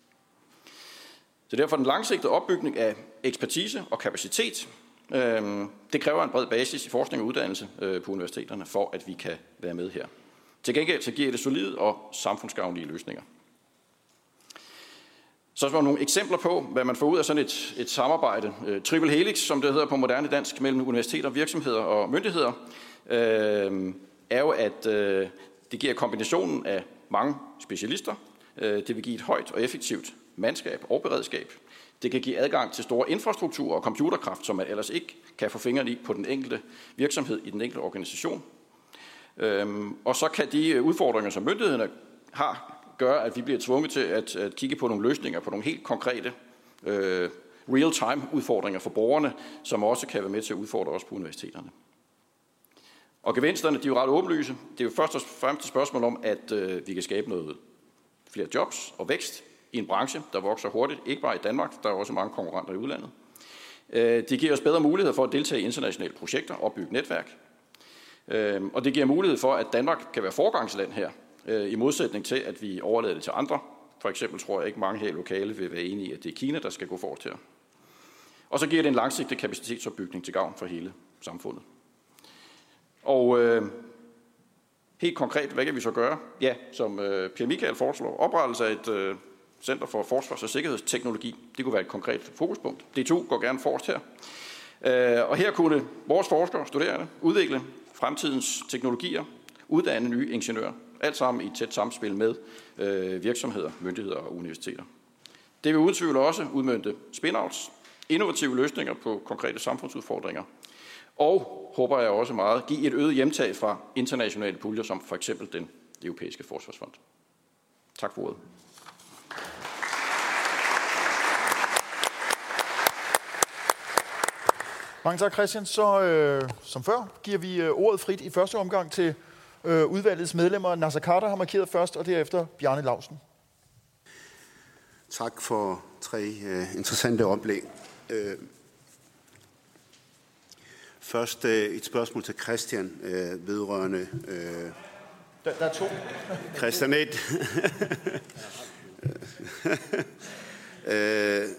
Så derfor den langsigtede opbygning af ekspertise og kapacitet, det kræver en bred basis i forskning og uddannelse på universiteterne, for at vi kan være med her. Til gengæld så giver det solide og samfundsgavnlige løsninger. Så er der nogle eksempler på, hvad man får ud af sådan et samarbejde. Triple Helix, som det hedder på moderne dansk, mellem universiteter, virksomheder og myndigheder, er jo, at det giver kombinationen af mange specialister. Det vil give et højt og effektivt mandskab og beredskab. Det kan give adgang til store infrastruktur og computerkraft, som man ellers ikke kan få fingrene i på den enkelte virksomhed i den enkelte organisation. Og så kan de udfordringer, som myndighederne har, gøre, at vi bliver tvunget til at kigge på nogle løsninger, på nogle helt konkrete real-time udfordringer for borgerne, som også kan være med til at udfordre os på universiteterne. Og gevinsterne, de er jo ret åbenlyse. Det er jo først og fremmest et spørgsmål om, at vi kan skabe noget flere jobs og vækst i en branche, der vokser hurtigt. Ikke bare i Danmark, der er også mange konkurrenter i udlandet. Det giver os bedre muligheder for at deltage i internationale projekter og bygge netværk. Og det giver mulighed for, at Danmark kan være foregangsland her, i modsætning til, at vi overlader det til andre. For eksempel tror jeg ikke mange her i lokale vil være enige i, at det er Kina, der skal gå forrest her. Og så giver det en langsigtet kapacitetsopbygning til gavn for hele samfundet. Og helt konkret, hvad kan vi så gøre? Ja, som Per Michael foreslår, oprettelse af et Center for Forsvars- og Sikkerhedsteknologi. Det kunne være et konkret fokuspunkt. DTU går gerne forrest her. Og her kunne vores forskere og studerende udvikle fremtidens teknologier, uddanne nye ingeniører. Alt sammen i et tæt samspil med virksomheder, myndigheder og universiteter. Det vil uden tvivl også udmønte spin-outs, innovative løsninger på konkrete samfundsudfordringer, og håber jeg også meget, give et øget hjemtag fra internationale puljer, som for eksempel den europæiske forsvarsfond. Tak for ordet. Mange tak, Christian. Så som før giver vi ordet frit i første omgang til udvalgets medlemmer. Nasser Khader har markeret først, og derefter Bjarne Laustsen. Tak for 3 interessante oplæg. Først et spørgsmål til Christian vedrørende... Der er 2. Christian 1.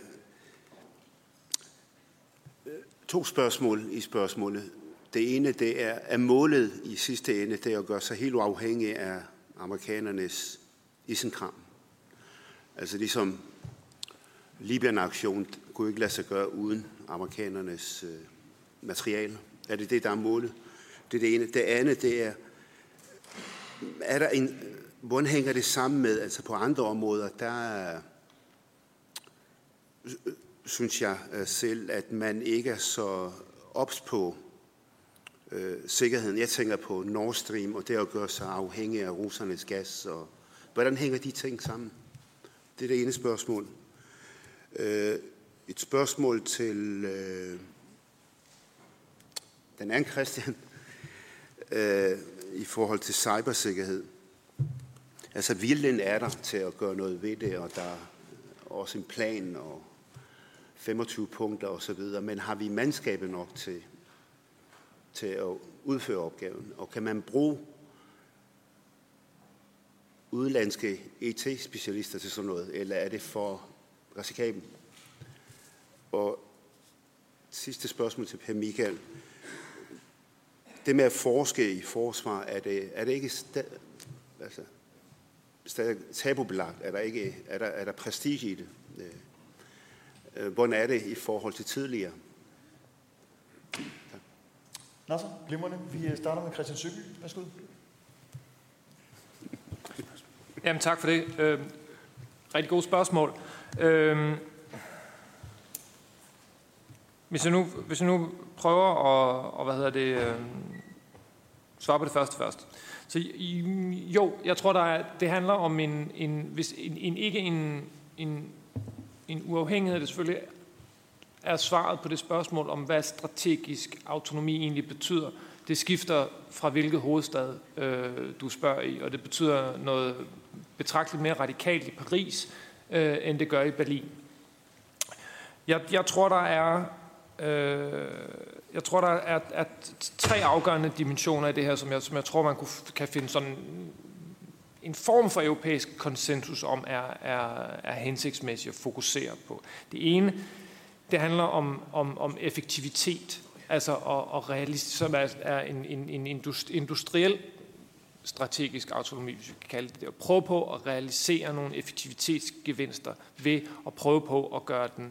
2 spørgsmål i spørgsmålet. Det ene, det er målet i sidste ende, det er at gøre sig helt uafhængig af amerikanernes isenkram. Altså ligesom Libyen-aktion kunne ikke lade sig gøre uden amerikanernes materiale. Er det det, der er målet? Det er det ene. Det andet, det er der hvordan hænger det sammen med, altså på andre områder, der synes jeg selv, at man ikke er så ops på sikkerheden. Jeg tænker på Nord Stream, og det at gøre sig afhængig af russernes gas. Og hvordan hænger de ting sammen? Det er det ene spørgsmål. Et spørgsmål til den anden Christian i forhold til cybersikkerhed. Altså viljen er der til at gøre noget ved det, og der er også en plan og 25 punkter osv., men har vi mandskabet nok til at udføre opgaven? Og kan man bruge udenlandske IT-specialister til sådan noget, eller er det for risikabelt? Og sidste spørgsmål til Per Michael. Det med at forske i forsvar, er det ikke stadig tabubelagt? Er der prestige i det? Hvordan er det i forhold til tidligere? Nasser, glimrende. Vi starter med Christian Søby. Værsgo. Jamen tak for det. Rigtig gode spørgsmål. Hvis jeg nu prøver at svare på det første først. Så jo, jeg tror det handler om en uafhængighed, det selvfølgelig er svaret på det spørgsmål om, hvad strategisk autonomi egentlig betyder. Det skifter fra hvilket hovedstad du spørger i, og det betyder noget betragteligt mere radikalt i Paris, end det gør i Berlin. Jeg tror, der er 3 afgørende dimensioner i det her, som jeg tror, man kan finde sådan en form for europæisk konsensus om er hensigtsmæssigt at fokusere på. Det ene, det handler om effektivitet, altså som er en industriel strategisk autonomi, hvis vi kan kalde det. At prøve på at realisere nogle effektivitetsgevinster ved at prøve på at gøre den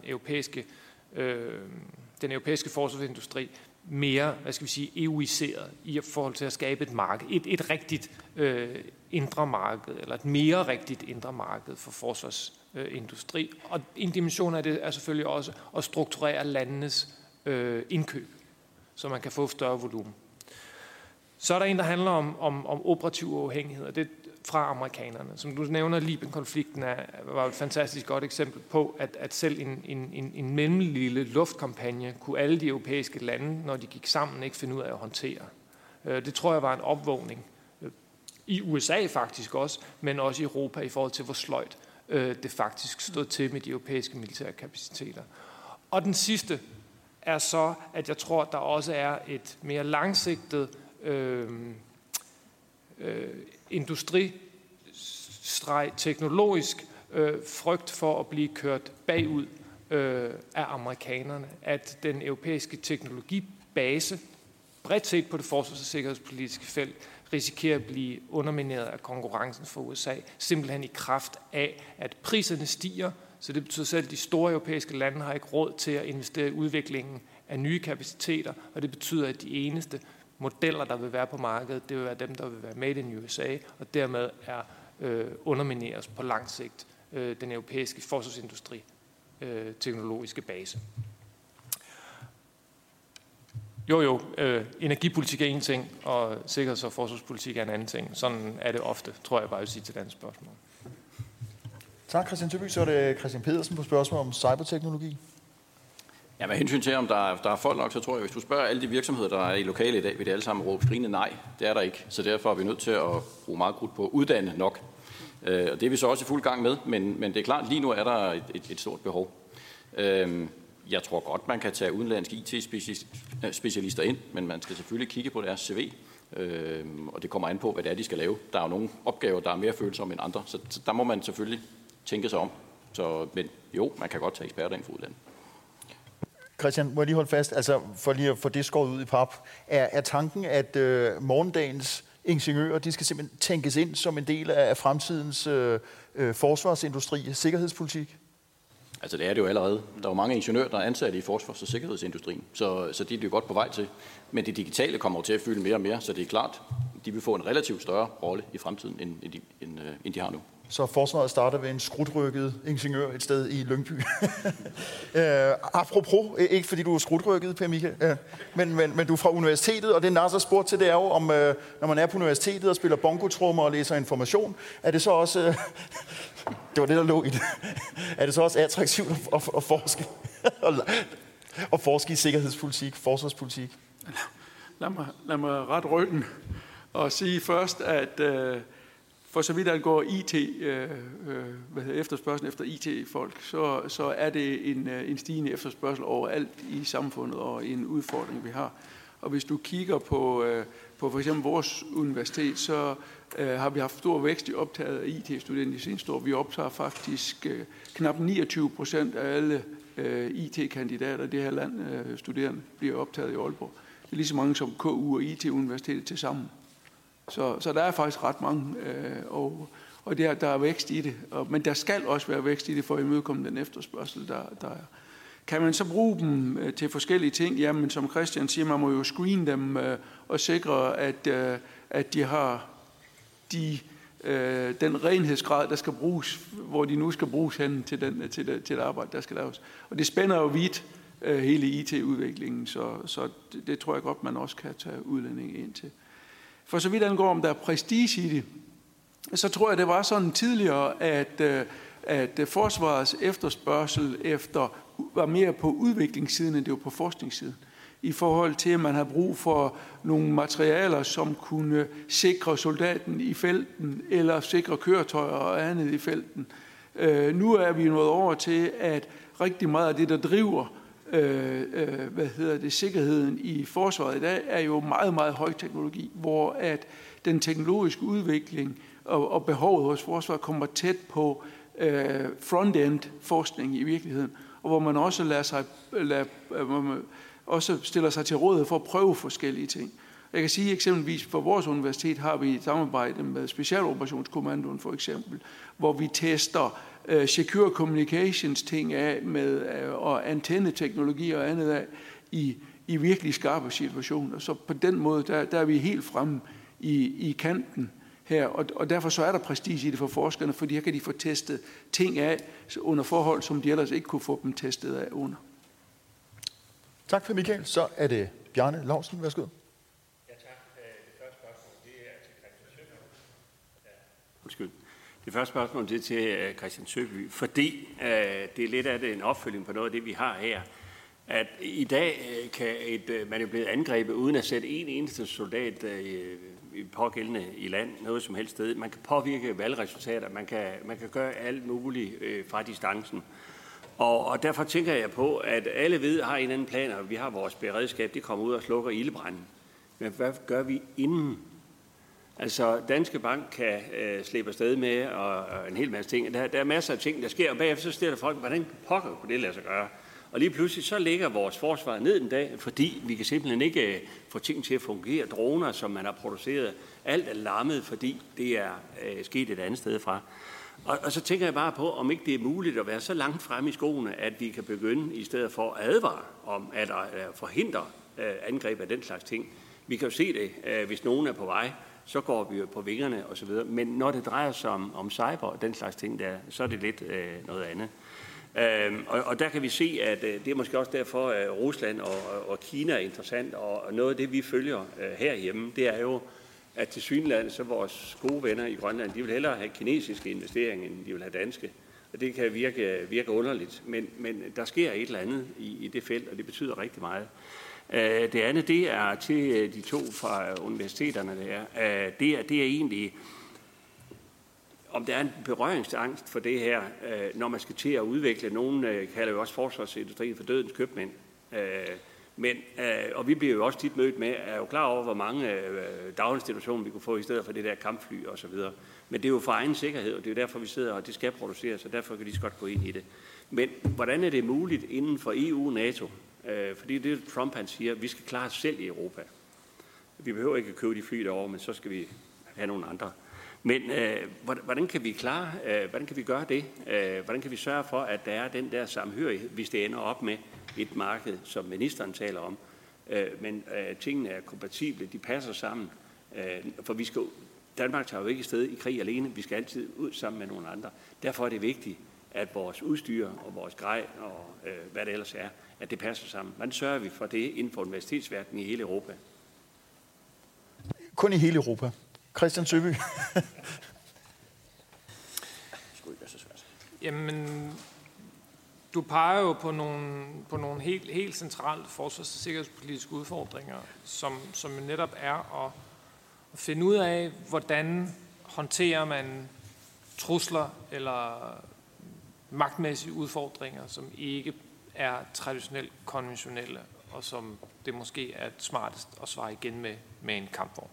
europæiske forsvarsindustri mere, EU-iseret i forhold til at skabe et marked, et rigtigt indre marked, eller et mere rigtigt indre marked for forsvarsindustri. Og en dimension af det er selvfølgelig også at strukturere landenes indkøb, så man kan få større volumen. Så er der en, der handler om operativ uafhængighed, og det er fra amerikanerne. Som du nævner, Libyen-konflikten var et fantastisk godt eksempel på, at selv en mellemlille luftkampagne kunne alle de europæiske lande, når de gik sammen, ikke finde ud af at håndtere. Det tror jeg var en opvågning. I USA faktisk også, men også i Europa i forhold til, hvor sløjt det faktisk stod til med de europæiske militære kapaciteter. Og den sidste er så, at jeg tror, at der også er et mere langsigtet teknologisk frygt for at blive kørt bagud af amerikanerne, at den europæiske teknologibase bredt set på det forsvars- og sikkerhedspolitiske felt risikerer at blive undermineret af konkurrencen fra USA, simpelthen i kraft af, at priserne stiger, så det betyder selv, at de store europæiske lande har ikke råd til at investere i udviklingen af nye kapaciteter, og det betyder, at de eneste modeller, der vil være på markedet, det vil være dem, der vil være made in USA, og dermed er undermineres på lang sigt den europæiske forsvarsindustri teknologiske base. Energipolitik er en ting, og sikkerheds- og forsvarspolitik er en anden ting. Sådan er det ofte, tror jeg bare, jeg vil sige til den spørgsmål. Tak, Christian Tøby. Så er det Christian Pedersen på spørgsmål om cyberteknologi. Ja, med hensyn til, om der er folk nok, så tror jeg, hvis du spørger alle de virksomheder, der er i lokale i dag, vil de alle sammen råbe skrigende nej. Det er der ikke. Så derfor er vi nødt til at bruge meget krudt på at uddanne nok. Og det er vi så også i fuld gang med, men det er klart, lige nu er der et stort behov. Jeg tror godt, man kan tage udenlandske IT-specialister ind, men man skal selvfølgelig kigge på deres CV, og det kommer an på, hvad det er, de skal lave. Der er jo nogle opgaver, der er mere følsomme end andre, så der må man selvfølgelig tænke sig om. Men jo, man kan godt tage eksperter ind for udlandet. Christian, må jeg lige holde fast, altså for lige at få det skåret ud i pap, er tanken, at morgendagens ingeniører, de skal simpelthen tænkes ind som en del af fremtidens forsvarsindustri, sikkerhedspolitik? Altså det er det jo allerede. Der er jo mange ingeniører, der er ansatte i forsvars- og sikkerhedsindustrien, så de er jo godt på vej til. Men det digitale kommer til at fylde mere og mere, så det er klart, de vil få en relativt større rolle i fremtiden, end de har nu. Så forsvaret starter ved en skrutrykket ingeniør et sted i Lyngby. Apropos, ikke fordi du er skrutrykket, Per Michael, men du er fra universitetet, og det Nasser spurgte til, det er jo, om når man er på universitetet og spiller bongotrummer og læser information, er det så også... det var det, der lå i det. Er det så også attraktivt at forske i sikkerhedspolitik, forsvarspolitik? Lad mig rette ryggen og sige først, at for så vidt angår efterspørgsel efter IT-folk, så er det en stigende efterspørgsel overalt i samfundet og en udfordring, vi har. Og hvis du kigger på for eksempel vores universitet, så har vi haft stor vækst i optaget af IT-studerende de seneste år. Vi optager faktisk knap 29% af alle IT-kandidater i det her land, studerende, bliver optaget i Aalborg. Det er lige så mange som KU og IT-universitetet til sammen. Så der er faktisk ret mange, og der er vækst i det. Men der skal også være vækst i det for at imødekomme den efterspørgsel, der er. Kan man så bruge dem til forskellige ting? Jamen, som Christian siger, man må jo screene dem og sikre, at de har den renhedsgrad, der skal bruges, hvor de nu skal bruges hen til det arbejde, der skal laves. Og det spænder jo vidt hele IT-udviklingen, så det tror jeg godt, man også kan tage udlændinge ind til. For så vidt angår, om der er prestige i det, så tror jeg, det var sådan tidligere, at forsvarets efterspørgsel efter var mere på udviklingssiden, end det var på forskningssiden. I forhold til, at man har brug for nogle materialer, som kunne sikre soldaten i felten, eller sikre køretøjer og andet i felten. Nu er vi nået over til, at rigtig meget af det, der driver sikkerheden i forsvaret i dag, er jo meget, meget høj teknologi, hvor at den teknologiske udvikling og behovet hos forsvaret kommer tæt på front-end forskning i virkeligheden, og hvor man også stiller sig til rådighed for at prøve forskellige ting. Jeg kan sige eksempelvis, for vores universitet har vi et samarbejde med Specialoperationskommandoen for eksempel, hvor vi tester secure communications ting af med og antenneteknologi og andet af i virkelig skarpe situationer. Så på den måde, der er vi helt fremme i kanten her, og derfor så er der prestige i det for forskerne, fordi her kan de få testet ting af under forhold, som de ellers ikke kunne få dem testet af under. Tak for Michael. Så er det Bjarne Laustsen. Værsgo. Ja, tak. Det første spørgsmål, det er til Christian Søby. Undskyld. Det første spørgsmål, det er til Christian Søby, fordi det er lidt af det en opfølging på noget af det, vi har her. At i dag kan man jo blive angrebet uden at sætte en eneste soldat i pågældende i land, noget som helst sted. Man kan påvirke valgresultater, man kan gøre alt muligt fra distancen. Og derfor tænker jeg på, at alle ved, har en eller anden plan, og vi har vores beredskab, det kommer ud og slukker ildebranden. Men hvad gør vi inden? Altså, Danske Bank kan slippe afsted med og en hel masse ting. Der er masser af ting, der sker, og bagefter så stiller folk, hvordan pokker kunne det lade sig gøre? Og lige pludselig så ligger vores forsvar ned en dag, fordi vi kan simpelthen ikke få ting til at fungere. Droner, som man har produceret, alt er lammet, fordi det er sket et andet sted fra. Og så tænker jeg bare på, om ikke det er muligt at være så langt fremme i skoene, at vi kan begynde, i stedet for at advare om, at forhindre angreb af den slags ting. Vi kan jo se det, hvis nogen er på vej, så går vi jo på vingerne osv. Men når det drejer sig om cyber og den slags ting, så er det lidt noget andet. Og der kan vi se, at det er måske også derfor, at Rusland og Kina er interessant, og noget af det, vi følger herhjemme, det er jo, at til synland, så vores gode venner i Grønland, de vil hellere have kinesiske investeringer, end de vil have danske. Og det kan virke underligt, men der sker et eller andet i det felt, og det betyder rigtig meget. Det andet, det er til de to fra universiteterne, det er egentlig, om der er en berøringsangst for det her, når man skal til at udvikle. Nogen kalder jo også forsvarsindustrien for dødens købmænd. Og vi bliver jo også tit mødt med, er jo klar over, hvor mange daginstitutioner vi kunne få i stedet for det der kampfly og så videre. Men det er jo for egen sikkerhed, og det er jo derfor, vi sidder, og det skal produceres, og derfor kan de så godt gå ind i det. Men hvordan er det muligt inden for EU og NATO? Fordi det Trump han siger, vi skal klare os selv i Europa. Vi behøver ikke at købe de fly derovre, men så skal vi have nogle andre. Men hvordan kan vi hvordan kan vi gøre det? Hvordan kan vi sørge for, at der er den der samhørighed, hvis det ender op med et marked, som ministeren taler om, men tingene er kompatible, de passer sammen, for Danmark tager jo ikke sted i krig alene, vi skal altid ud sammen med nogle andre. Derfor er det vigtigt, at vores udstyr og vores grej og hvad det ellers er, at det passer sammen. Hvordan sørger vi for det inden for universitetsverdenen i hele Europa? Kun i hele Europa. Christian Søby. Jamen, du peger jo på nogle helt centrale forsvars- og sikkerhedspolitiske udfordringer, som netop er at finde ud af, hvordan håndterer man trusler eller magtmæssige udfordringer, som ikke er traditionelt konventionelle, og som det måske er smartest at svare igen med en kampvogn.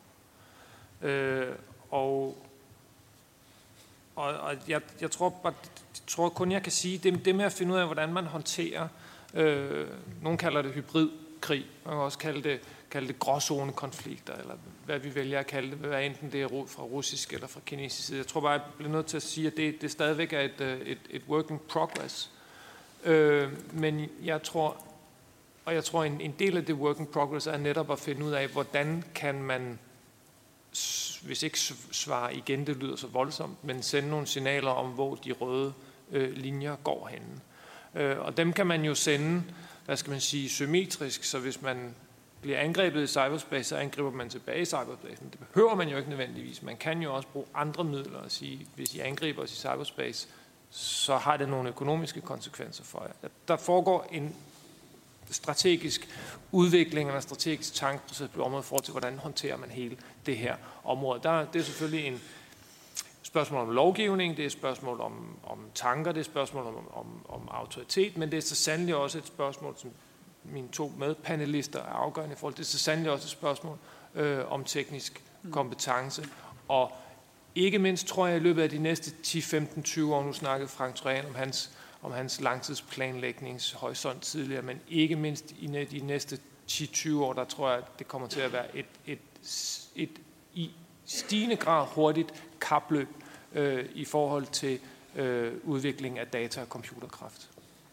Jeg tror kun, jeg kan sige, det med at finde ud af, hvordan man håndterer, nogen kalder det hybridkrig, man kan også kalde det gråzonekonflikter, eller hvad vi vælger at kalde det, hvad enten det er fra russisk eller fra kinesisk side. Jeg tror bare, jeg bliver nødt til at sige, at det stadigvæk er et work in progress. Men jeg tror en del af det work in progress er netop at finde ud af, hvordan kan man, hvis ikke svare igen, det lyder så voldsomt, men sende nogle signaler om, hvor de røde linjer går henne. Og dem kan man jo sende, symmetrisk, så hvis man bliver angrebet i cyberspace, så angriber man tilbage i cyberspace. Det behøver man jo ikke nødvendigvis. Man kan jo også bruge andre midler og sige, hvis I angriber os i cyberspace, så har det nogle økonomiske konsekvenser for jer. Der foregår en strategisk udvikling og en strategisk tankeproces på området i forhold til, hvordan håndterer man hele det her område. Det er selvfølgelig en spørgsmål om lovgivning, det er et spørgsmål om tanker, det er et spørgsmål om autoritet, men det er så sandelig også et spørgsmål, som mine 2 medpanelister er afgørende i forhold til, det er så sandelig også et spørgsmål om teknisk kompetence. Og ikke mindst tror jeg i løbet af de næste 10-15-20 år, nu snakkede Frank Trojan om hans langtidsplanlægningshorisont tidligere, men ikke mindst i de næste 10-20 år, der tror jeg, at det kommer til at være et i stigende grad hurtigt kapløb i forhold til udvikling af data og computerkraft.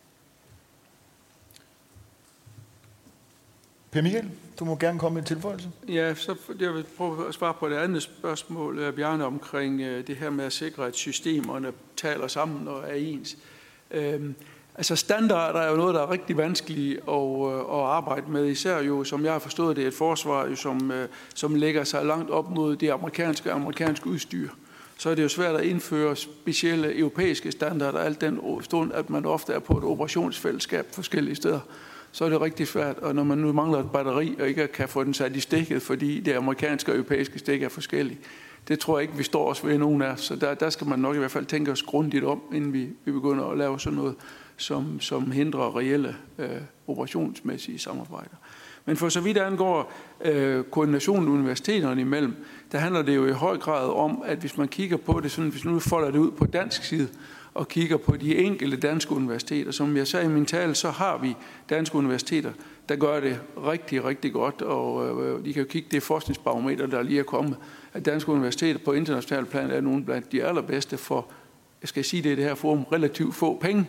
Per Michael, du må gerne komme med en tilføjelse. Ja, så jeg vil prøve at svare på det andet spørgsmål, Bjarne, omkring det her med at sikre, at systemerne taler sammen og er ens. Altså standarder er jo noget, der er rigtig vanskeligt at arbejde med, især jo, som jeg har forstået det, et forsvar, jo, som lægger sig langt op mod det amerikanske udstyr. Så er det jo svært at indføre specielle europæiske standarder, alt den stund, at man ofte er på et operationsfællesskab forskellige steder. Så er det rigtig svært, og når man nu mangler et batteri, og ikke kan få den sat i stikket, fordi det amerikanske og europæiske stik er forskellige. Det tror jeg ikke, vi står os ved nogen af, så der skal man nok i hvert fald tænke os grundigt om, inden vi begynder at lave sådan noget, som hindrer reelle operationsmæssige samarbejder. Men for så vidt angår koordinationen universiteterne imellem, der handler det jo i høj grad om, at hvis man kigger på det, sådan, hvis nu folder det ud på dansk side, og kigger på de enkelte danske universiteter. Som jeg sagde i min tale, så har vi danske universiteter, der gør det rigtig, rigtig godt, og de kan jo kigge det forskningsbarometer, der lige er kommet, at danske universiteter på international plan er nogle blandt de allerbedste for, jeg skal sige det i det her forum, relativt få penge.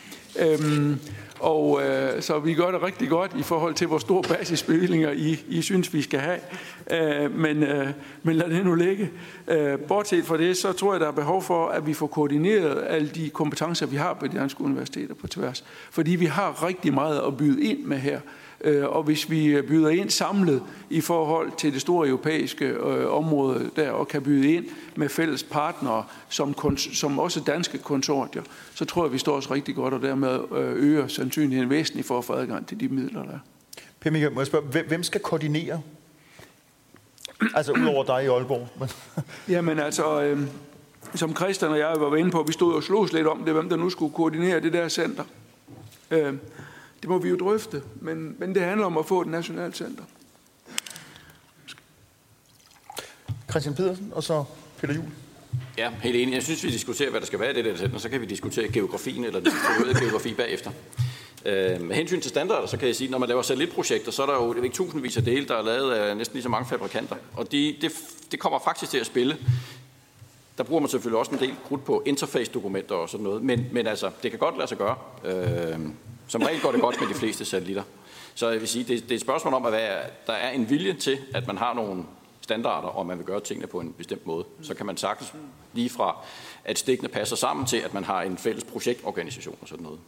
Så vi gør det rigtig godt i forhold til, hvor store basisbevillinger I synes, vi skal have. Men lad det nu ligge. Bortset fra det, så tror jeg, der er behov for, at vi får koordineret alle de kompetencer, vi har på de danske universiteter på tværs. Fordi vi har rigtig meget at byde ind med her. Og hvis vi byder ind samlet i forhold til det store europæiske område der, og kan byde ind med fælles partnere, som også danske konsortier, så tror jeg, vi står os rigtig godt, og dermed øger sandsynligheden væsentligt for at få adgang til de midler, der er. Per Michael, må jeg spørge, hvem skal koordinere? Altså udover dig i Aalborg. Jamen altså, som Christian og jeg var inde på, vi stod og slås lidt om det, hvem der nu skulle koordinere det der center. Det må vi jo drøfte, men det handler om at få et nationalt center. Christian Pedersen, og så Peter Juhl. Ja, helt enig. Jeg synes, vi diskuterer, hvad der skal være i det der center, så kan vi diskutere geografien eller den geografi bagefter. Med hensyn til standarder, så kan jeg sige, at når man laver satellitprojekter, så er der jo ikke tusindvis af dele, der er lavet af næsten lige så mange fabrikanter. Og det kommer faktisk til at spille. Der bruger man selvfølgelig også en del krudt på interface-dokumenter og sådan noget, men altså, det kan godt lade sig gøre. Som regel går det godt med de fleste satellitter. Så jeg vil sige, det er et spørgsmål om, at der er en vilje til, at man har nogle standarder, og man vil gøre tingene på en bestemt måde. Så kan man sagtens lige fra, at stikkene passer sammen til, at man har en fælles projektorganisation og sådan noget.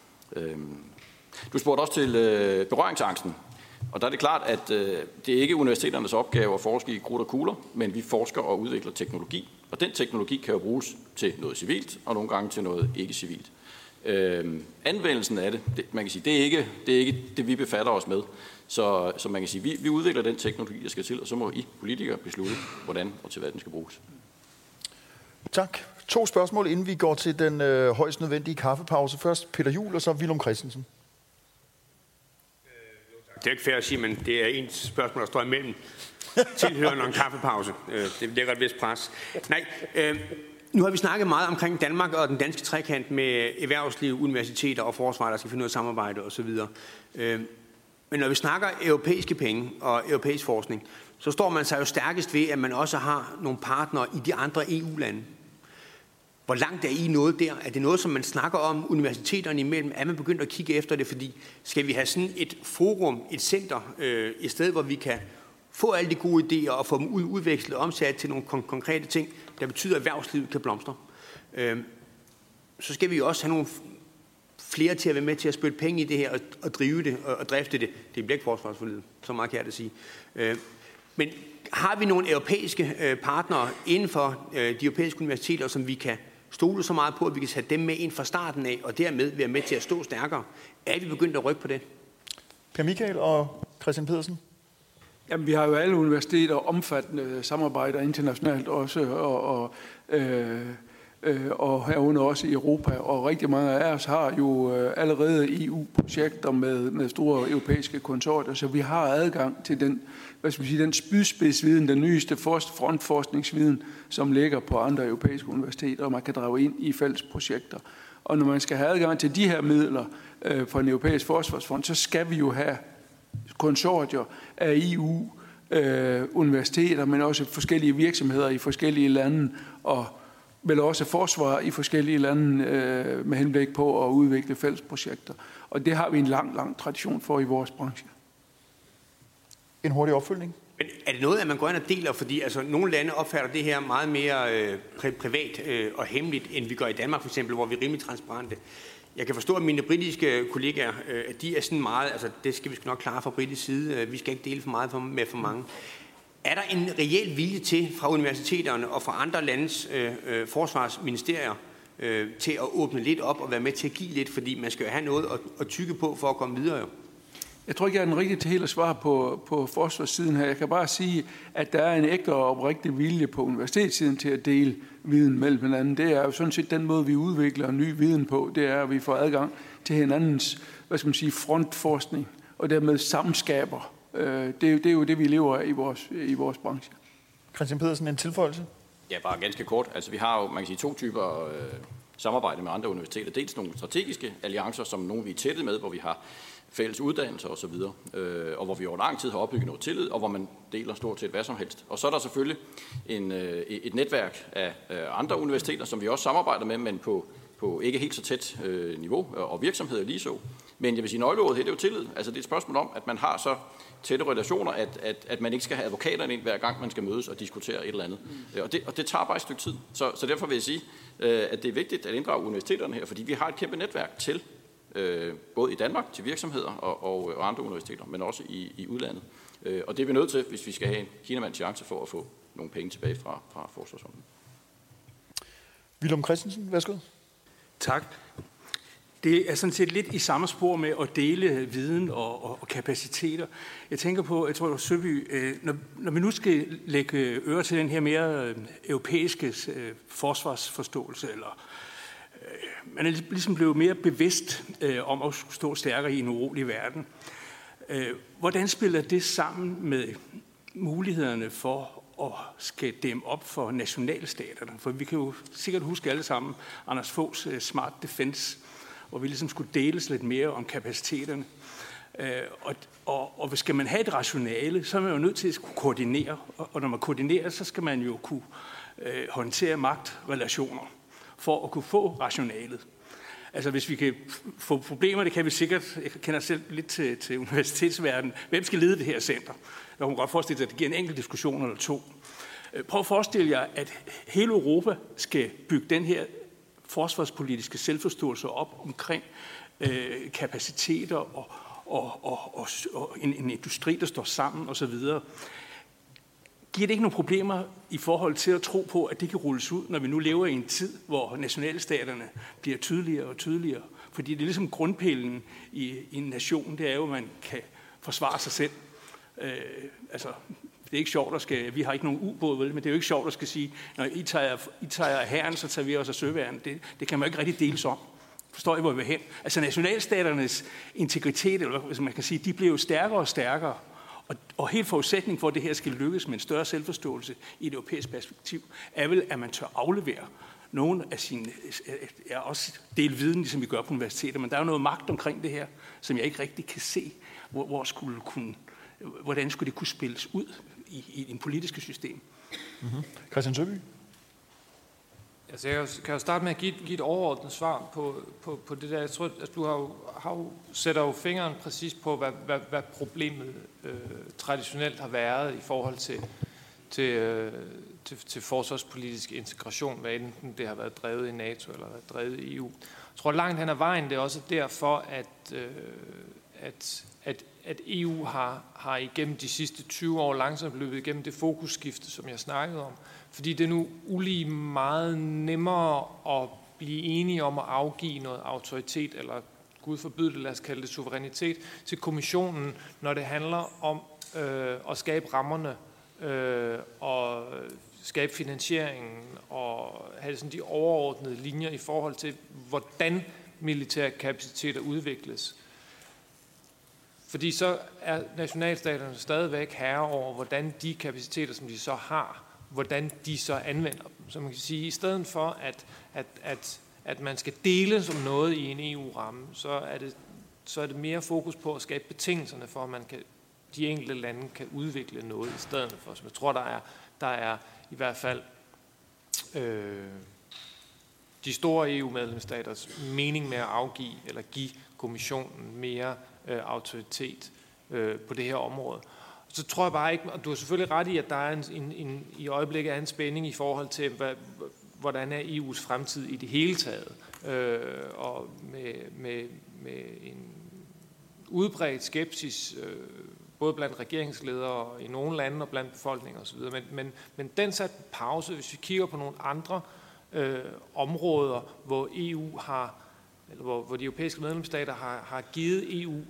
Du spurgte også til berøringsangsten. Og der er det klart, at det er ikke universiteternes opgave at forske i krudt og kugler, men vi forsker og udvikler teknologi. Og den teknologi kan jo bruges til noget civilt, og nogle gange til noget ikke-civilt. Anvendelsen af det, man kan sige, det er ikke det, vi befatter os med. Så man kan sige, vi udvikler den teknologi, der skal til, og så må I politikere beslutte, hvordan og til hvad den skal bruges. Tak. 2 spørgsmål, inden vi går til den højst nødvendige kaffepause. Først Peter Juhl, og så Villum Christensen. Det er ikke fair at sige, men det er ens spørgsmål, der står imellem tilhørende og en kaffepause. Det lægger et vist pres. Nej, nu har vi snakket meget omkring Danmark og den danske trekant med erhvervsliv, universiteter og forsvar, der skal finde noget samarbejde osv. Men når vi snakker europæiske penge og europæisk forskning, så står man sig jo stærkest ved, at man også har nogle partnere i de andre EU-lande. Hvor langt er I nået der? Er det noget, som man snakker om universiteterne imellem? Er man begyndt at kigge efter det? Fordi skal vi have sådan et forum, et center, et sted, hvor vi kan få alle de gode idéer og få dem udvekslet og omsat til nogle konkrete ting, der betyder, at erhvervslivet kan blomstre. Så skal vi jo også have nogle flere til at være med til at spytte penge i det her og drive det og drifte det. Det bliver ikke forsvarsforliget, så meget kan jeg da sige. Men har vi nogle europæiske partnere inden for de europæiske universiteter, som vi kan stole så meget på, at vi kan sætte dem med ind fra starten af, og dermed være med til at stå stærkere? Er vi begyndt at rykke på det? Per Michael og Christian Pedersen? Jamen, vi har jo alle universiteter omfattende samarbejder internationalt også, og herunder også i Europa. Og rigtig mange af os har jo allerede EU-projekter med store europæiske konsortier, så vi har adgang til den, den spydspidsviden, den nyeste frontforskningsviden, som ligger på andre europæiske universiteter, og man kan drage ind i fælles projekter. Og når man skal have adgang til de her midler fra en europæisk forsvarsfond, så skal vi jo have konsortier af EU, universiteter, men også forskellige virksomheder i forskellige lande, og vel også forsvar i forskellige lande med henblik på at udvikle fælles projekter. Og det har vi en lang tradition for i vores branche. En hurtig opfølgning. Men er det noget, at man går ind og deler? Fordi altså, nogle lande opfatter det her meget mere privat og hemmeligt, end vi gør i Danmark for eksempel, hvor vi er rimelig transparente. Jeg kan forstå, at mine britiske kollegaer, de er sådan meget, altså det skal vi nok klare fra britisk side, vi skal ikke dele for meget med for mange. Er der en reel vilje til fra universiteterne og fra andre landes forsvarsministerier til at åbne lidt op og være med til at give lidt, fordi man skal jo have noget at tygge på for at komme videre jo? Jeg tror ikke, jeg er den rigtige til helt at svare på forsvarssiden her. Jeg kan bare sige, at der er en ægte og oprigtig vilje på universitetssiden til at dele viden mellem hinanden. Det er jo sådan set den måde, vi udvikler ny viden på. Det er, at vi får adgang til hinandens, frontforskning, og dermed samskaber. Det er jo det, vi lever af i vores branche. Christian Pedersen, en tilføjelse? Ja, bare ganske kort. Altså, vi har jo, man kan sige, to typer samarbejde med andre universiteter. Dels nogle strategiske alliancer, som nogle vi er tætte med, hvor vi har fælles uddannelser osv., og hvor vi over lang tid har opbygget noget tillid, og hvor man deler stort set hvad som helst. Og så er der selvfølgelig et netværk af andre universiteter, som vi også samarbejder med, men på ikke helt så tæt niveau, og virksomheder lige så. Men jeg vil sige, nøgleordet her, det er jo tillid. Altså det er et spørgsmål om, at man har så tætte relationer, at man ikke skal have advokaterne ind hver gang, man skal mødes og diskutere et eller andet. Og det tager bare et stykke tid. Så derfor vil jeg sige, at det er vigtigt at inddrage universiteterne her, fordi vi har et kæmpe netværk til både i Danmark til virksomheder og andre universiteter, men også i udlandet. Og det er vi nødt til, hvis vi skal have en Kinamands chance for at få nogle penge tilbage fra forsvarsfonden. Willum Christensen, værsgo. Tak. Det er sådan set lidt i samme spor med at dele viden og kapaciteter. Jeg tænker på, jeg tror det var Søby, når vi nu skal lægge øre til den her mere europæiske forsvarsforståelse, eller man er ligesom blevet mere bevidst om at stå stærkere i en urolig verden. Hvordan spiller det sammen med mulighederne for at skal dæmme op for nationalstaterne? For vi kan jo sikkert huske alle sammen Anders Foghs Smart Defense, hvor vi ligesom skulle deles lidt mere om kapaciteterne. Og skal man have et rationale, så er man jo nødt til at kunne koordinere. Og når man koordinerer, så skal man jo kunne håndtere magtrelationer for at kunne få rationalet. Altså hvis vi kan få problemer, det kan vi sikkert, jeg kender selv lidt til universitetsverdenen, hvem skal lede det her center? Der kan man godt forestille sig, at det giver en enkelt diskussion eller to. Prøv at forestille jer, at hele Europa skal bygge den her forsvarspolitiske selvforståelse op omkring kapaciteter og en industri, der står sammen osv. Giver det ikke nogle problemer i forhold til at tro på, at det kan rulles ud, når vi nu lever i en tid, hvor nationalstaterne bliver tydeligere og tydeligere? Fordi det er ligesom grundpillen i en nation, det er jo, at man kan forsvare sig selv. Det er ikke sjovt vi har ikke nogen ubåd, vel, men det er jo ikke sjovt at skal sige, når I tager hæren, så tager vi også af søværnet. Det kan man ikke rigtig deles om. Forstår I, hvor vi er hen? Altså nationalstaternes integritet, eller hvad man kan sige, de bliver jo stærkere og stærkere. Og helt forudsætning for, at det her skal lykkes med en større selvforståelse i et europæisk perspektiv, er vel, at man tør aflevere nogle af sine, også dele viden, ligesom vi gør på universiteter, men der er jo noget magt omkring det her, som jeg ikke rigtig kan se, hvordan skulle det kunne spilles ud i en politiske system. Mm-hmm. Christian Søby? Altså, jeg kan jo starte med at give et overordnet svar på det der. Jeg tror, at du sætter jo fingeren præcis på, hvad problemet traditionelt har været i forhold til forsvarspolitisk integration, hvad enten det har været drevet i NATO eller været drevet i EU. Jeg tror langt hen ad vejen, det er også derfor, at at EU har igennem de sidste 20 år langsomt løbet igennem det fokusskifte, som jeg snakkede om. Fordi det er nu ulige meget nemmere at blive enige om at afgive noget autoritet, eller Gud forbyde det, lad os kalde det suverænitet, til kommissionen, når det handler om at skabe rammerne og skabe finansieringen og have sådan de overordnede linjer i forhold til, hvordan militære kapaciteter udvikles. Fordi så er nationalstaterne stadigvæk herre over, hvordan de kapaciteter, som de så har, hvordan de så anvender dem. Så man kan sige, at i stedet for, at man skal dele som noget i en EU-ramme, så er det mere fokus på at skabe betingelserne for, at de enkelte lande kan udvikle noget i stedet for. Så jeg tror, der er i hvert fald de store EU-medlemsstaters mening med at afgive eller give kommissionen mere autoritet på det her område. Så tror jeg bare ikke, og du har selvfølgelig ret i, at der er i øjeblikket er en spænding i forhold til, hvordan er EU's fremtid i det hele taget. Og med en udbredt skepsis, både blandt regeringsledere i nogle lande og blandt befolkningen osv. Men den sat på pause, hvis vi kigger på nogle andre områder, hvor EU har, eller hvor de europæiske medlemsstater har givet EU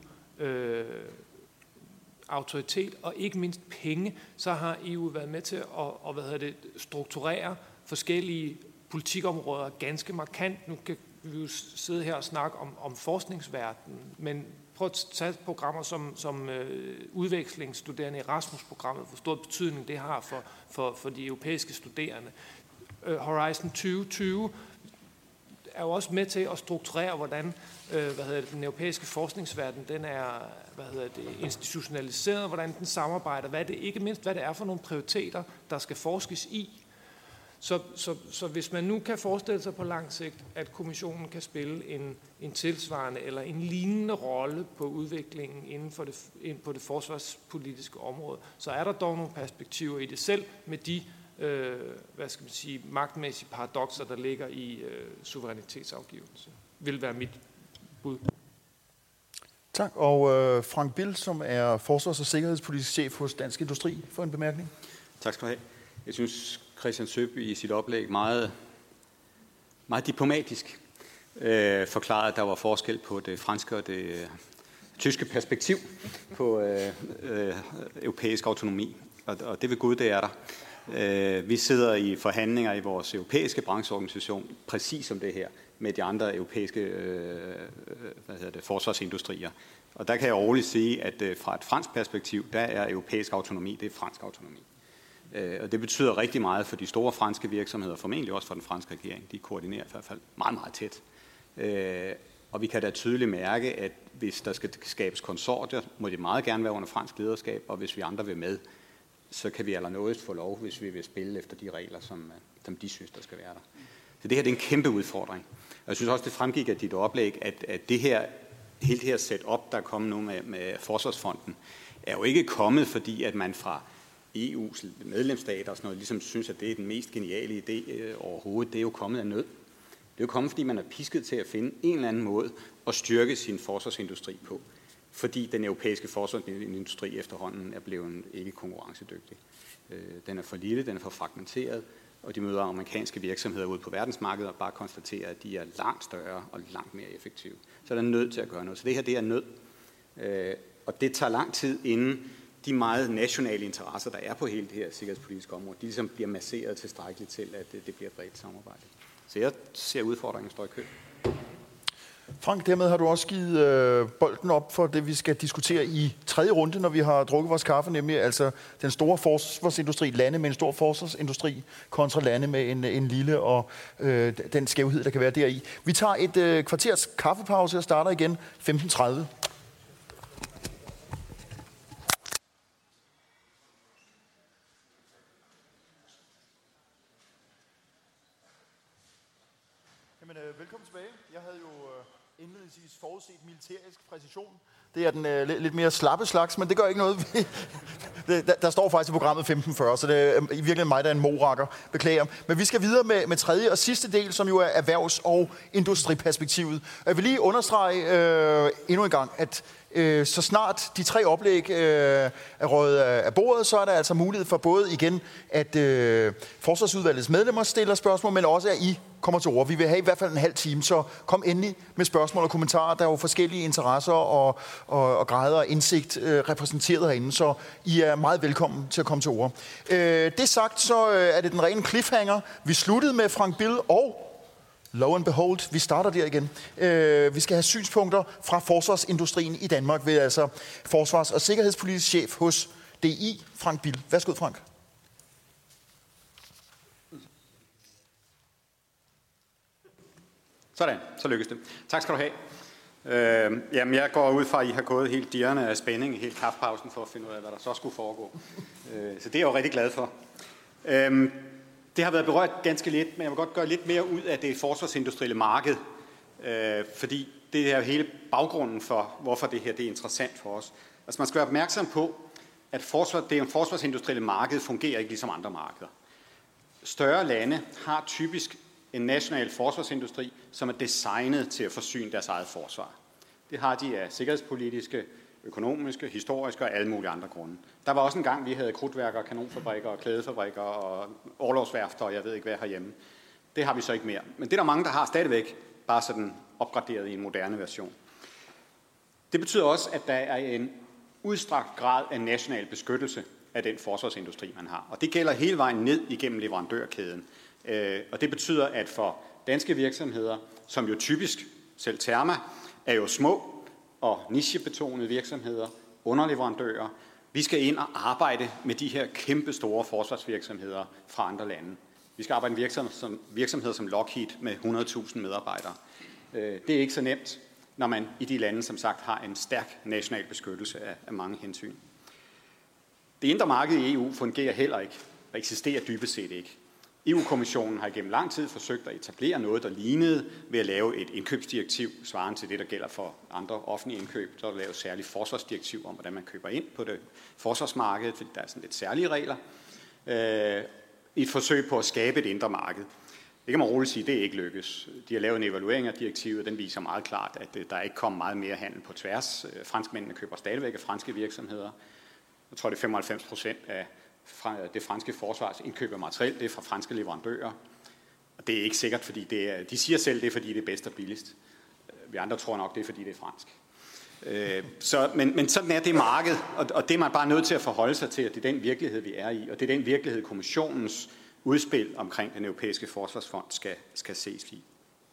autoritet og ikke mindst penge, så har EU været med til at strukturere forskellige politikområder ganske markant. Nu kan vi jo sidde her og snakke om forskningsverdenen, men prøv at tage programmer som udvekslingsstuderende Erasmus-programmet, hvor stor betydning det har for de europæiske studerende. Horizon 2020 er jo også med til at strukturere, hvordan den europæiske forskningsverden den er institutionaliseret, hvordan den samarbejder, ikke mindst hvad det er for nogle prioriteter, der skal forskes i. Så hvis man nu kan forestille sig på lang sigt, at kommissionen kan spille en tilsvarende eller en lignende rolle på udviklingen inden på det forsvarspolitiske område, så er der dog nogle perspektiver i det selv med de magtmæssige paradokser, der ligger i suverænitetsafgivelse. Vil være mit bud. Tak. Og Frank Bill, som er forsvars- og sikkerhedspolitisk chef hos Dansk Industri, for en bemærkning. Tak skal du have. Jeg synes, Christian Søby i sit oplæg meget diplomatisk forklarede, at der var forskel på det franske og det tyske perspektiv på europæisk autonomi. Og det ved Gud, det er der. Vi sidder i forhandlinger i vores europæiske brancheorganisation, præcis om det her, med de andre europæiske forsvarsindustrier. Og der kan jeg roligt sige, at fra et fransk perspektiv, der er europæisk autonomi, det er fransk autonomi. Og det betyder rigtig meget for de store franske virksomheder, formentlig også for den franske regering. De koordinerer i hvert fald meget, meget tæt. Og vi kan da tydeligt mærke, at hvis der skal skabes konsortier, må det meget gerne være under fransk lederskab, og hvis vi andre vil med, så kan vi allernådigst få lov, hvis vi vil spille efter de regler, som de synes, der skal være der. Så det her det er en kæmpe udfordring. Og jeg synes også, det fremgik af dit oplæg, at hele det her setup, der er kommet nu med Forsvarsfonden, er jo ikke kommet, fordi at man fra EU's medlemsstater og sådan noget, ligesom synes, at det er den mest geniale idé overhovedet. Det er jo kommet af nød. Det er jo kommet, fordi man er pisket til at finde en eller anden måde at styrke sin forsvarsindustri på. Fordi den europæiske forsvarsindustri efterhånden er blevet ikke konkurrencedygtig. Den er for lille, den er for fragmenteret, og de møder amerikanske virksomheder ude på verdensmarkedet og bare konstaterer, at de er langt større og langt mere effektive. Så er der nødt til at gøre noget. Så det her, det er nød. Og det tager lang tid, inden de meget nationale interesser, der er på hele det her sikkerhedspolitiske område, de ligesom bliver masseret tilstrækkeligt til, at det bliver et bredt samarbejde. Så jeg ser udfordringen står i kø. Frank, dermed har du også givet bolden op for det, vi skal diskutere i tredje runde, når vi har drukket vores kaffe, nemlig altså den store forsvarsindustri, lande med en stor forsvarsindustri, kontra lande med en lille, og den skævhed, der kan være deri. Vi tager et kvarters kaffepause og starter igen 15:30. Velkommen tilbage. Jeg havde jo indledningsvis forudset militærisk præcision. Det er den lidt mere slappe slags, men det gør ikke noget. Der står faktisk i programmet 15:40, så det er i virkeligheden mig, der er en morakker. Beklager. Men vi skal videre med tredje og sidste del, som jo er erhvervs- og industriperspektivet. Jeg vil lige understrege endnu en gang, at Så snart de 3 oplæg er røget af bordet, så er der altså mulighed for både igen, at Forsvarsudvalgets medlemmer stiller spørgsmål, men også at I kommer til ord. Vi vil have i hvert fald en halv time, så kom endelig med spørgsmål og kommentarer. Der er jo forskellige interesser og grader og indsigt repræsenteret herinde, så I er meget velkommen til at komme til ord. Det sagt, så er det den rene cliffhanger. Vi sluttede med Frank Bill og lo and behold, vi starter der igen. Vi skal have synspunkter fra forsvarsindustrien i Danmark ved altså forsvars- og sikkerhedspolitisk chef hos DI, Frank Bill. Værsgo, Frank. Sådan, så lykkes det. Tak skal du have. Jamen, jeg går ud fra, at I har gået helt dirrende af spænding i hele kaffepausen for at finde ud af, hvad der så skulle foregå. Så det er jeg jo rigtig glad for. Det har været berørt ganske lidt, men jeg vil godt gøre lidt mere ud af det forsvarsindustrielle marked, fordi det er hele baggrunden for, hvorfor det her det er interessant for os. Altså man skal være opmærksom på, at det forsvarsindustrielle marked fungerer ikke ligesom andre markeder. Større lande har typisk en national forsvarsindustri, som er designet til at forsyne deres eget forsvar. Det har de af sikkerhedspolitiske, økonomiske, historiske og alle mulige andre grunde. Der var også en gang, vi havde krudtværker, kanonfabrikker, klædefabrikker og orlogsværfter, og jeg ved ikke hvad herhjemme. Det har vi så ikke mere. Men det er der mange, der har stadigvæk, bare sådan opgraderet i en moderne version. Det betyder også, at der er en udstrakt grad af national beskyttelse af den forsvarsindustri, man har. Og det gælder hele vejen ned igennem leverandørkæden. Og det betyder, at for danske virksomheder, som jo typisk, selv Therma, er jo små og nichebetonede virksomheder, underleverandører, vi skal ind og arbejde med de her kæmpe store forsvarsvirksomheder fra andre lande. Vi skal arbejde med virksomheder som Lockheed med 100.000 medarbejdere. Det er ikke så nemt, når man i de lande, som sagt, har en stærk national beskyttelse af mange hensyn. Det indre marked i EU fungerer heller ikke, og eksisterer dybest set ikke. EU-kommissionen har gennem lang tid forsøgt at etablere noget, der lignede ved at lave et indkøbsdirektiv, svarende til det, der gælder for andre offentlige indkøb. Så er der lavet et særligt forsvarsdirektiv om, hvordan man køber ind på det forsvarsmarked, fordi der er sådan lidt særlige regler. I et forsøg på at skabe et indre marked. Det kan man roligt sige, det er ikke lykkes. De har lavet en evaluering af direktivet, den viser meget klart, at der ikke kommer meget mere handel på tværs. Franskmændene køber stadigvæk af franske virksomheder. Jeg tror, det er 95% af det franske forsvars indkøb af materiel, det er fra franske leverandører. Og det er ikke sikkert, fordi de siger selv, det er fordi det er bedst og billigst. Vi andre tror nok, det er fordi det er fransk. Men sådan er det marked, og det er man bare nødt til at forholde sig til, at det er den virkelighed, vi er i, og det er den virkelighed, kommissionens udspil omkring den europæiske forsvarsfond skal ses i.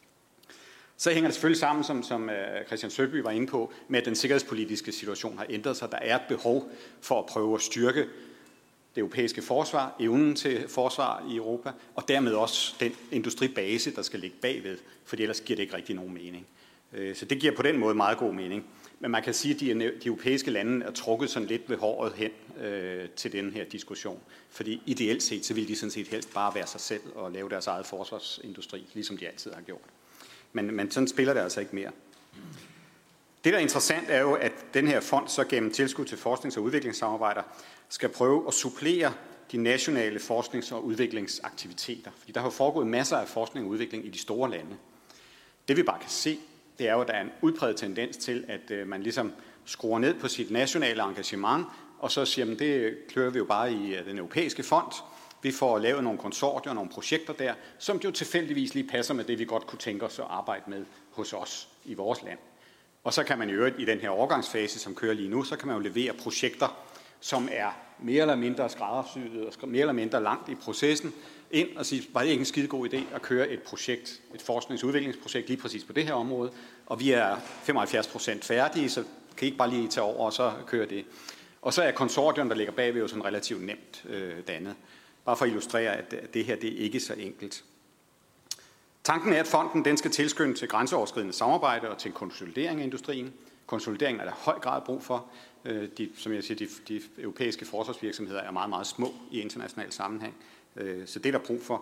Så hænger det selvfølgelig sammen, som Christian Søby var inde på, med at den sikkerhedspolitiske situation har ændret sig. Der er et behov for at prøve at styrke det europæiske forsvar, evnen til forsvar i Europa, og dermed også den industribase, der skal ligge bagved, for ellers giver det ikke rigtig nogen mening. Så det giver på den måde meget god mening. Men man kan sige, at de europæiske lande er trukket sådan lidt ved håret hen til den her diskussion. Fordi ideelt set, så vil de sådan set helst bare være sig selv og lave deres eget forsvarsindustri, ligesom de altid har gjort. Men sådan spiller det altså ikke mere. Det, der er interessant, er jo, at den her fond så gennem tilskud til forsknings- og udviklingssamarbejder skal prøve at supplere de nationale forsknings- og udviklingsaktiviteter. Fordi der har jo foregået masser af forskning og udvikling i de store lande. Det vi bare kan se, det er jo, at der er en udpræget tendens til, at man ligesom skruer ned på sit nationale engagement, og så siger man, det klører vi jo bare i den europæiske fond. Vi får lavet nogle konsortier og nogle projekter der, som jo tilfældigvis lige passer med det, vi godt kunne tænke os at arbejde med hos os i vores land. Og så kan man i øvrigt i den her overgangsfase, som kører lige nu, så kan man jo levere projekter, som er mere eller mindre skræddersyet og mere eller mindre langt i processen, ind og sige, var det ikke en skide god idé at køre et projekt, et forsknings- og udviklingsprojekt lige præcis på det her område, og vi er 75% færdige, så kan I ikke bare lige tage over og så køre det. Og så er konsortium, der ligger bagved, jo sådan relativt nemt dannet. Bare for at illustrere, at det her det er ikke så enkelt. Tanken er, at fonden den skal tilskynde til grænseoverskridende samarbejde og til konsolidering af industrien. Konsolideringen er der høj grad brug for. Som jeg siger, de europæiske forsvarsvirksomheder er meget, meget små i international sammenhæng. Så det er der brug for.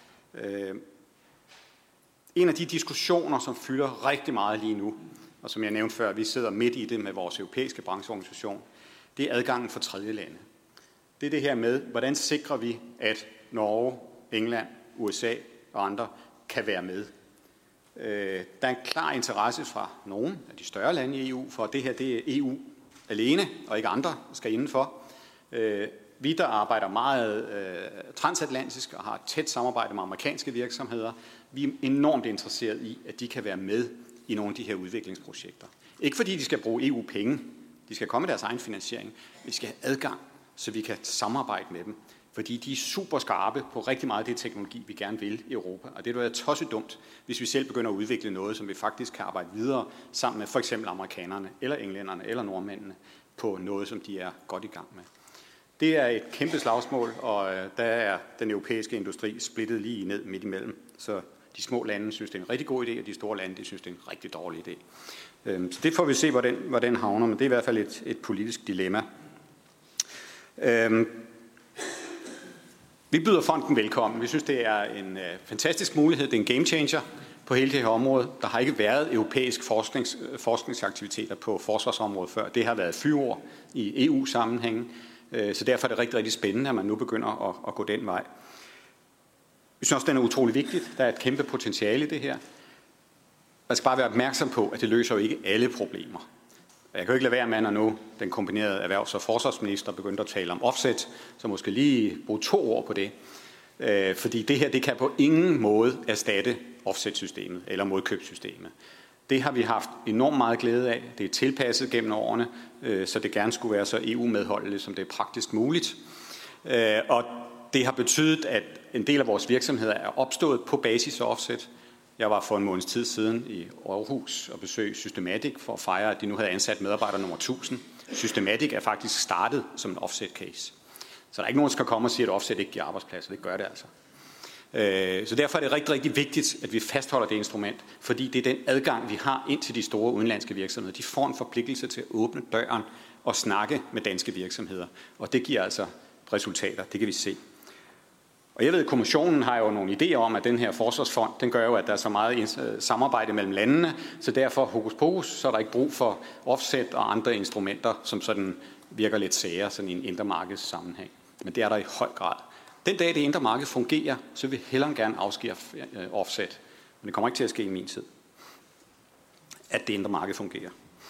En af de diskussioner, som fylder rigtig meget lige nu, og som jeg nævnte før, vi sidder midt i det med vores europæiske brancheorganisation, det er adgangen for tredje lande. Det er det her med, hvordan sikrer vi, at Norge, England, USA og andre kan være med. Der er en klar interesse fra nogle af de større lande i EU, for det her det er EU alene, og ikke andre skal indenfor. Vi, der arbejder meget transatlantisk og har et tæt samarbejde med amerikanske virksomheder, vi er enormt interesseret i, at de kan være med i nogle af de her udviklingsprojekter. Ikke fordi de skal bruge EU-penge, de skal komme med deres egen finansiering, men de skal have adgang, så vi kan samarbejde med dem. Fordi de er super skarpe på rigtig meget af det teknologi, vi gerne vil i Europa. Og det vil være tosset dumt, hvis vi selv begynder at udvikle noget, som vi faktisk kan arbejde videre sammen med for eksempel amerikanerne, eller englænderne, eller nordmændene, på noget, som de er godt i gang med. Det er et kæmpe slagsmål, og der er den europæiske industri splittet lige ned midt imellem. Så de små lande synes, det er en rigtig god idé, og de store lande synes, det er en rigtig dårlig idé. Så det får vi se, hvor den havner, men det er i hvert fald et politisk dilemma. Vi byder fonden velkommen. Vi synes, det er en fantastisk mulighed. Det er en game changer på hele det her område. Der har ikke været europæisk forskningsaktiviteter på forsvarsområdet før. Det har været fyord i EU-sammenhængen. Så derfor er det rigtig, rigtig spændende, at man nu begynder at gå den vej. Vi synes også, den er utrolig vigtig. Der er et kæmpe potentiale i det her. Man skal bare være opmærksom på, at det løser jo ikke alle problemer. Jeg kan jo ikke lade være med, når nu den kombinerede erhvervs- og forsvarsminister begyndte at tale om offset, så måske lige bruge 2 ord på det. Fordi det her, det kan på ingen måde erstatte offset-systemet eller modkøbssystemet. Det har vi haft enormt meget glæde af. Det er tilpasset gennem årene, så det gerne skulle være så EU-medholdeligt, som det er praktisk muligt. Og det har betydet, at en del af vores virksomheder er opstået på basis af offset. Jeg var for en måneds tid siden i Aarhus og besøgte Systematic for at fejre, at de nu havde ansat medarbejder nummer 1000. Systematic er faktisk startet som en offset case. Så der er ikke nogen, der skal komme og sige, at offset ikke giver arbejdspladser. Det gør det altså. Så derfor er det rigtig, rigtig vigtigt, at vi fastholder det instrument, fordi det er den adgang, vi har ind til de store udenlandske virksomheder. De får en forpligtelse til at åbne døren og snakke med danske virksomheder. Og det giver altså resultater, det kan vi se. Og jeg ved, at kommissionen har jo nogle idéer om, at den her forsvarsfond, den gør jo, at der er så meget samarbejde mellem landene, så derfor hokus pokus, så er der ikke brug for offset og andre instrumenter, som sådan virker lidt sære sådan i en indre markedssammenhæng. Men det er der i høj grad. Den dag det indre marked fungerer, så vil hellere gerne afskære offset. Men det kommer ikke til at ske i min tid, at det indre marked fungerer.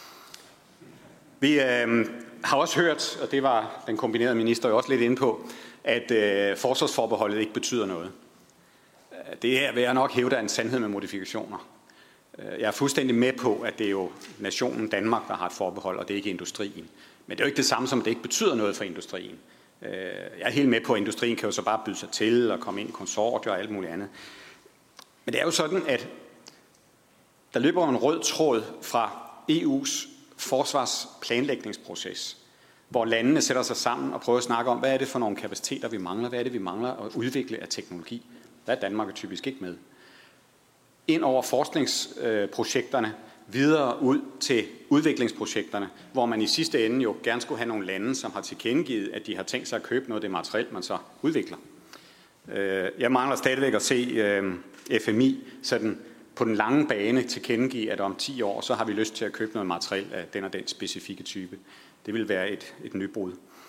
Vi har også hørt, og det var den kombinerede minister jo også lidt inde på, at forsvarsforbeholdet ikke betyder noget. Det her vil jeg nok hæve, der er en sandhed med modifikationer. Jeg er fuldstændig med på, at det er jo nationen Danmark, der har et forbehold, og det er ikke industrien. Men det er jo ikke det samme som, at det ikke betyder noget for industrien. Jeg er helt med på, at industrien kan jo så bare byde sig til og komme ind i konsortier og alt muligt andet. Men det er jo sådan, at der løber en rød tråd fra EU's forsvarsplanlægningsproces, hvor landene sætter sig sammen og prøver at snakke om, hvad er det for nogle kapaciteter, vi mangler, hvad er det, vi mangler at udvikle af teknologi. Der er Danmark typisk ikke med. Ind over forskningsprojekterne, videre ud til udviklingsprojekterne, hvor man i sidste ende jo gerne skulle have nogle lande, som har tilkendegivet, at de har tænkt sig at købe noget af det materiel, man så udvikler. Jeg mangler stadigvæk at se FMI sådan på den lange bane tilkendegive, at om 10 år, så har vi lyst til at købe noget materiel af den og den specifikke type. Det vil være et nybrud.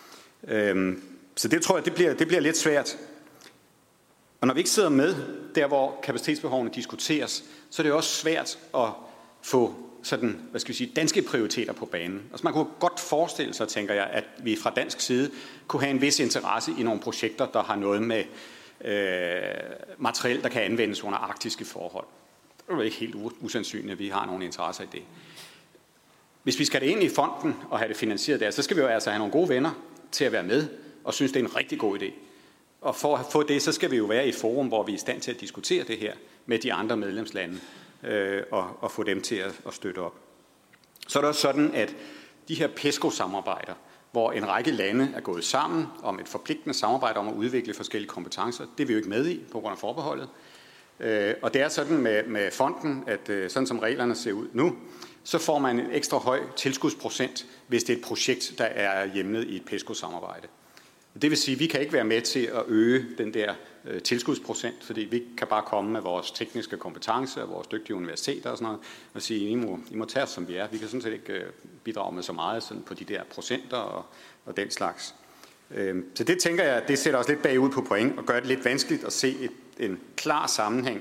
Så det tror jeg, det bliver lidt svært. Og når vi ikke sidder med der, hvor kapacitetsbehovene diskuteres, så er det også svært at få sådan, danske prioriteter på banen. Altså man kunne godt forestille sig, tænker jeg, at vi fra dansk side kunne have en vis interesse i nogle projekter, der har noget med materiel, der kan anvendes under arktiske forhold. Det er jo ikke helt usandsynligt, at vi har nogle interesser i det. Hvis vi skal det ind i fonden og have det finansieret der, så skal vi jo altså have nogle gode venner til at være med og synes, det er en rigtig god idé. Og for at få det, så skal vi jo være i et forum, hvor vi er i stand til at diskutere det her med de andre medlemslande og få dem til at støtte op. Så er det også sådan, at de her PESCO-samarbejder, hvor en række lande er gået sammen om et forpligtende samarbejde om at udvikle forskellige kompetencer, det er vi jo ikke med i på grund af forbeholdet. Og det er sådan med fonden, at sådan som reglerne ser ud nu, så får man en ekstra høj tilskudsprocent, hvis det er et projekt, der er hjemlet i et PESCO-samarbejde. Det vil sige, at vi kan ikke være med til at øge den der tilskudsprocent, fordi vi kan bare komme med vores tekniske kompetencer og vores dygtige universiteter og sådan noget, og sige, I må tage os, som vi er. Vi kan sådan set ikke bidrage med så meget sådan på de der procenter og den slags. Så det tænker jeg, det sætter os lidt bagud på point og gør det lidt vanskeligt at se en klar sammenhæng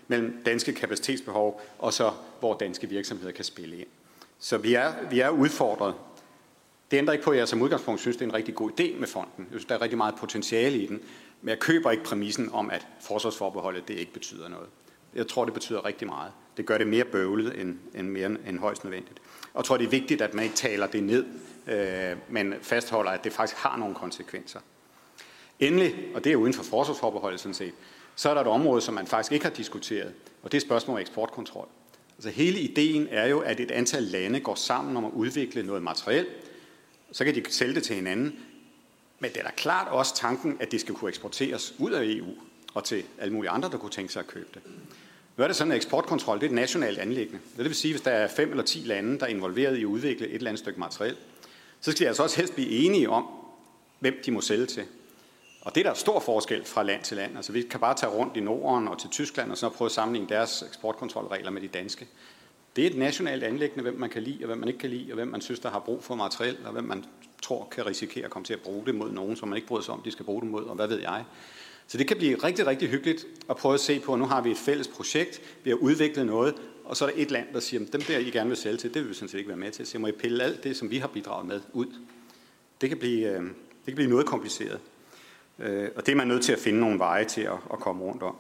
mellem danske kapacitetsbehov og så, hvor danske virksomheder kan spille ind. Så vi er udfordret. Det ændrer ikke på, at jeg som udgangspunkt synes, det er en rigtig god idé med fonden. Jeg synes, der er rigtig meget potentiale i den, men jeg køber ikke præmissen om, at forsvarsforbeholdet det ikke betyder noget. Jeg tror, det betyder rigtig meget. Det gør det mere bøvlet end højst nødvendigt. Og jeg tror, det er vigtigt, at man ikke taler det ned, men fastholder, at det faktisk har nogle konsekvenser. Endelig, og det er uden for forsvarsforbeholdet sådan set, så er der et område, som man faktisk ikke har diskuteret, og det er spørgsmålet om eksportkontrol. Altså hele ideen er jo, at et antal lande går sammen om at udvikle noget materiel, så kan de sælge det til hinanden, men det er da klart også tanken, at det skal kunne eksporteres ud af EU og til alle mulige andre, der kunne tænke sig at købe det. Nu er det sådan, at eksportkontrol det er et nationalt anliggende. Det vil sige, hvis der er 5 eller 10 lande, der er involveret i at udvikle et eller andet stykke materiel, så skal de altså også helst blive enige om, hvem de må sælge til. Og det er der stor forskel fra land til land. Altså vi kan bare tage rundt i Norden og til Tyskland og så prøve at sammenligne deres eksportkontrolregler med de danske. Det er et nationalt anliggende, hvem man kan lide og hvem man ikke kan lide, og hvem man synes, der har brug for materiel, og hvem man tror kan risikere at komme til at bruge det mod nogen, som man ikke bryder sig om, de skal bruge det mod, og hvad ved jeg. Så det kan blive rigtig, rigtig hyggeligt at prøve at se på, at nu har vi et fælles projekt, vi har udviklet noget, og så er der et land, der siger, dem der I gerne vil sælge til, det vil vi sådan set ikke være med til. Så må I pille alt det, som vi har bidraget med, ud. Det kan blive noget kompliceret. Og det er man nødt til at finde nogle veje til at komme rundt om.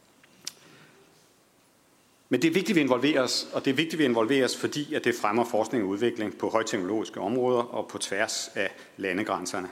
Men det er vigtigt, at vi involverer os, og det er vigtigt, at vi involverer os, fordi at det fremmer forskning og udvikling på højteknologiske områder og på tværs af landegrænserne.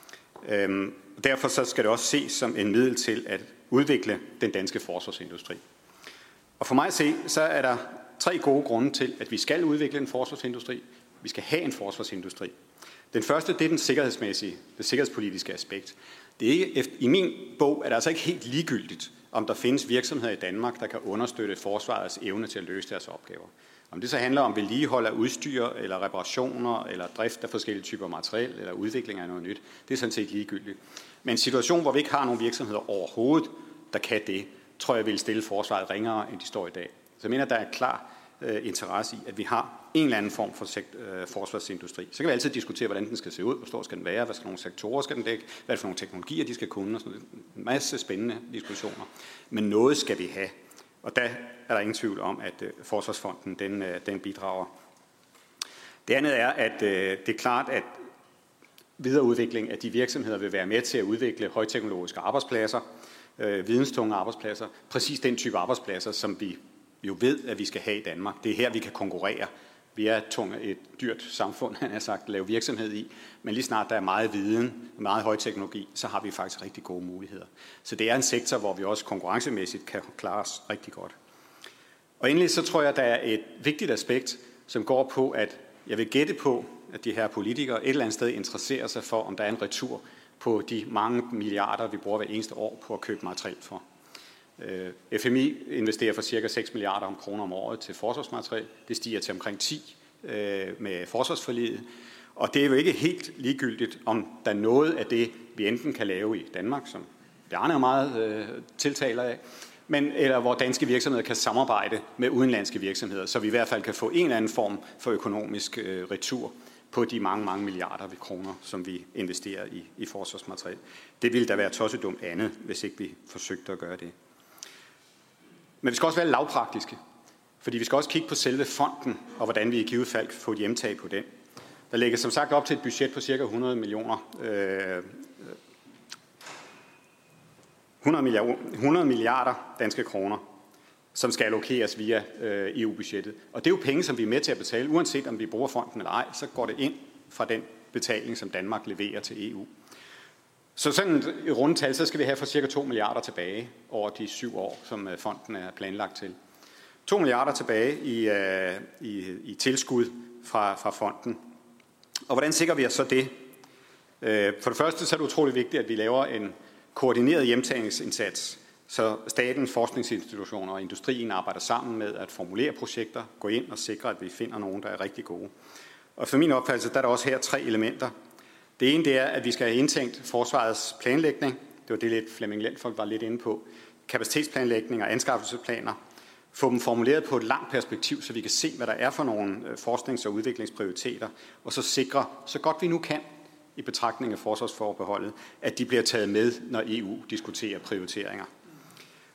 Derfor så skal det også ses som en middel til at udvikle den danske forsvarsindustri. Og for mig at se, så er der 3 gode grunde til, at vi skal udvikle en forsvarsindustri. Vi skal have en forsvarsindustri. Den første, det er det sikkerhedspolitiske aspekt. Det er ikke, i min bog er det altså ikke helt ligegyldigt, om der findes virksomheder i Danmark, der kan understøtte forsvarets evne til at løse deres opgaver. Om det så handler om vedligehold af udstyr, eller reparationer, eller drift af forskellige typer materiel, eller udvikling af noget nyt, det er sådan set ligegyldigt. Men en situation, hvor vi ikke har nogen virksomheder overhovedet, der kan det, tror jeg vil stille forsvaret ringere, end de står i dag. Så jeg mener, der er klar interesse i, at vi har en eller anden form for forsvarsindustri. Så kan vi altid diskutere, hvordan den skal se ud, hvor stor skal den være, hvad skal nogle sektorer skal den dække, hvad er det for nogle teknologier, de skal kunne, og sådan noget. En masse spændende diskussioner. Men noget skal vi have. Og der er der ingen tvivl om, at Forsvarsfonden den bidrager. Det andet er, at det er klart, at videreudvikling af de virksomheder vil være med til at udvikle højteknologiske arbejdspladser, videnstunge arbejdspladser, præcis den type arbejdspladser, som vi jo ved, at vi skal have i Danmark. Det er her, vi kan konkurrere. Vi er et dyrt samfund, han har sagt, at lave virksomhed i, men lige snart der er meget viden, meget høj teknologi, så har vi faktisk rigtig gode muligheder. Så det er en sektor, hvor vi også konkurrencemæssigt kan klare os rigtig godt. Og endelig så tror jeg, der er et vigtigt aspekt, som går på, at jeg vil gætte på, at de her politikere et eller andet sted interesserer sig for, om der er en retur på de mange milliarder, vi bruger hver eneste år på at købe materiel for. FMI investerer for ca. 6 milliarder kroner om året til forsvarsmateriel. Det stiger til omkring 10 med forsvarsforliget. Og det er jo ikke helt ligegyldigt, om der er noget af det, vi enten kan lave i Danmark, som Bjarne er meget tiltaler af, men eller hvor danske virksomheder kan samarbejde med udenlandske virksomheder, så vi i hvert fald kan få en eller anden form for økonomisk retur på de mange, mange milliarder kroner, som vi investerer i forsvarsmateriel. Det ville da være tossedumt andet, hvis ikke vi forsøgte at gøre det. Men vi skal også være lavpraktiske, fordi vi skal også kigge på selve fonden, og hvordan vi i givet fald kan få et hjemtag på den. Der lægges som sagt op til et budget på ca. 100 milliarder danske kroner, som skal allokeres via EU-budgettet. Og det er jo penge, som vi er med til at betale, uanset om vi bruger fonden eller ej, så går det ind fra den betaling, som Danmark leverer til EU. Så sådan et rundetal, så skal vi have for ca. 2 milliarder tilbage over de 7 år, som fonden er planlagt til. 2 milliarder tilbage i tilskud fra fonden. Og hvordan sikrer vi os så det? For det første så er det utrolig vigtigt, at vi laver en koordineret hjemtagningsindsats, så staten, forskningsinstitutioner og industrien arbejder sammen med at formulere projekter, gå ind og sikre, at vi finder nogen, der er rigtig gode. Og for min opfattelse, der er der også her 3 elementer. Det ene det er, at vi skal have indtænkt forsvarets planlægning. Det var det lidt Flemming Lendfolk var lidt inde på. Kapacitetsplanlægning og anskaffelsesplaner. Få dem formuleret på et langt perspektiv, så vi kan se, hvad der er for nogle forsknings- og udviklingsprioriteter. Og så sikre, så godt vi nu kan, i betragtning af forsvarsforbeholdet, at de bliver taget med, når EU diskuterer prioriteringer.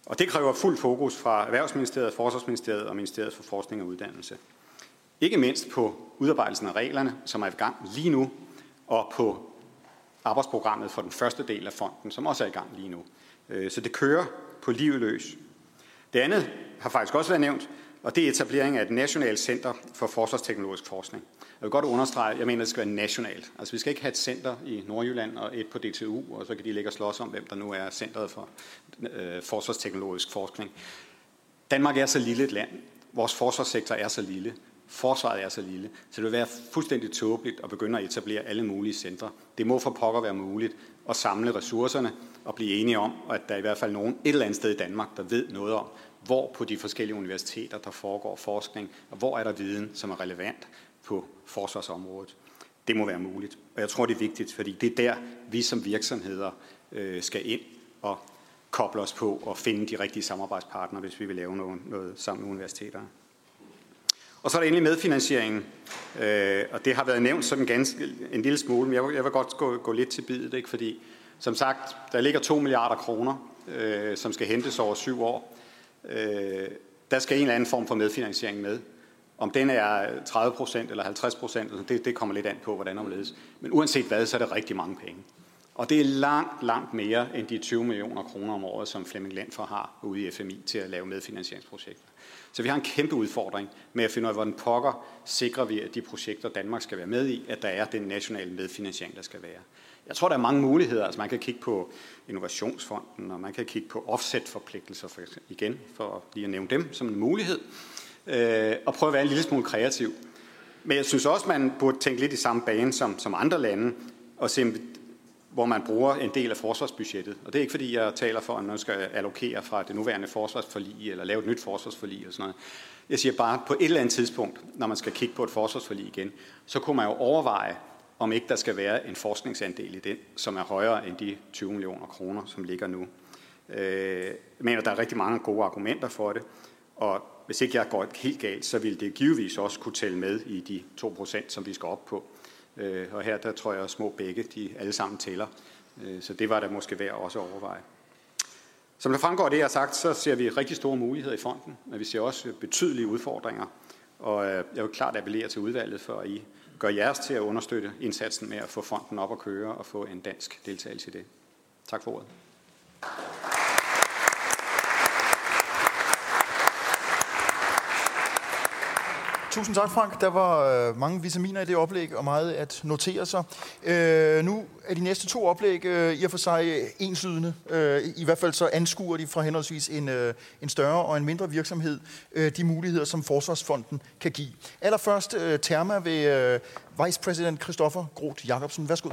Og det kræver fuld fokus fra Erhvervsministeriet, Forsvarsministeriet og Ministeriet for Forskning og Uddannelse. Ikke mindst på udarbejdelsen af reglerne, som er i gang lige nu, og på arbejdsprogrammet for den første del af fonden, som også er i gang lige nu. Så det kører på livet løs. Det andet har faktisk også været nævnt, og det er etablering af et nationalt center for forsvarsteknologisk forskning. Jeg vil godt understrege, at jeg mener, at det skal være nationalt. Altså vi skal ikke have et center i Nordjylland og et på DTU, og så kan de ligge og slås om, hvem der nu er centret for forsvarsteknologisk forskning. Danmark er så lille et land. Vores forsvarssektor er så lille. Forsvaret er så lille. Så det vil være fuldstændig tåbeligt at begynde at etablere alle mulige centre. Det må for pokker være muligt at samle ressourcerne og blive enige om, at der er i hvert fald nogen et eller andet sted i Danmark, der ved noget om, hvor på de forskellige universiteter, der foregår forskning, og hvor er der viden, som er relevant på forsvarsområdet. Det må være muligt. Og jeg tror, det er vigtigt, fordi det er der, vi som virksomheder skal ind og koble os på og finde de rigtige samarbejdspartnere, hvis vi vil lave noget sammen med universiteterne. Og så er der endelig medfinansieringen, og det har været nævnt sådan en lille smule, men jeg vil godt gå lidt til biddet, ikke? Fordi som sagt, der ligger 2 milliarder kroner, som skal hentes over 7 år. Der skal en eller anden form for medfinansiering med. Om den er 30% eller 50%, det kommer lidt an på, hvordan det omledes. Men uanset hvad, så er det rigtig mange penge. Og det er langt, langt mere end de 20 millioner kroner om året, som Flemming Lenfer har ude i FMI til at lave medfinansieringsprojekter. Så vi har en kæmpe udfordring med at finde ud af, hvordan pokker sikrer vi, at de projekter, Danmark skal være med i, at der er den nationale medfinansiering, der skal være. Jeg tror, der er mange muligheder. Altså man kan kigge på Innovationsfonden, og man kan kigge på offset-forpligtelser for lige at nævne dem som en mulighed, og prøve at være en lille smule kreativ. Men jeg synes også, man burde tænke lidt i samme bane som andre lande, og se, hvor man bruger en del af forsvarsbudgettet. Og det er ikke, fordi jeg taler for, at man skal allokere fra det nuværende forsvarsforlig, eller lave et nyt forsvarsforlig og sådan noget. Jeg siger bare, at på et eller andet tidspunkt, når man skal kigge på et forsvarsforlig igen, så kunne man jo overveje, om ikke der skal være en forskningsandel i den, som er højere end de 20 millioner kroner, som ligger nu. Jeg mener, der er rigtig mange gode argumenter for det, og hvis ikke jeg går helt galt, så vil det givetvis også kunne tælle med i de 2%, som vi skal op på. Og her, der tror jeg, at små bække, de alle sammen tæller. Så det var der måske værd også at overveje. Som der fremgår af det, jeg har sagt, så ser vi rigtig store muligheder i fonden, men vi ser også betydelige udfordringer. Og jeg vil klart appellere til udvalget, for at I gør jeres til at understøtte indsatsen med at få fonden op at køre og få en dansk deltagelse i det. Tak for ordet. Tusind tak, Frank. Der var mange vitaminer i det oplæg, og meget at notere sig. Nu er de næste 2 oplæg i og for sig enslydende. I hvert fald så anskuer de fra henholdsvis en større og en mindre virksomhed de muligheder, som Forsvarsfonden kan give. Allerførst Terma ved Vice President Christoffer Groth Jacobsen. Værsgo.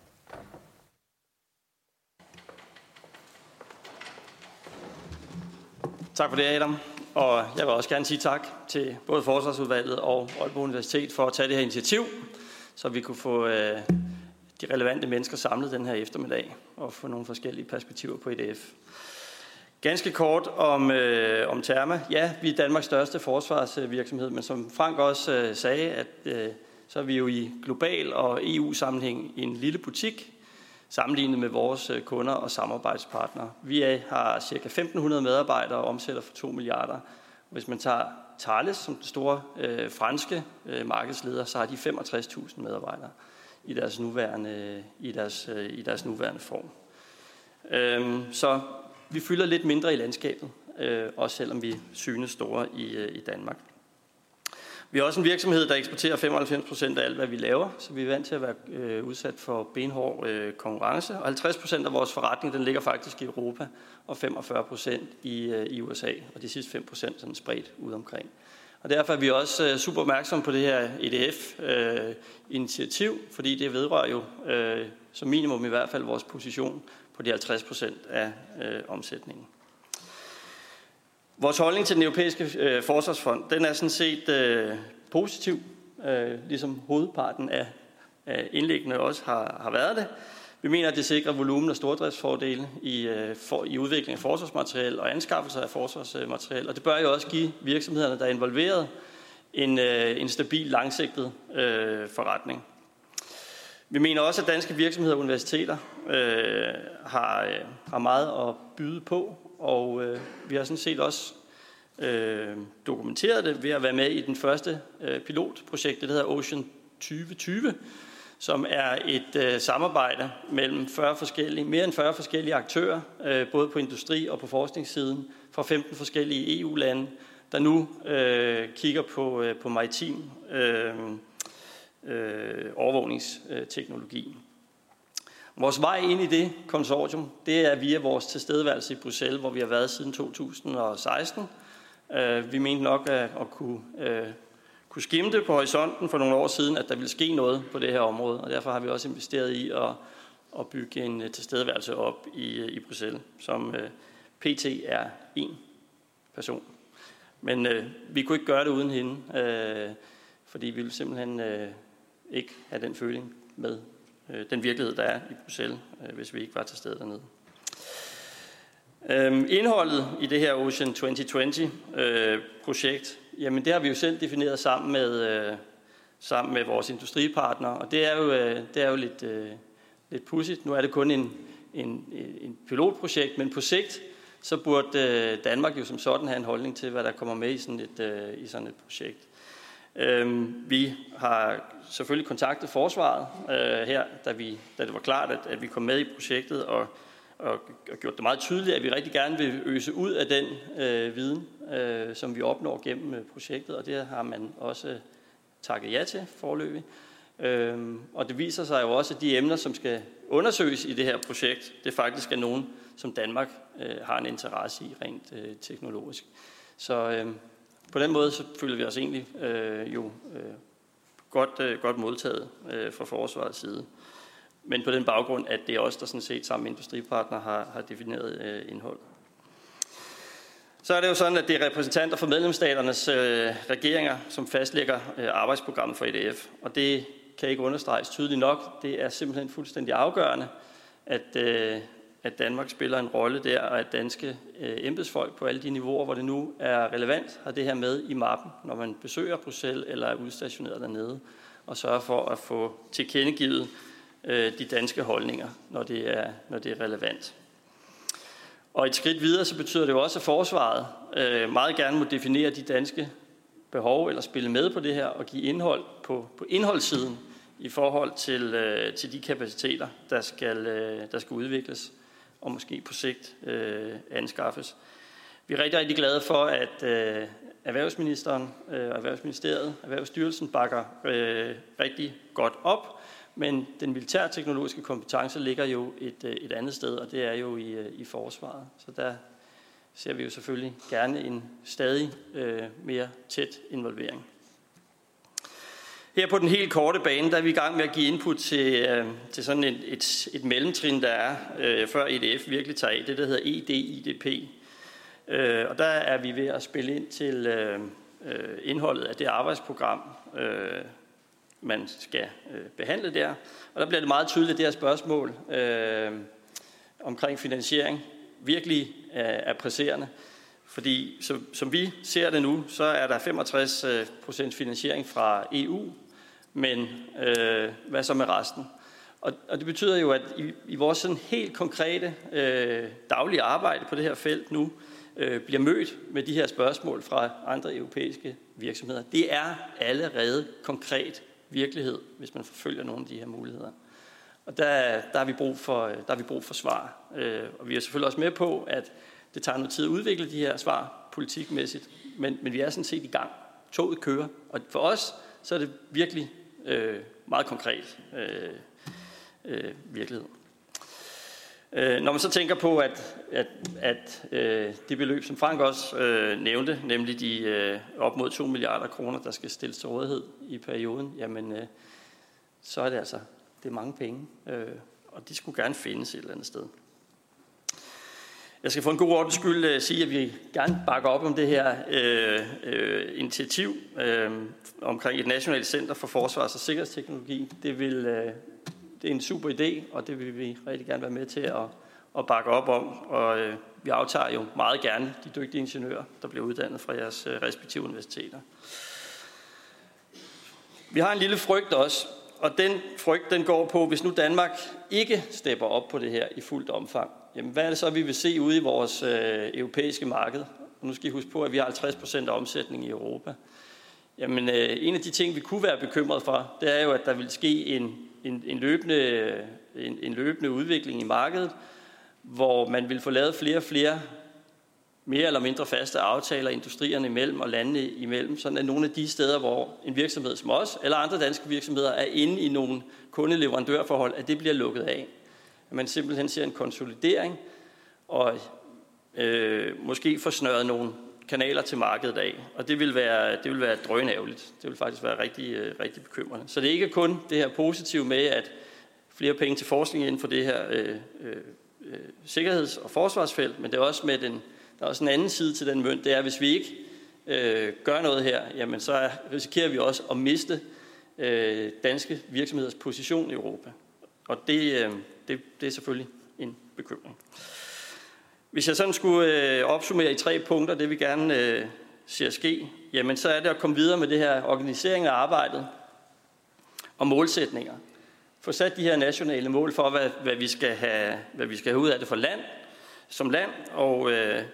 Tak for det, Adam. Og jeg vil også gerne sige tak til både Forsvarsudvalget og Aalborg Universitet for at tage det her initiativ, så vi kunne få de relevante mennesker samlet den her eftermiddag og få nogle forskellige perspektiver på EDF. Ganske kort om Terma. Ja, vi er Danmarks største forsvarsvirksomhed, men som Frank også sagde, at så er vi jo i global og EU-sammenhæng i en lille butik, sammenlignet med vores kunder og samarbejdspartnere. Vi har ca. 1.500 medarbejdere og omsætter for 2 milliarder. Hvis man tager Thales som den store franske markedsleder, så har de 65.000 medarbejdere i deres nuværende form. Så vi fylder lidt mindre i landskabet, også selvom vi synes store i Danmark. Vi er også en virksomhed, der eksporterer 95% af alt, hvad vi laver, så vi er vant til at være udsat for benhård konkurrence. Og 50% af vores forretning, den ligger faktisk i Europa, og 45% i USA, og de sidste 5% sådan spredt ud omkring. Og derfor er vi også super opmærksomme på det her EDF-initiativ, fordi det vedrører jo som minimum i hvert fald vores position på de 50% af omsætningen. Vores holdning til den europæiske forsvarsfond, den er sådan set positiv, ligesom hovedparten af indlæggene også har været det. Vi mener, at det sikrer volumen og stordriftsfordele i udvikling af forsvarsmateriel og anskaffelse af forsvarsmateriel, og det bør jo også give virksomhederne, der er involveret, en stabil, langsigtet forretning. Vi mener også, at danske virksomheder og universiteter har meget at byde på og vi har sådan set også dokumenteret det ved at være med i den første pilotprojekt, det hedder Ocean 2020, som er et samarbejde mellem mere end 40 forskellige aktører, både på industri- og på forskningssiden, fra 15 forskellige EU-lande, der nu kigger på maritim overvågningsteknologi. Vores vej ind i det konsortium, det er via vores tilstedeværelse i Bruxelles, hvor vi har været siden 2016. Vi mente nok at kunne skimte på horisonten for nogle år siden, at der ville ske noget på det her område, og derfor har vi også investeret i at bygge en tilstedeværelse op i Bruxelles, som PT er én person. Men vi kunne ikke gøre det uden hende, fordi vi ville simpelthen ikke have den føling med den virkelighed, der er i Bruxelles, hvis vi ikke var til stede dernede. Indholdet i det her Ocean 2020-projekt, jamen det har vi jo selv defineret sammen med vores industripartnere, og det er jo lidt pudsigt. Nu er det kun en pilotprojekt, men på sigt så burde Danmark jo som sådan have en holdning til, hvad der kommer med i sådan et projekt. Vi har selvfølgelig kontaktet forsvaret her, da det var klart, at vi kom med i projektet, og gjort det meget tydeligt, at vi rigtig gerne vil øse ud af den viden, som vi opnår gennem projektet, og det har man også takket ja til foreløbig. Og det viser sig jo også, at de emner, som skal undersøges i det her projekt, det faktisk er nogen, som Danmark har en interesse i rent teknologisk. Så på den måde så føler vi os egentlig godt modtaget fra forsvarets side. Men på den baggrund, at det er os, der sådan set sammen med industripartner har defineret indhold. Så er det jo sådan, at det er repræsentanter for medlemsstaternes regeringer, som fastlægger arbejdsprogrammet for EDF. Og det kan ikke understreges tydeligt nok. Det er simpelthen fuldstændig afgørende, at Danmark spiller en rolle der, og at danske embedsfolk på alle de niveauer, hvor det nu er relevant, har det her med i mappen, når man besøger Bruxelles eller er udstationeret dernede, og sørger for at få tilkendegivet de danske holdninger, når det er relevant. Og et skridt videre, så betyder det jo også, at forsvaret meget gerne må definere de danske behov, eller spille med på det her, og give indhold på indholdssiden i forhold til de kapaciteter, der skal udvikles, og måske på sigt anskaffes. Vi er rigtig, rigtig glade for, at Erhvervsministeren, Erhvervsministeriet, Erhvervsstyrelsen bakker rigtig godt op, men den militærteknologiske kompetence ligger jo et andet sted, og det er jo i forsvaret. Så der ser vi jo selvfølgelig gerne en stadig mere tæt involvering. Her på den helt korte bane, der er vi i gang med at give input til sådan et mellemtrin, der er, før EDF virkelig tager af. Det, der hedder EDIDP. Og der er vi ved at spille ind til indholdet af det arbejdsprogram, man skal behandle der. Og der bliver det meget tydeligt, det her spørgsmål omkring finansiering virkelig er presserende. Fordi som vi ser det nu, så er der 65% finansiering fra EU, men hvad så med resten? Og det betyder jo, at i vores sådan helt konkrete daglige arbejde på det her felt nu, bliver mødt med de her spørgsmål fra andre europæiske virksomheder. Det er allerede konkret virkelighed, hvis man forfølger nogle af de her muligheder. Og der har vi brug for svar. Og vi er selvfølgelig også med på, at det tager noget tid at udvikle de her svar politikmæssigt, men vi er sådan set i gang. Toget kører, og for os så er det virkelig meget konkret virkelighed. Når man så tænker på, at det beløb, som Frank også nævnte, nemlig de op mod 2 milliarder kroner, der skal stilles til rådighed i perioden, jamen så er det det er mange penge, og de skulle gerne findes et eller andet sted. Jeg skal for en god ordens skyld sige, at vi gerne bakker op om det her initiativ omkring et nationalt center for forsvars- og sikkerhedsteknologi. Det er en super idé, og det vil vi rigtig gerne være med til at bakke op om. Og vi aftager jo meget gerne de dygtige ingeniører, der bliver uddannet fra jeres respektive universiteter. Vi har en lille frygt også, og den frygt den går på, hvis nu Danmark ikke stepper op på det her i fuldt omfang, jamen, hvad er det så, vi vil se ude i vores europæiske marked? Og nu skal I huske på, at vi har 50% af omsætning i Europa. Jamen, en af de ting, vi kunne være bekymret for, det er jo, at der vil ske en løbende udvikling i markedet, hvor man vil få lavet flere og flere mere eller mindre faste aftaler industrierne imellem og landene imellem, sådan at nogle af de steder, hvor en virksomhed som os, eller andre danske virksomheder, er inde i nogle kundeleverandørforhold, at det bliver lukket af. At man simpelthen ser en konsolidering, og måske får snøret nogle kanaler til markedet af. Og det vil være drønærgerligt. Det vil faktisk være rigtig, rigtig bekymrende. Så det er ikke kun det her positive med, at flere penge til forskning inden for det her sikkerheds- og forsvarsfelt, men det er også med der er også en anden side til den mønt, det er, at hvis vi ikke gør noget her, jamen så risikerer vi også at miste danske virksomheders position i Europa. Og det er selvfølgelig en bekymring. Hvis jeg sådan skulle opsummere i 3 punkter, det vi gerne ser ske, jamen så er det at komme videre med det her organisering af arbejdet og målsætninger. Få sat de her nationale mål for, hvad vi skal have ud af det som land, og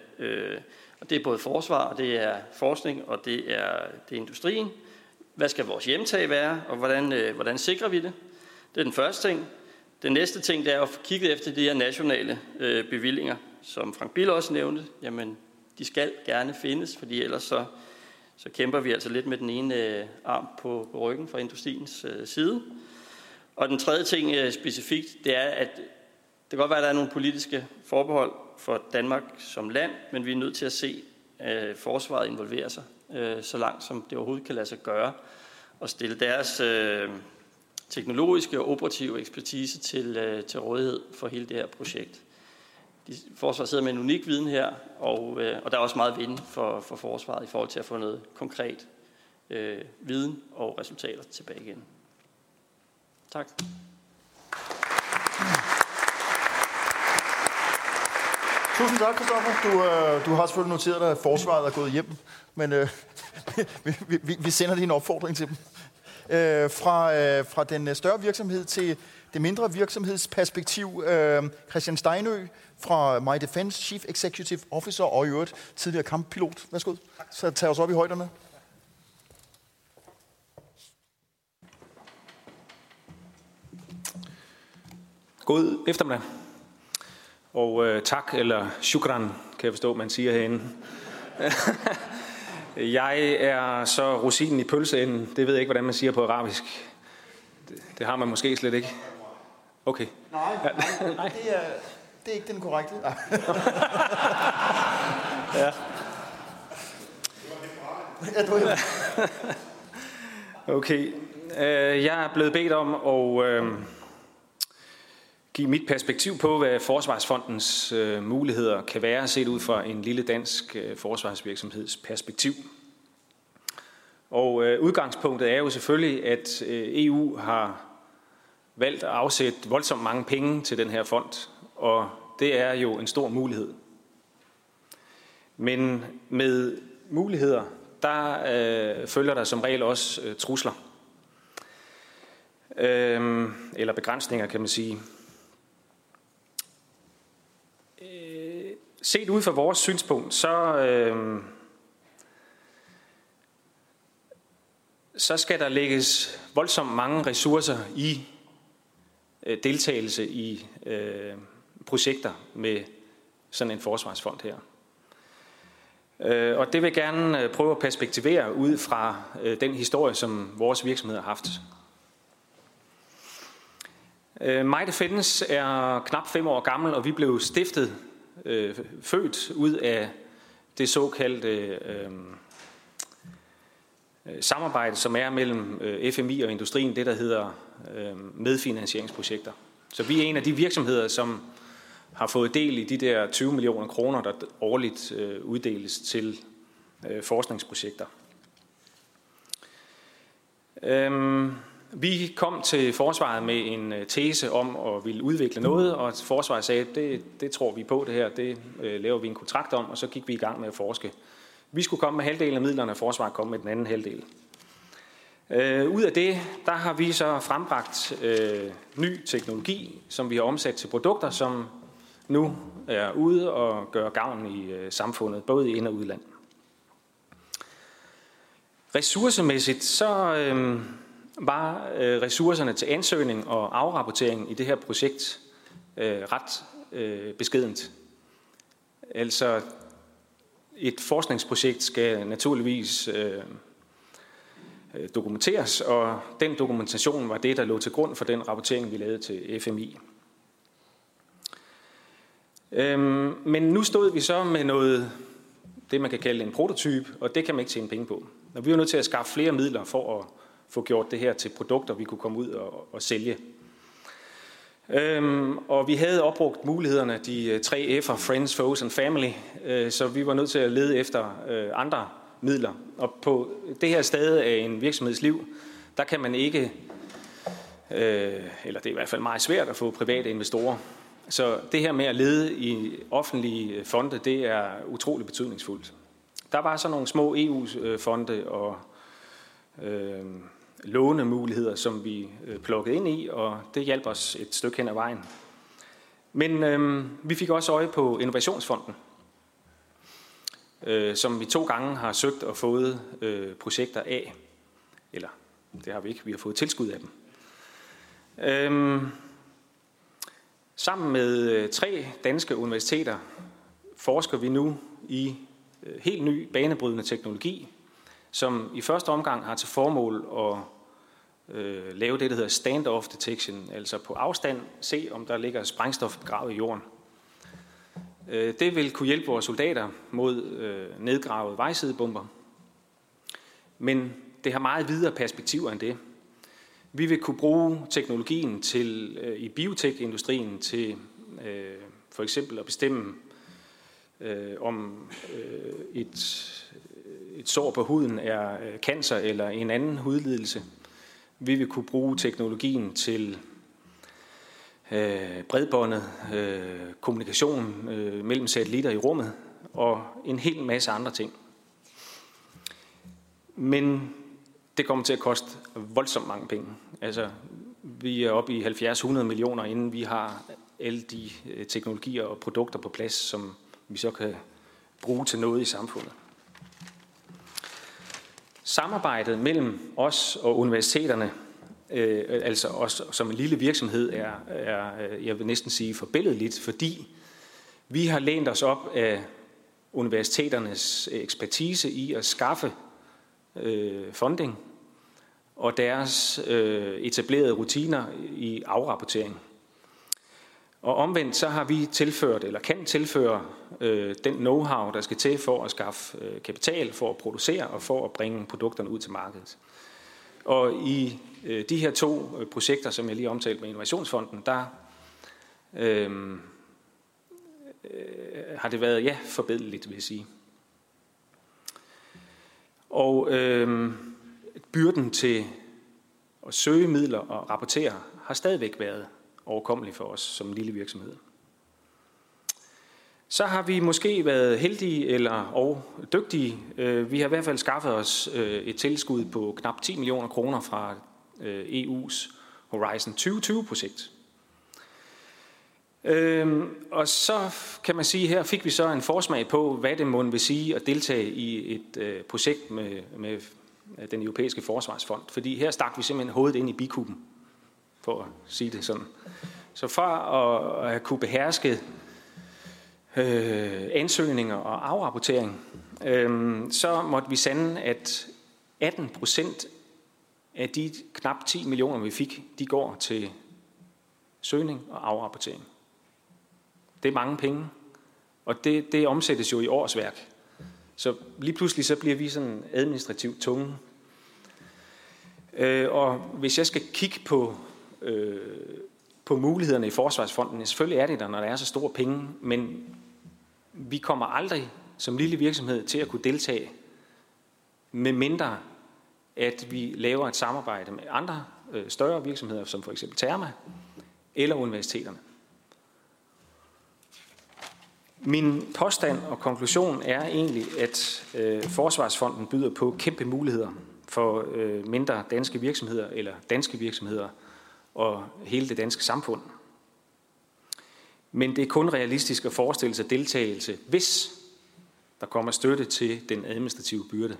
det er både forsvar, og det er forskning, og det er industrien. Hvad skal vores hjemtag være, og hvordan sikrer vi det? Det er den første ting. Den næste ting, det er at få kigget efter de her nationale bevillinger, som Frank Bill også nævnte. Jamen, de skal gerne findes, fordi ellers så kæmper vi altså lidt med den ene arm på ryggen fra industriens side. Og den tredje ting specifikt, det er, at det kan godt være, at der er nogle politiske forbehold for Danmark som land, men vi er nødt til at se forsvaret involvere sig så langt, som det overhovedet kan lade sig gøre, og stille deres teknologiske og operative ekspertise til rådighed for hele det her projekt. Forsvaret sidder med en unik viden her, og der er også meget viden for forsvaret i forhold til at få noget konkret viden og resultater tilbage igen. Tak. Tusind tak, Christoffer. Du har selvfølgelig noteret dig, at forsvaret er gået hjem, men vi sender lige en opfordring til dem. Fra den større virksomhed til det mindre virksomhedsperspektiv. Christian Steinø fra My Defense, Chief Executive Officer og i øvrigt tidligere kamppilot. Værsgo. Så tag os op i højderne. God eftermiddag. Og tak, eller shukran, kan jeg forstå, man siger herinde. Jeg er så rosinen i pølseenden. Det ved jeg ikke, hvordan man siger på arabisk. Det har man måske slet ikke. Okay. Nej. Det er ikke den korrekte. Ja. Okay. Jeg er blevet bedt om at give mit perspektiv på, hvad Forsvarsfondens muligheder kan være, set ud fra en lille dansk forsvarsvirksomheds perspektiv. Og udgangspunktet er jo selvfølgelig, at EU har valgt at afsætte voldsomt mange penge til den her fond, og det er jo en stor mulighed. Men med muligheder, der følger der som regel også trusler. Eller begrænsninger, kan man sige. Set ud fra vores synspunkt, så skal der lægges voldsomt mange ressourcer i deltagelse i projekter med sådan en forsvarsfond her. Og det vil jeg gerne prøve at perspektivere ud fra den historie, som vores virksomhed har haft. My Defense er knap 5 år gammel, og vi blev stiftet, født ud af det såkaldte samarbejde, som er mellem FMI og industrien, det der hedder medfinansieringsprojekter. Så vi er en af de virksomheder, som har fået del i de der 20 millioner kroner, der årligt uddeles til forskningsprojekter. Vi kom til forsvaret med en tese om at ville udvikle noget, og forsvaret sagde, det tror vi på det her, det laver vi en kontrakt om, og så gik vi i gang med at forske. Vi skulle komme med halvdelen af midlerne, og forsvaret kom med den anden halvdel. Ud af det, der har vi så frembragt ny teknologi, som vi har omsat til produkter, som nu er ude og gør gavn i samfundet, både i ind- og udland. Ressourcemæssigt så var ressourcerne til ansøgning og afrapportering i det her projekt ret beskedent. Altså et forskningsprojekt skal naturligvis dokumenteres, og den dokumentation var det, der lå til grund for den rapportering, vi lavede til FMI. Men nu stod vi så med noget, det man kan kalde en prototype, og det kan man ikke tjene penge på. Og vi var nødt til at skaffe flere midler for at få gjort det her til produkter, vi kunne komme ud og sælge. Og vi havde opbrugt mulighederne, de 3 F'er, Friends, Foes and Family, så vi var nødt til at lede efter andre midler. Og på det her stade af en virksomhedsliv, der kan man ikke, eller det er i hvert fald meget svært at få private investorer. Så det her med at lede i offentlige fonde, det er utroligt betydningsfuldt. Der var så nogle små EU-fonde og lånemuligheder, som vi plukkede ind i, og det hjalp os et stykke hen ad vejen. Men vi fik også øje på Innovationsfonden, som vi 2 gange har søgt og fået projekter af. Eller, det har vi ikke, vi har fået tilskud af dem. Sammen med 3 danske universiteter forsker vi nu i helt ny banebrydende teknologi, som i første omgang har til formål at lave det, der hedder stand-off detection, altså på afstand se, om der ligger sprængstof begravet i jorden. Det vil kunne hjælpe vores soldater mod nedgravede vejsidebomber, men det har meget videre perspektiver end det. Vi vil kunne bruge teknologien til i biotekindustrien til for eksempel at bestemme, om et sår på huden er cancer eller en anden hudlidelse. Vi vil kunne bruge teknologien til bredbåndet, kommunikation mellem satellitter i rummet og en hel masse andre ting. Men det kommer til at koste voldsomt mange penge. Altså, vi er oppe i 70-100 millioner, inden vi har alle de teknologier og produkter på plads, som vi så kan bruge til noget i samfundet. Samarbejdet mellem os og universiteterne, altså os som en lille virksomhed, er jeg vil næsten sige forbilledligt, fordi vi har lænt os op af universiteternes ekspertise i at skaffe funding og deres etablerede rutiner i afrapportering. Og omvendt så har vi tilført, eller kan tilføre, den know-how, der skal til for at skaffe kapital, for at producere og for at bringe produkterne ud til markedet. Og i de her 2 projekter, som jeg lige omtalte med Innovationsfonden, der har det været, forbilledligt, vil jeg sige. Og byrden til at søge midler og rapportere har stadigvæk været overkommelig for os som en lille virksomhed. Så har vi måske været heldige og dygtige. Vi har i hvert fald skaffet os et tilskud på knap 10 millioner kroner fra EU's Horizon 2020-projekt. Og så kan man sige, her fik vi så en forsmag på, hvad det må vil sige at deltage i et projekt med den europæiske forsvarsfond. Fordi her stak vi simpelthen hovedet ind i bikuben, for at sige det sådan. Så for at kunne beherske ansøgninger og afrapportering, så måtte vi sande, at 18% af de knap 10 millioner, vi fik, de går til søgning og afrapportering. Det er mange penge, og det omsættes jo i årsværk. Så lige pludselig så bliver vi sådan administrativt tunge. Og hvis jeg skal kigge på mulighederne i Forsvarsfonden, selvfølgelig er det der, når der er så store penge, men vi kommer aldrig som lille virksomhed til at kunne deltage, med mindre at vi laver et samarbejde med andre større virksomheder, som for eksempel Therma eller universiteterne. Min påstand og konklusion er egentlig, at Forsvarsfonden byder på kæmpe muligheder for mindre danske virksomheder eller danske virksomheder og hele det danske samfund. Men det er kun realistisk at forestille sig deltagelse, hvis der kommer støtte til den administrative byrde.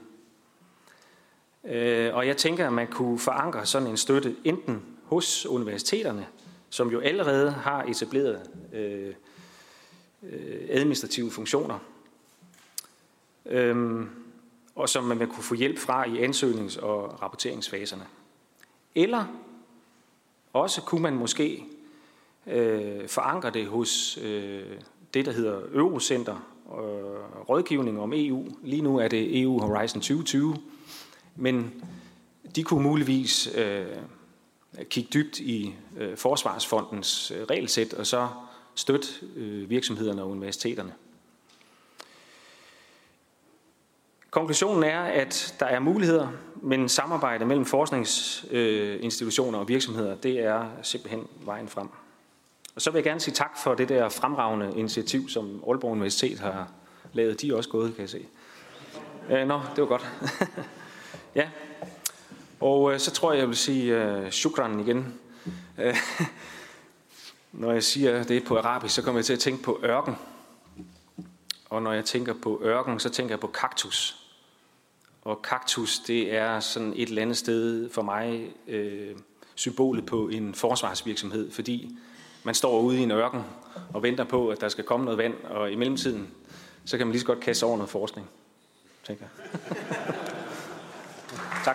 Og jeg tænker, at man kunne forankre sådan en støtte enten hos universiteterne, som jo allerede har etableret administrative funktioner, og som man kunne få hjælp fra i ansøgnings- og rapporteringsfaserne. Eller også kunne man måske forankre det hos det, der hedder Eurocenter, rådgivning om EU. Lige nu er det EU Horizon 2020, men de kunne muligvis kigge dybt i Forsvarsfondens regelsæt og så støtte virksomhederne og universiteterne. Konklusionen er, at der er muligheder, men samarbejde mellem forskningsinstitutioner og virksomheder, det er simpelthen vejen frem. Og så vil jeg gerne sige tak for det der fremragende initiativ, som Aalborg Universitet har lavet. De er også gået, kan jeg se. Det var godt. Ja, og så tror jeg vil sige shukran igen. Når jeg siger det på arabisk, så kommer jeg til at tænke på ørken. Og når jeg tænker på ørken, så tænker jeg på kaktus. Og kaktus, det er sådan et eller andet sted for mig symbolet på en forsvarsvirksomhed, fordi man står ude i en ørken og venter på, at der skal komme noget vand, og i mellemtiden, så kan man lige så godt kaste over noget forskning, tænker jeg. Tak.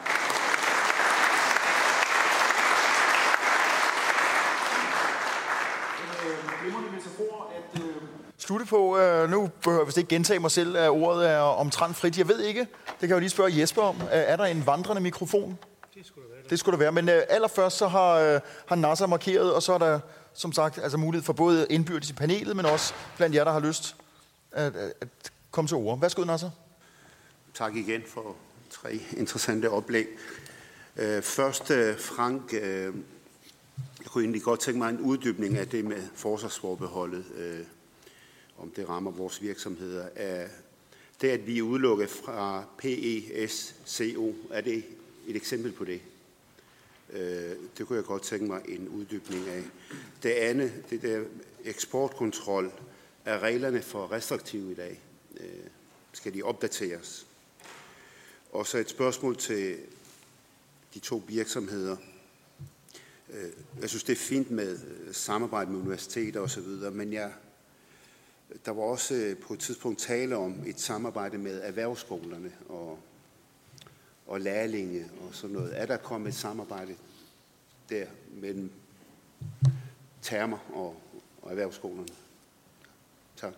Slutte på, nu behøver jeg vist ikke gentage mig selv, at ordet er omtrent frit. Jeg ved ikke, det kan jeg jo lige spørge Jesper om. Er der en vandrende mikrofon? Det skulle der være. Men allerførst så har Nasser markeret, og så er der som sagt altså mulighed for både indbyrdes i panelet, men også blandt jer, der har lyst at komme til ord. Værsgo, Nasser. Tak igen for 3 interessante oplæg. Først, Frank, jeg kunne egentlig godt tænke mig en uddybning af det med forsvarsforbeholdet, om det rammer vores virksomheder. Det, at vi er udelukket fra PESCO, er det et eksempel på det? Det kunne jeg godt tænke mig en uddybning af. Det andet, det der eksportkontrol, er reglerne for restriktive i dag? Skal de opdateres? Og så et spørgsmål til de 2 virksomheder. Jeg synes, det er fint med samarbejde med universiteter osv., men der var også på et tidspunkt tale om et samarbejde med erhvervsskolerne og lærlinge og sådan noget. Er der kommet et samarbejde der mellem termer og erhvervsskolerne? Tak.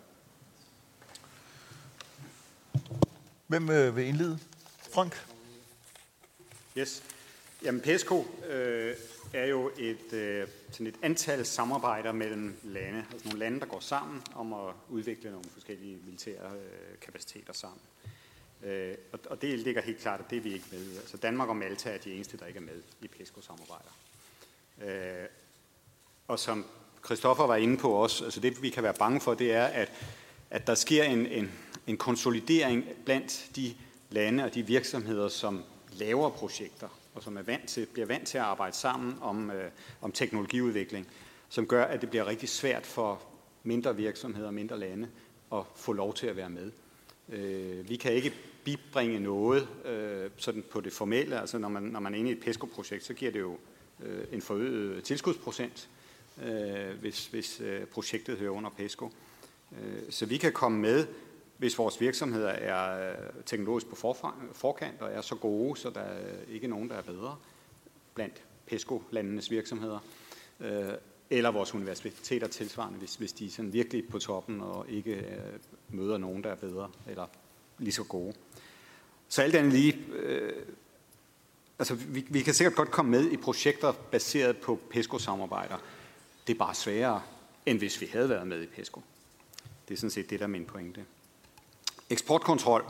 Hvem vil indlede? Frank? Yes. Jamen, PESCO er jo sådan et antal samarbejder mellem lande, altså nogle lande, der går sammen om at udvikle nogle forskellige militære kapaciteter sammen. Og det ligger helt klart, at det er vi ikke med. Altså Danmark og Malta er de eneste, der ikke er med i PESCO-samarbejder. Og som Christoffer var inde på også, altså det vi kan være bange for, det er, at der sker en konsolidering blandt de lande og de virksomheder, som laver projekter, og som bliver vant til at arbejde sammen om teknologiudvikling, som gør, at det bliver rigtig svært for mindre virksomheder og mindre lande at få lov til at være med. Vi kan ikke bibringe noget sådan på det formelle, altså når man er inde i et PESCO-projekt, så giver det jo en forøget tilskudsprocent, hvis projektet hører under PESCO. Så vi kan komme med, hvis vores virksomheder er teknologisk på forkant og er så gode, så der er ikke nogen, der er bedre blandt PESCO-landenes virksomheder, eller vores universiteter tilsvarende, hvis de er sådan virkelig på toppen og ikke møder nogen, der er bedre eller lige så gode. Så alt andet lige, altså vi kan sikkert godt komme med i projekter baseret på PESCO-samarbejder. Det er bare sværere, end hvis vi havde været med i PESCO. Det er sådan set det, der er min pointe. Eksportkontrol.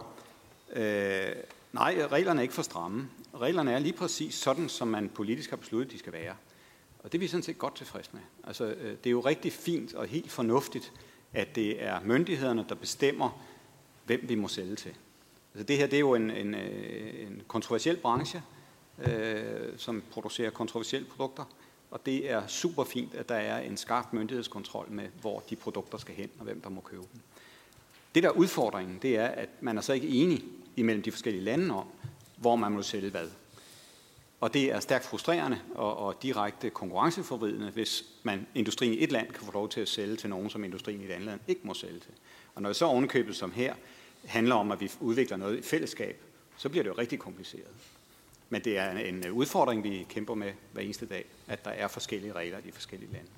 Nej, reglerne er ikke for stramme. Reglerne er lige præcis sådan, som man politisk har besluttet, de skal være. Og det er vi sådan set godt tilfreds med. Altså, det er jo rigtig fint og helt fornuftigt, at det er myndighederne, der bestemmer, hvem vi må sælge til. Altså, det her det er jo en kontroversiel branche, som producerer kontroversielle produkter. Og det er super fint, at der er en skarp myndighedskontrol med, hvor de produkter skal hen, og hvem der må købe dem. Det der er udfordringen, det er, at man er så ikke enig imellem de forskellige lande om, hvor man må sælge hvad. Og det er stærkt frustrerende og direkte konkurrenceforvridende, hvis industrien i et land kan få lov til at sælge til nogen, som industrien i et andet land ikke må sælge til. Og når det så ovenikøbet som her handler om, at vi udvikler noget i fællesskab, så bliver det jo rigtig kompliceret. Men det er en udfordring, vi kæmper med hver eneste dag, at der er forskellige regler i de forskellige lande.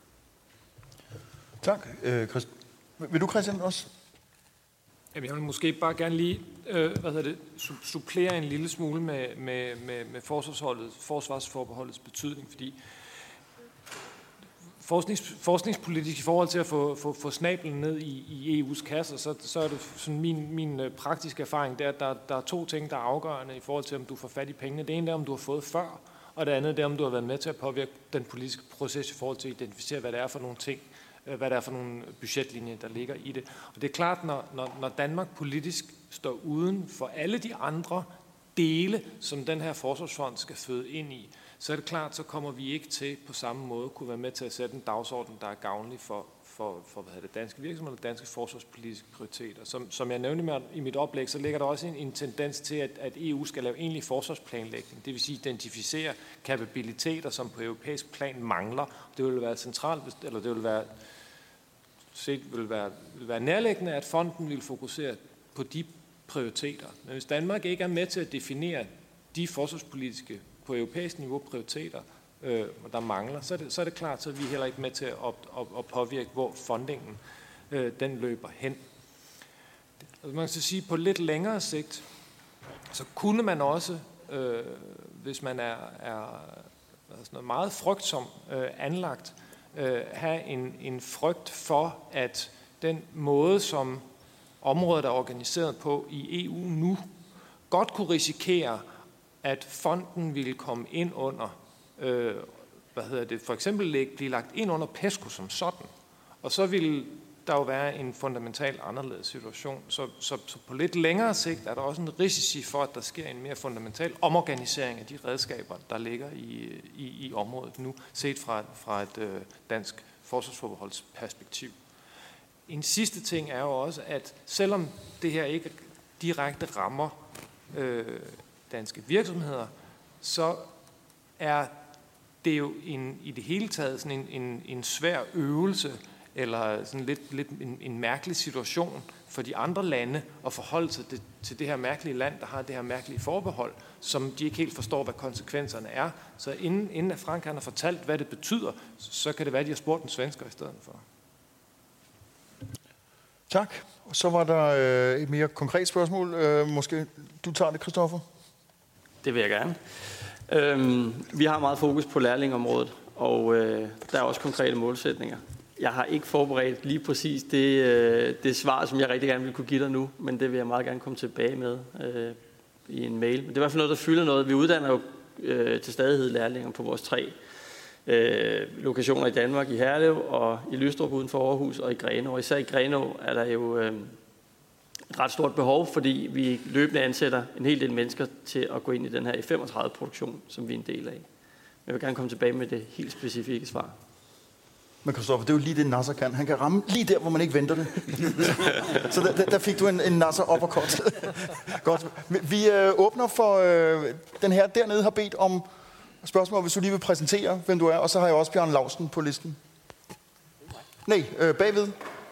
Tak. Vil du, Christian, også? Jamen, jeg vil måske bare gerne lige supplere en lille smule med forsvarsforbeholdets betydning, fordi forskningspolitisk i forhold til at få snablen ned i EU's kasser, så er det sådan min praktiske erfaring, det er, at der er to ting, der er afgørende i forhold til, om du får fat i pengene. Det ene er, om du har fået før, og det andet er, om du har været med til at påvirke den politiske proces i forhold til at identificere, hvad det er for nogle ting, hvad det er for nogle budgetlinjer, der ligger i det. Og det er klart, når Danmark politisk står uden for alle de andre dele, som den her forsvarsfond skal føde ind i, så er det klart, så kommer vi ikke til på samme måde kunne være med til at sætte en dagsorden, der er gavnlig for danske virksomheder og danske forsvarspolitiske prioriteter. Som jeg nævnte i mit oplæg, så ligger der også en tendens til, at EU skal lave egentlig forsvarsplanlægning. Det vil sige identificere kapabiliteter, som på europæisk plan mangler. Det vil være centralt, eller det vil være nærliggende, at fonden vil fokusere på de prioriteter. Men hvis Danmark ikke er med til at definere de forsvarspolitiske på europæisk niveau prioriteter, der mangler, så er det klart, så er vi heller ikke med til at påvirke, hvor fundingen den løber hen. Man skal sige, på lidt længere sigt, så kunne man også, hvis man er meget frygtsom anlagt, have en frygt for, at den måde, som området er organiseret på i EU nu, godt kunne risikere, at fonden ville komme ind under, for eksempel blive lagt ind under PESCO som sådan. Og så ville der jo være en fundamentalt anderledes situation. Så på lidt længere sigt er der også en risici for, at der sker en mere fundamental omorganisering af de redskaber, der ligger i området nu, set fra et dansk forsvarsforbeholdsperspektiv. En sidste ting er jo også, at selvom det her ikke direkte rammer danske virksomheder, så er det jo i det hele taget sådan en svær øvelse, eller sådan lidt en mærkelig situation for de andre lande at forholde sig til det her mærkelige land, der har det her mærkelige forbehold, som de ikke helt forstår, hvad konsekvenserne er. Så inden at Frank har fortalt, hvad det betyder, så kan det være, at de har spurgt en svensker i stedet for. Tak. Og så var der et mere konkret spørgsmål. Måske du tager det, Christoffer? Det vil jeg gerne. Vi har meget fokus på lærlingområdet, og der er også konkrete målsætninger. Jeg har ikke forberedt lige præcis det svar, som jeg rigtig gerne vil kunne give dig nu, men det vil jeg meget gerne komme tilbage med i en mail. Men det er i hvert fald noget, der fylder noget. Vi uddanner jo til stadighed lærlinger på vores 3 lokationer i Danmark, i Herlev og i Lystrup uden for Aarhus og i Grenaa. Og især i Grenaa er der jo et ret stort behov, fordi vi løbende ansætter en hel del mennesker til at gå ind i den her F-35-produktion, som vi er en del af. Jeg vil gerne komme tilbage med det helt specifikke svar. Men Christoffer, det er jo lige det, Nasser kan. Han kan ramme lige der, hvor man ikke venter det. Så der fik du en Nasser uppercut. Godt. Vi åbner for den her dernede har bedt om spørgsmål, hvis du lige vil præsentere, hvem du er. Og så har jeg også Bjørn Lausten på listen. Nej, bagved.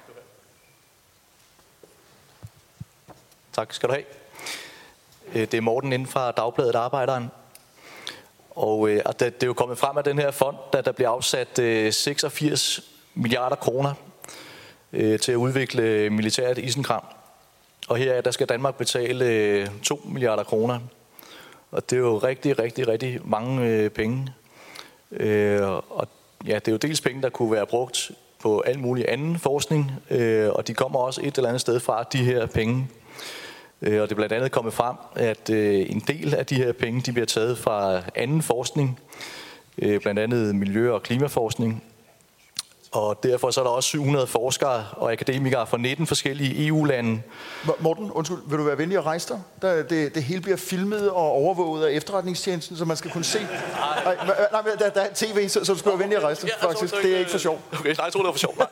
Tak skal du have. Det er Morten inden fra Dagbladet Arbejderen. Og det er jo kommet frem af den her fond, at der bliver afsat 86 milliarder kroner til at udvikle militært isenkram. Og her der skal Danmark betale 2 milliarder kroner. Og det er jo rigtig mange penge. Og ja, det er jo dels penge, der kunne være brugt på al mulig anden forskning, og de kommer også et eller andet sted fra, de her penge. Og det er blandt andet kommet frem, at en del af de her penge, de bliver taget fra anden forskning, blandt andet miljø- og klimaforskning. Og derfor så er der også 700 forskere og akademikere fra 19 forskellige EU-lande. Morten, undskyld, vil du være venlig at rejse dig? Det hele bliver filmet og overvåget af efterretningstjenesten, så man skal kunne se. Nej, der er tv, så du skal være venlig at rejse dig, faktisk. Det er ikke for sjov. Okay, nej, jeg tror, det var for sjov.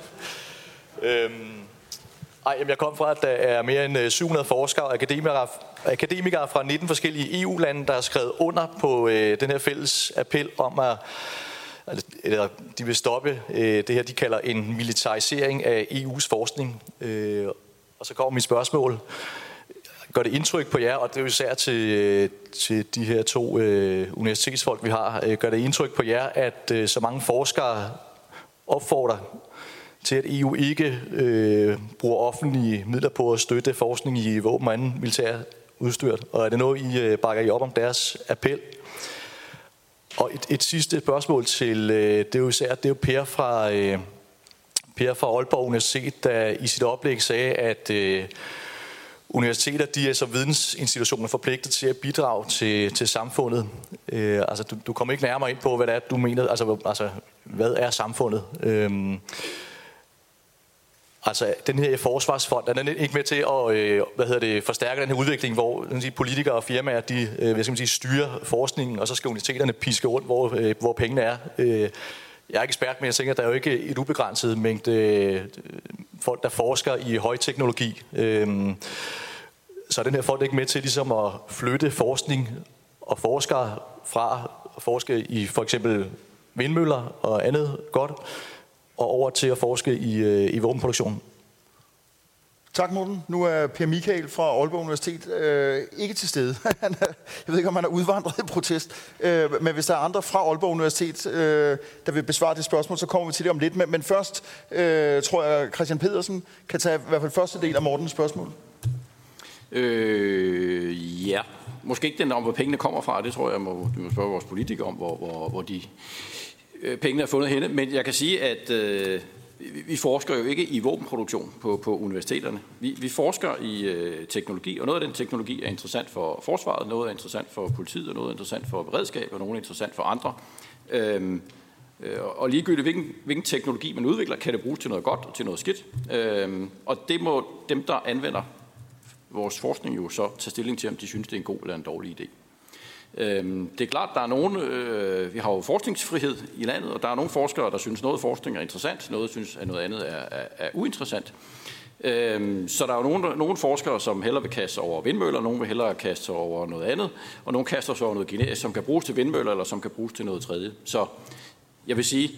Jeg kom fra, at der er mere end 700 forskere og akademikere fra 19 forskellige EU-lande, der har skrevet under på den her fælles appel om eller de vil stoppe det her, de kalder en militarisering af EU's forskning. Og så kommer mit spørgsmål. Gør det indtryk på jer, og det er jo især til de her 2 universitetsfolk, vi har, gør det indtryk på jer, at så mange forskere opfordrer til, at EU ikke bruger offentlige midler på at støtte forskning i våben og anden militær udstyr? Og er det noget, I bakker I op om deres appel? Og et sidste spørgsmål til, det er jo Per fra Aalborg Universitet, der i sit oplæg sagde, at universiteter, de er som vidensinstitutioner forpligtet til at bidrage til samfundet. Du kommer ikke nærmere ind på, hvad det er, du mener. Altså hvad er samfundet? Den her forsvarsfond, den er ikke med til at forstærke den her udvikling, hvor politikere og firmaer, de styrer forskningen, og så skal universiteterne piske rundt, hvor pengene er. Jeg er ikke ekspert, men jeg tænker, at der er jo ikke et ubegrænset mængde folk, der forsker i højteknologi. Så er den her fond ikke med til ligesom at flytte forskning og forskere fra at forske i for eksempel vindmøller og andet godt, og over til at forske i våbenproduktion. Tak, Morten. Nu er Per Michael fra Aalborg Universitet ikke til stede. Jeg ved ikke, om han er udvandret i protest. Men hvis der er andre fra Aalborg Universitet, der vil besvare det spørgsmål, så kommer vi til det om lidt. Men først tror jeg, Christian Pedersen kan tage i hvert fald første del af Mortens spørgsmål. Ja. Måske ikke den om, hvor pengene kommer fra. Det tror jeg, du må spørge vores politikere om, hvor de pengene er fundet henne. Men jeg kan sige, at vi forsker jo ikke i våbenproduktion på universiteterne. Vi forsker i teknologi, og noget af den teknologi er interessant for forsvaret, noget er interessant for politiet, og noget er interessant for beredskab, og noget er interessant for andre. Og ligegyldigt hvilken teknologi man udvikler, kan det bruges til noget godt og til noget skidt. Og det må dem, der anvender vores forskning, jo så tage stilling til, om de synes, det er en god eller en dårlig idé. Det er klart, der er nogen, vi har jo forskningsfrihed i landet, og der er nogle forskere, der synes, noget forskning er interessant, noget synes, at noget andet er uinteressant. Så der er jo nogle forskere, som hellere vil kaste sig over vindmøller, nogle vil hellere kaste sig over noget andet, og nogle kaster sig over noget generisk, som kan bruges til vindmøller, eller som kan bruges til noget tredje. Så jeg vil sige,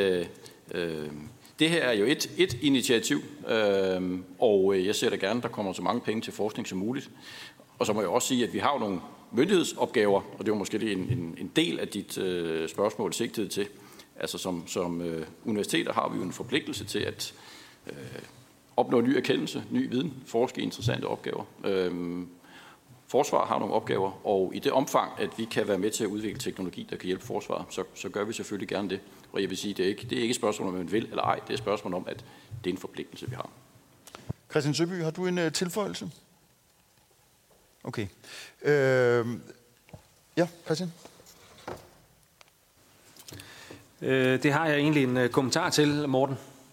det her er jo et initiativ, og jeg ser da gerne, at der kommer så mange penge til forskning som muligt. Og så må jeg også sige, at vi har jo nogle myndighedsopgaver, og det var måske en del af dit spørgsmål sigtet til. Altså som universiteter har vi jo en forpligtelse til at opnå ny erkendelse, ny viden, forske i interessante opgaver. Forsvar har nogle opgaver, og i det omfang, at vi kan være med til at udvikle teknologi, der kan hjælpe forsvaret, så gør vi selvfølgelig gerne det. Og jeg vil sige, det er ikke et spørgsmål, om man vil eller ej, det er et spørgsmål om, at det er en forpligtelse, vi har. Christian Søby, har du en tilføjelse? Okay. Ja, Christian? Det har jeg egentlig en kommentar til, Morten.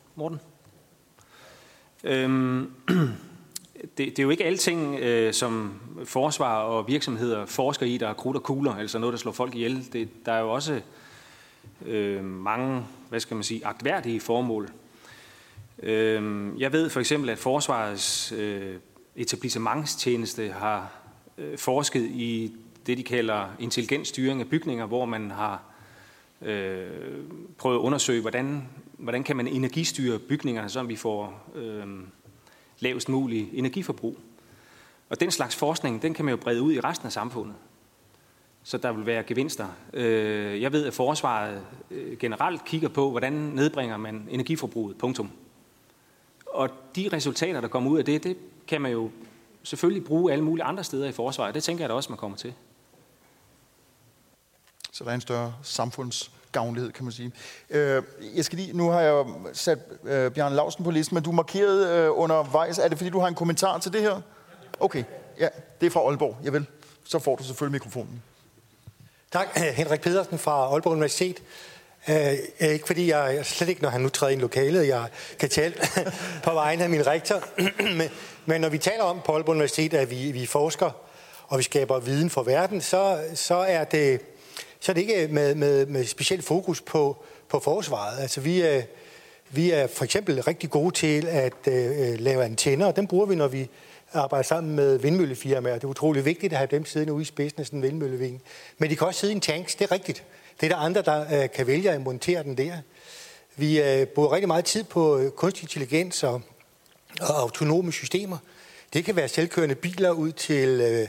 Det er jo ikke alting, som forsvar og virksomheder forsker i, der er krudt og kugler, altså noget, der slår folk ihjel. Der er jo også mange, agtværdige formål. Jeg ved for eksempel, at Forsvarets etablissementstjeneste har forsket i det, de kalder intelligent styring af bygninger, hvor man har prøvet at undersøge, hvordan kan man energistyre bygningerne, så vi får lavest mulig energiforbrug. Og den slags forskning, den kan man jo brede ud i resten af samfundet. Så der vil være gevinster. Jeg ved, at Forsvaret generelt kigger på, hvordan nedbringer man energiforbruget, punktum. Og de resultater, der kommer ud af det kan man jo selvfølgelig bruge alle mulige andre steder i forsvaret. Det tænker jeg da også, man kommer til. Så der er en større samfundsgavnlighed, kan man sige. Nu har jeg sat Bjarne Laustsen på listen, men du markerede undervejs. Er det fordi, du har en kommentar til det her? Okay, ja, det er fra Aalborg. Javel, så får du selvfølgelig mikrofonen. Tak. Henrik Pedersen fra Aalborg Universitet. Ikke fordi jeg slet ikke, når han nu træder ind i lokalet, jeg kan tale på vegne af min rektor. Men når vi taler om på Aalborg Universitet, at vi forsker, og vi skaber viden for verden, så er det ikke med specielt fokus på forsvaret. Altså vi er for eksempel rigtig gode til at lave antenner, og dem bruger vi, når vi arbejder sammen med vindmøllefirmaer. Det er utrolig vigtigt at have dem siddende ude i spidsen af sådan en vindmølleving. Men de kan også sidde i en tanks, det er rigtigt. Det er der andre, der kan vælge at montere den der. Vi bruger rigtig meget tid på kunstig intelligens og autonome systemer. Det kan være selvkørende biler ud til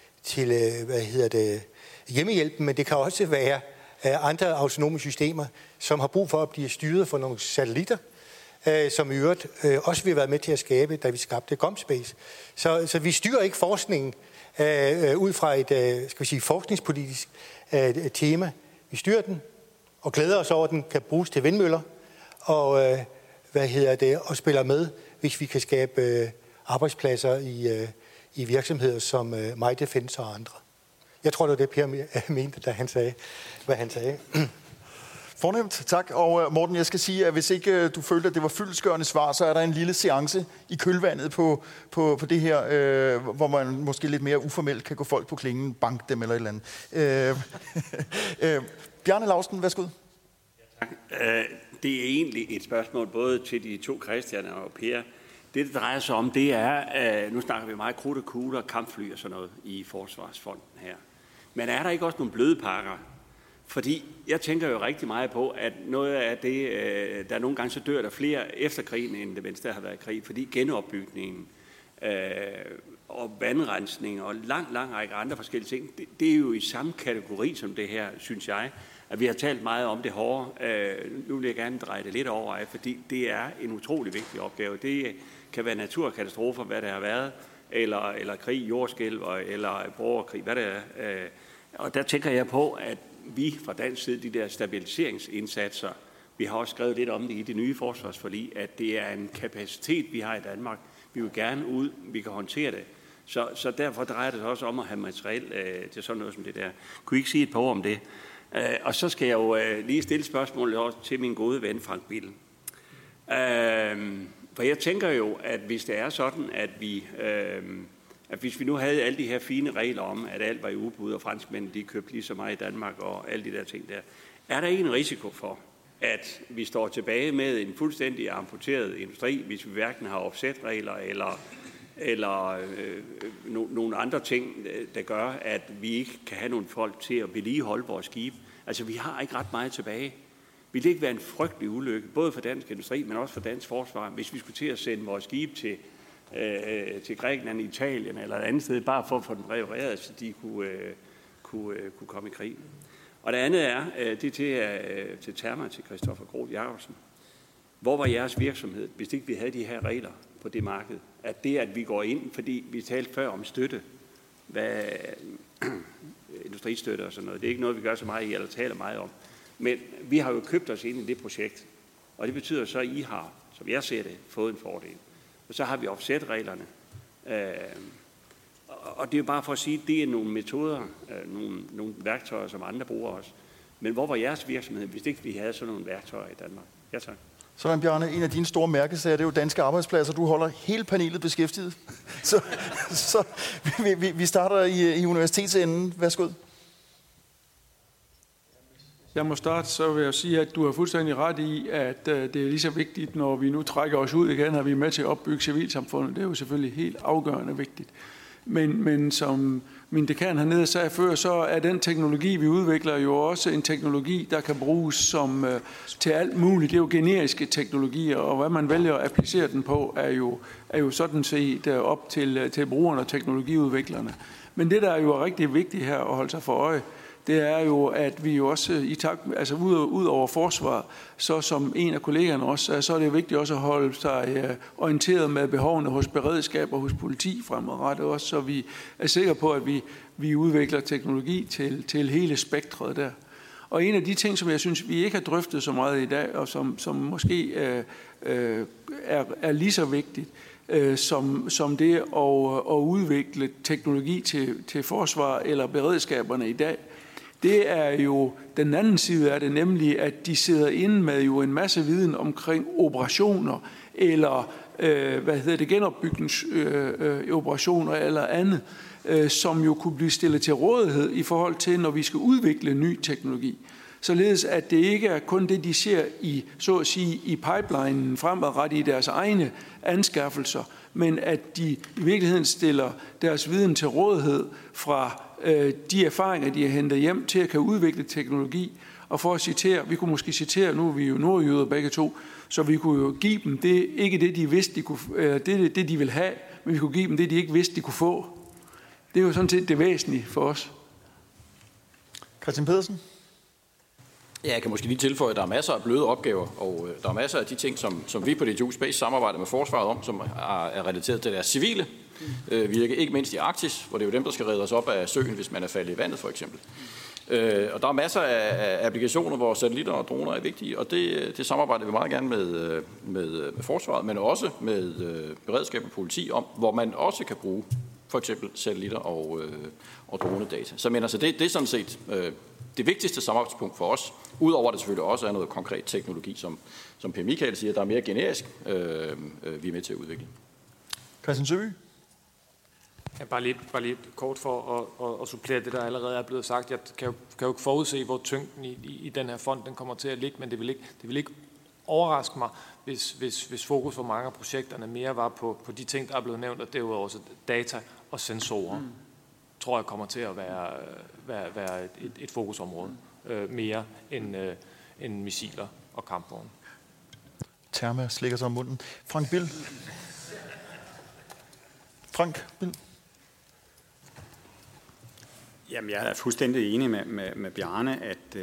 hjemmehjælpen, men det kan også være andre autonome systemer, som har brug for at blive styret for nogle satellitter, som i øvrigt også vi har været med til at skabe, da vi skabte GomSpace. Så vi styrer ikke forskningen ud fra et forskningspolitisk tema. Vi styrer den og glæder os over, at den kan bruges til vindmøller og og spiller med, hvis vi kan skabe arbejdspladser i virksomheder som MyDefense og andre. Jeg tror, det var det, Per mente, da han sagde, hvad han sagde. Fornemt, tak. Og Morten, jeg skal sige, at hvis ikke du følte, at det var fyldestgørende svar, så er der en lille seance i kølvandet på det her, hvor man måske lidt mere uformelt kan gå folk på klingen, banke dem eller et eller andet. Bjarne Laustsen, værsgo. Ja, tak. Det er egentlig et spørgsmål både til de to Christianer og Per. Det drejer sig om, det er, nu snakker vi meget krudt og kugler, kampfly og sådan noget i Forsvarsfonden her. Men er der ikke også nogle bløde pakker? Fordi jeg tænker jo rigtig meget på, at noget af det, der nogle gange så dør der flere efter krigen, end det mens der har været krig, fordi genopbygningen og vandrensning og lang række andre forskellige ting, det er jo i samme kategori som det her, synes jeg. At vi har talt meget om det hårde. Nu vil jeg gerne dreje det lidt over af, fordi det er en utrolig vigtig opgave. Det kan være naturkatastrofer, hvad det har været, eller krig, jordskælv, eller borgerkrig, hvad det er. Og der tænker jeg på, at vi fra dansk side, de der stabiliseringsindsatser, vi har også skrevet lidt om det i det nye forsvarsforlig, at det er en kapacitet, vi har i Danmark. Vi vil gerne ud, vi kan håndtere det. Så derfor drejer det sig også om at have materiel til sådan noget som det der. Kunne I ikke sige et par ord om det? Og så skal jeg jo lige stille spørgsmålet også til min gode ven Frank Bill. For jeg tænker jo, at hvis det er sådan, at hvis vi nu havde alle de her fine regler om, at alt var i udbud, og franskmændene de købte lige så meget i Danmark og alle de der ting der, er der ikke en risiko for, at vi står tilbage med en fuldstændig amputeret industri, hvis vi hverken har offset-regler eller nogle andre ting, der gør, at vi ikke kan have nogle folk til at vedligeholde vores skibe. Altså, vi har ikke ret meget tilbage. Vil det ikke være en frygtelig ulykke, både for dansk industri, men også for dansk forsvar, hvis vi skulle til at sende vores skibe til Grækenland, Italien eller et andet sted, bare for at få dem repareret, så de kunne komme i krig. Og det andet er, det er til Therma, til Christoffer Groth Jacobsen. Hvor var jeres virksomhed, hvis ikke vi havde de her regler på det marked? At det, at vi går ind, fordi vi talte før om støtte, hvad industristøtte og sådan noget, det er ikke noget, vi gør så meget i, eller taler meget om. Men vi har jo købt os ind i det projekt, og det betyder så, at I har, som jeg ser det, fået en fordel. Og så har vi offset-reglerne. Og det er jo bare for at sige, at det er nogle metoder, nogle værktøjer, som andre bruger også. Men hvor var jeres virksomhed, hvis ikke vi havde sådan nogle værktøjer i Danmark? Ja, tak. Sådan, Bjarne, en af dine store mærkesager, det er jo danske arbejdspladser. Du holder hele panelet beskæftiget. Så vi starter i universitetsenden. Værsgo. Jeg må starte, så vil jeg sige, at du har fuldstændig ret i, at det er lige så vigtigt, når vi nu trækker os ud igen, at vi er med til at opbygge civilsamfundet. Det er jo selvfølgelig helt afgørende vigtigt. Men som min dekan hernede sagde før, så er den teknologi, vi udvikler, jo også en teknologi, der kan bruges til alt muligt. Det er jo generiske teknologier, og hvad man vælger at applicere den på, er jo sådan set op til brugerne og teknologiudviklerne. Men det, der er jo rigtig vigtigt her at holde sig for øje, det er jo, at vi jo også ud over forsvaret, så som en af kollegerne også, så er det vigtigt også at holde sig orienteret med behovene hos beredskab og hos politi fremadrettet også, så vi er sikre på, at vi udvikler teknologi til hele spektret der. Og en af de ting, som jeg synes, vi ikke har drøftet så meget i dag, og som måske er lige så vigtigt, som det at udvikle teknologi til forsvar eller beredskaberne i dag, Det er jo den anden side af det, nemlig at de sidder inde med jo en masse viden omkring operationer, eller genopbygningsoperationer eller andet, som jo kunne blive stillet til rådighed i forhold til, når vi skal udvikle ny teknologi. Således at det ikke er kun det, de ser i, så at sige, i pipelinen fremadrettet i deres egne anskaffelser, men at de i virkeligheden stiller deres viden til rådighed fra de erfaringer, de har hentet hjem til at kan udvikle teknologi. Og for at citere, vi kunne måske citere, nu er vi jo nordjyder begge to, så vi kunne jo give dem det, ikke det, de vidste, de kunne, det de vil have, men vi kunne give dem det, de ikke vidste, de kunne få. Det er jo sådan set det væsentlige for os. Christian Pedersen? Ja, jeg kan måske lige tilføje, at der er masser af bløde opgaver, og der er masser af de ting, som vi på DTU Space samarbejder med forsvaret om, som er relateret til deres civile virke, ikke mindst i Arktis, hvor det er jo dem, der skal redde os op af søen, hvis man er faldet i vandet for eksempel. Og der er masser af applikationer, hvor satellitter og droner er vigtige, og det samarbejder vi meget gerne med forsvaret, men også med beredskab og politi om, hvor man også kan bruge for eksempel satellitter og dronedata. Så men altså, det er sådan set det vigtigste samarbejdspunkt for os, udover at det selvfølgelig også er noget konkret teknologi, som Per Michael siger, der er mere generisk, vi er med til at udvikle. Christian Søby? Ja, bare lige kort for at supplere det, der allerede er blevet sagt. Jeg kan jo ikke forudse, hvor tyngden i den her fond den kommer til at ligge, men det vil ikke overraske mig, hvis fokus for mange af projekterne mere var på de ting, der er blevet nævnt, og derudover også data og sensorer. Tror jeg kommer til at være et fokusområde mere end missiler og kampvogne. Therma slikker sig om munden. Frank Bill? Jamen, jeg er fuldstændig enig med Bjarne,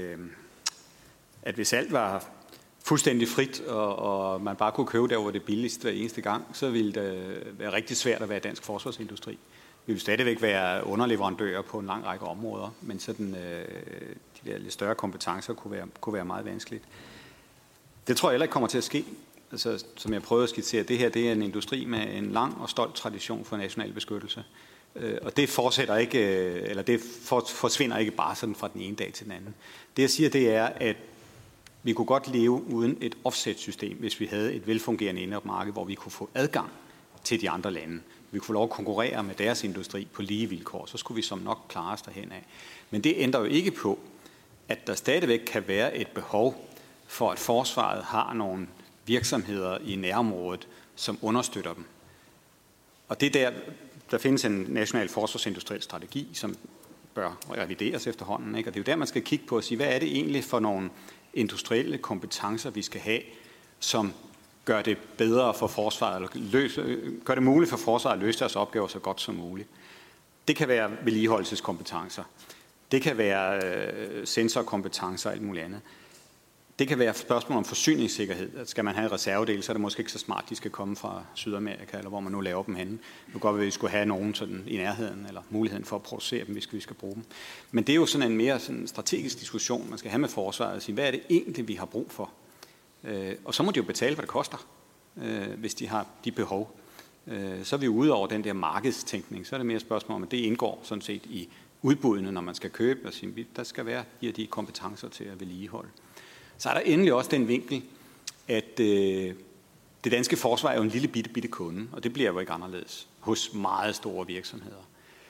at hvis alt var fuldstændig frit, og man bare kunne købe der, hvor det er billigst hver eneste gang, så ville det være rigtig svært at være dansk forsvarsindustri. Vi vil stadigvæk være underleverandører på en lang række områder, men sådan de der lidt større kompetencer kunne være meget vanskeligt. Det tror jeg heller ikke kommer til at ske. Altså, som jeg prøvede at skitsere, det her det er en industri med en lang og stolt tradition for national beskyttelse. Og det fortsætter ikke, eller det forsvinder ikke bare sådan fra den ene dag til den anden. Det jeg siger, det er, at vi kunne godt leve uden et offset-system, hvis vi havde et velfungerende indre-marked, hvor vi kunne få adgang til de andre lande. Vi kunne få lov at konkurrere med deres industri på lige vilkår, så skulle vi som nok klare os derhen af. Men det ændrer jo ikke på, at der stadigvæk kan være et behov for, at forsvaret har nogle virksomheder i nærområdet, som understøtter dem. Og det der findes en national forsvarsindustriel strategi, som bør revideres efterhånden, ikke? Og det er jo der, man skal kigge på og sige, hvad er det egentlig for nogle industrielle kompetencer, vi skal have, som gør det bedre for forsvaret, eller gør det muligt for forsvaret at løse deres opgaver så godt som muligt. Det kan være vedligeholdelseskompetencer. Det kan være sensorkompetencer og alt muligt andet. Det kan være spørgsmål om forsyningssikkerhed. Skal man have reservedele, så er det måske ikke så smart, de skal komme fra Sydamerika, eller hvor man nu laver dem henne. Nu kan godt være, at vi skulle have nogen sådan i nærheden, eller muligheden for at producere dem, hvis vi skal bruge dem. Men det er jo sådan en mere sådan strategisk diskussion, man skal have med forsvaret, og sige, hvad er det egentlig, vi har brug for? Og så må de jo betale, hvad det koster, hvis de har de behov. Så er vi ude over den der markedstænkning. Så er det mere et spørgsmål om, at det indgår sådan set i udbuddene, når man skal købe, og sige, der skal være de kompetencer til at vedligeholde. Så er der endelig også den vinkel, at det danske forsvar er jo en lille bitte kunde, og det bliver jo ikke anderledes hos meget store virksomheder.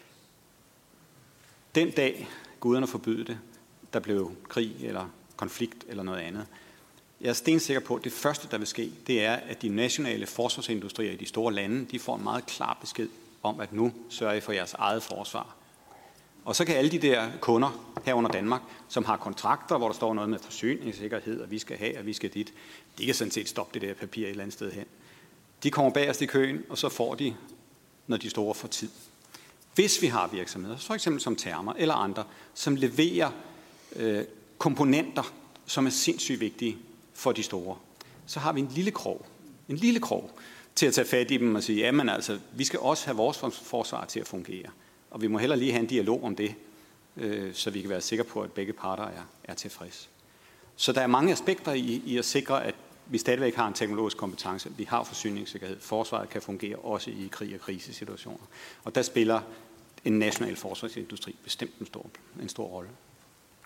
Den dag, guderne forbyde det, der blev krig eller konflikt eller noget andet, jeg er stensikker på, at det første, der vil ske, det er, at de nationale forsvarsindustrier i de store lande, de får en meget klar besked om, at nu sørger I for jeres eget forsvar. Og så kan alle de der kunder herunder Danmark, som har kontrakter, hvor der står noget med forsyningssikkerhed, og vi skal have, og vi skal dit, de kan sådan set stoppe det der papir et eller andet sted hen. De kommer bagerst i køen, og så får de, når de store får tid. Hvis vi har virksomheder, for eksempel som Therma eller andre, som leverer komponenter, som er sindssygt vigtige for de store, så har vi en lille krog til at tage fat i dem og sige, jamen altså, vi skal også have vores forsvar til at fungere. Og vi må heller lige have en dialog om det, så vi kan være sikre på, at begge parter er tilfreds. Så der er mange aspekter i at sikre, at vi stadigvæk har en teknologisk kompetence. Vi har forsyningssikkerhed. Forsvaret kan fungere også i krig- og krisesituationer. Og der spiller en national forsvarsindustri bestemt en stor rolle.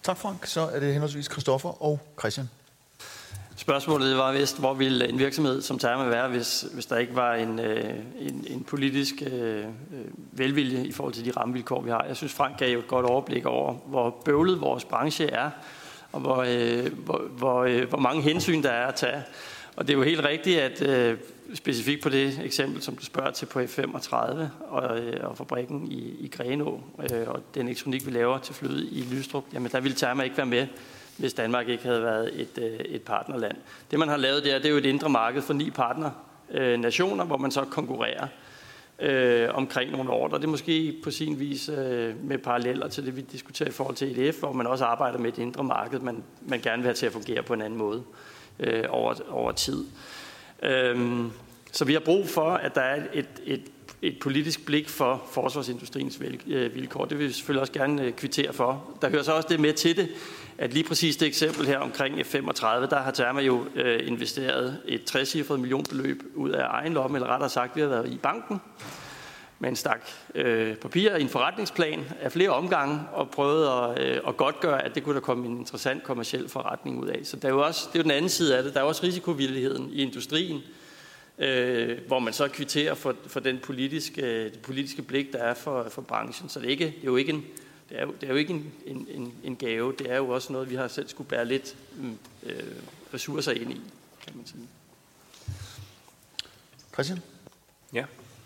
Tak, Frank. Så er det henholdsvis Christoffer og Christian. Spørgsmålet var vist, hvor ville en virksomhed som Terma være, hvis der ikke var en politisk velvilje i forhold til de rammevilkår, vi har. Jeg synes, Frank gav jo et godt overblik over, hvor bøvlet vores branche er, og hvor mange hensyn der er at tage. Og det er jo helt rigtigt, at specifikt på det eksempel, som du spørger til på F35 og fabrikken i Grenaa, og den elektronik, vi laver til flyet i Lystrup, jamen der ville Terma ikke være med, hvis Danmark ikke havde været et partnerland. Det, man har lavet der, det er jo et indre marked for 9 partnernationer, hvor man så konkurrerer omkring nogle ordre. Det er måske på sin vis med paralleller til det, vi diskuterer i forhold til EDF, hvor man også arbejder med et indre marked, man gerne vil have til at fungere på en anden måde over tid. Så vi har brug for, at der er et politisk blik for forsvarsindustriens vilkår. Det vil vi selvfølgelig også gerne kvittere for. Der hører så også det med til det, at lige præcis det eksempel her omkring F35, der har Terma jo investeret et 60-cifret millionbeløb ud af egen lomme, eller rettere sagt, vi har været i banken med en stak papir i en forretningsplan af flere omgange, og prøvet at godtgøre, at det kunne der komme en interessant kommerciel forretning ud af. Så det er jo den anden side af det. Der er også risikovilligheden i industrien, hvor man så kvitterer for den det politiske blik, der er for branchen. Så det er jo ikke en gave. Det er jo også noget, vi har selv skulle bære lidt ressourcer ind i, kan man sige. Christian? Ja.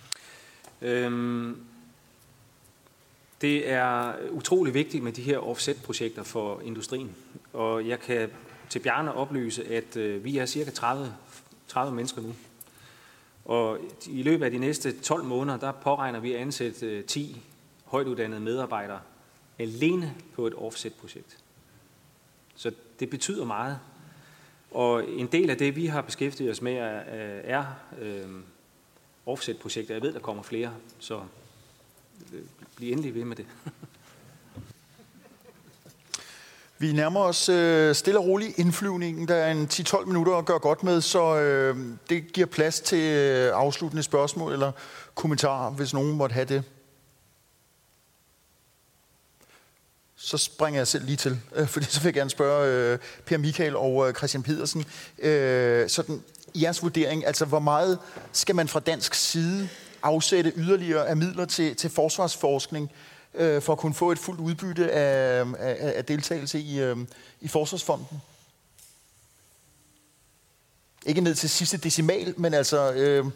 Det er utrolig vigtigt med de her offset-projekter for industrien. Og jeg kan til Bjarne oplyse, at vi er cirka 30 mennesker nu. Og i løbet af de næste 12 måneder, der påregner vi at ansætte 10 højtuddannede medarbejdere alene på et offset-projekt. Så det betyder meget. Og en del af det, vi har beskæftiget os med, er offset-projekter. Jeg ved, der kommer flere, så bliv endelig ved med det. Vi nærmer os stille og roligt indflyvningen. Der er en 10-12 minutter at gøre godt med, så det giver plads til afsluttende spørgsmål eller kommentarer, hvis nogen måtte have det. Så springer jeg selv lige til, fordi så vil jeg gerne spørge Per Michael og Christian Pedersen. Sådan i jeres vurdering, altså hvor meget skal man fra dansk side afsætte yderligere af midler til forsvarsforskning, for at kunne få et fuldt udbytte af deltagelse i Forsvarsfonden? Ikke ned til sidste decimal, men altså...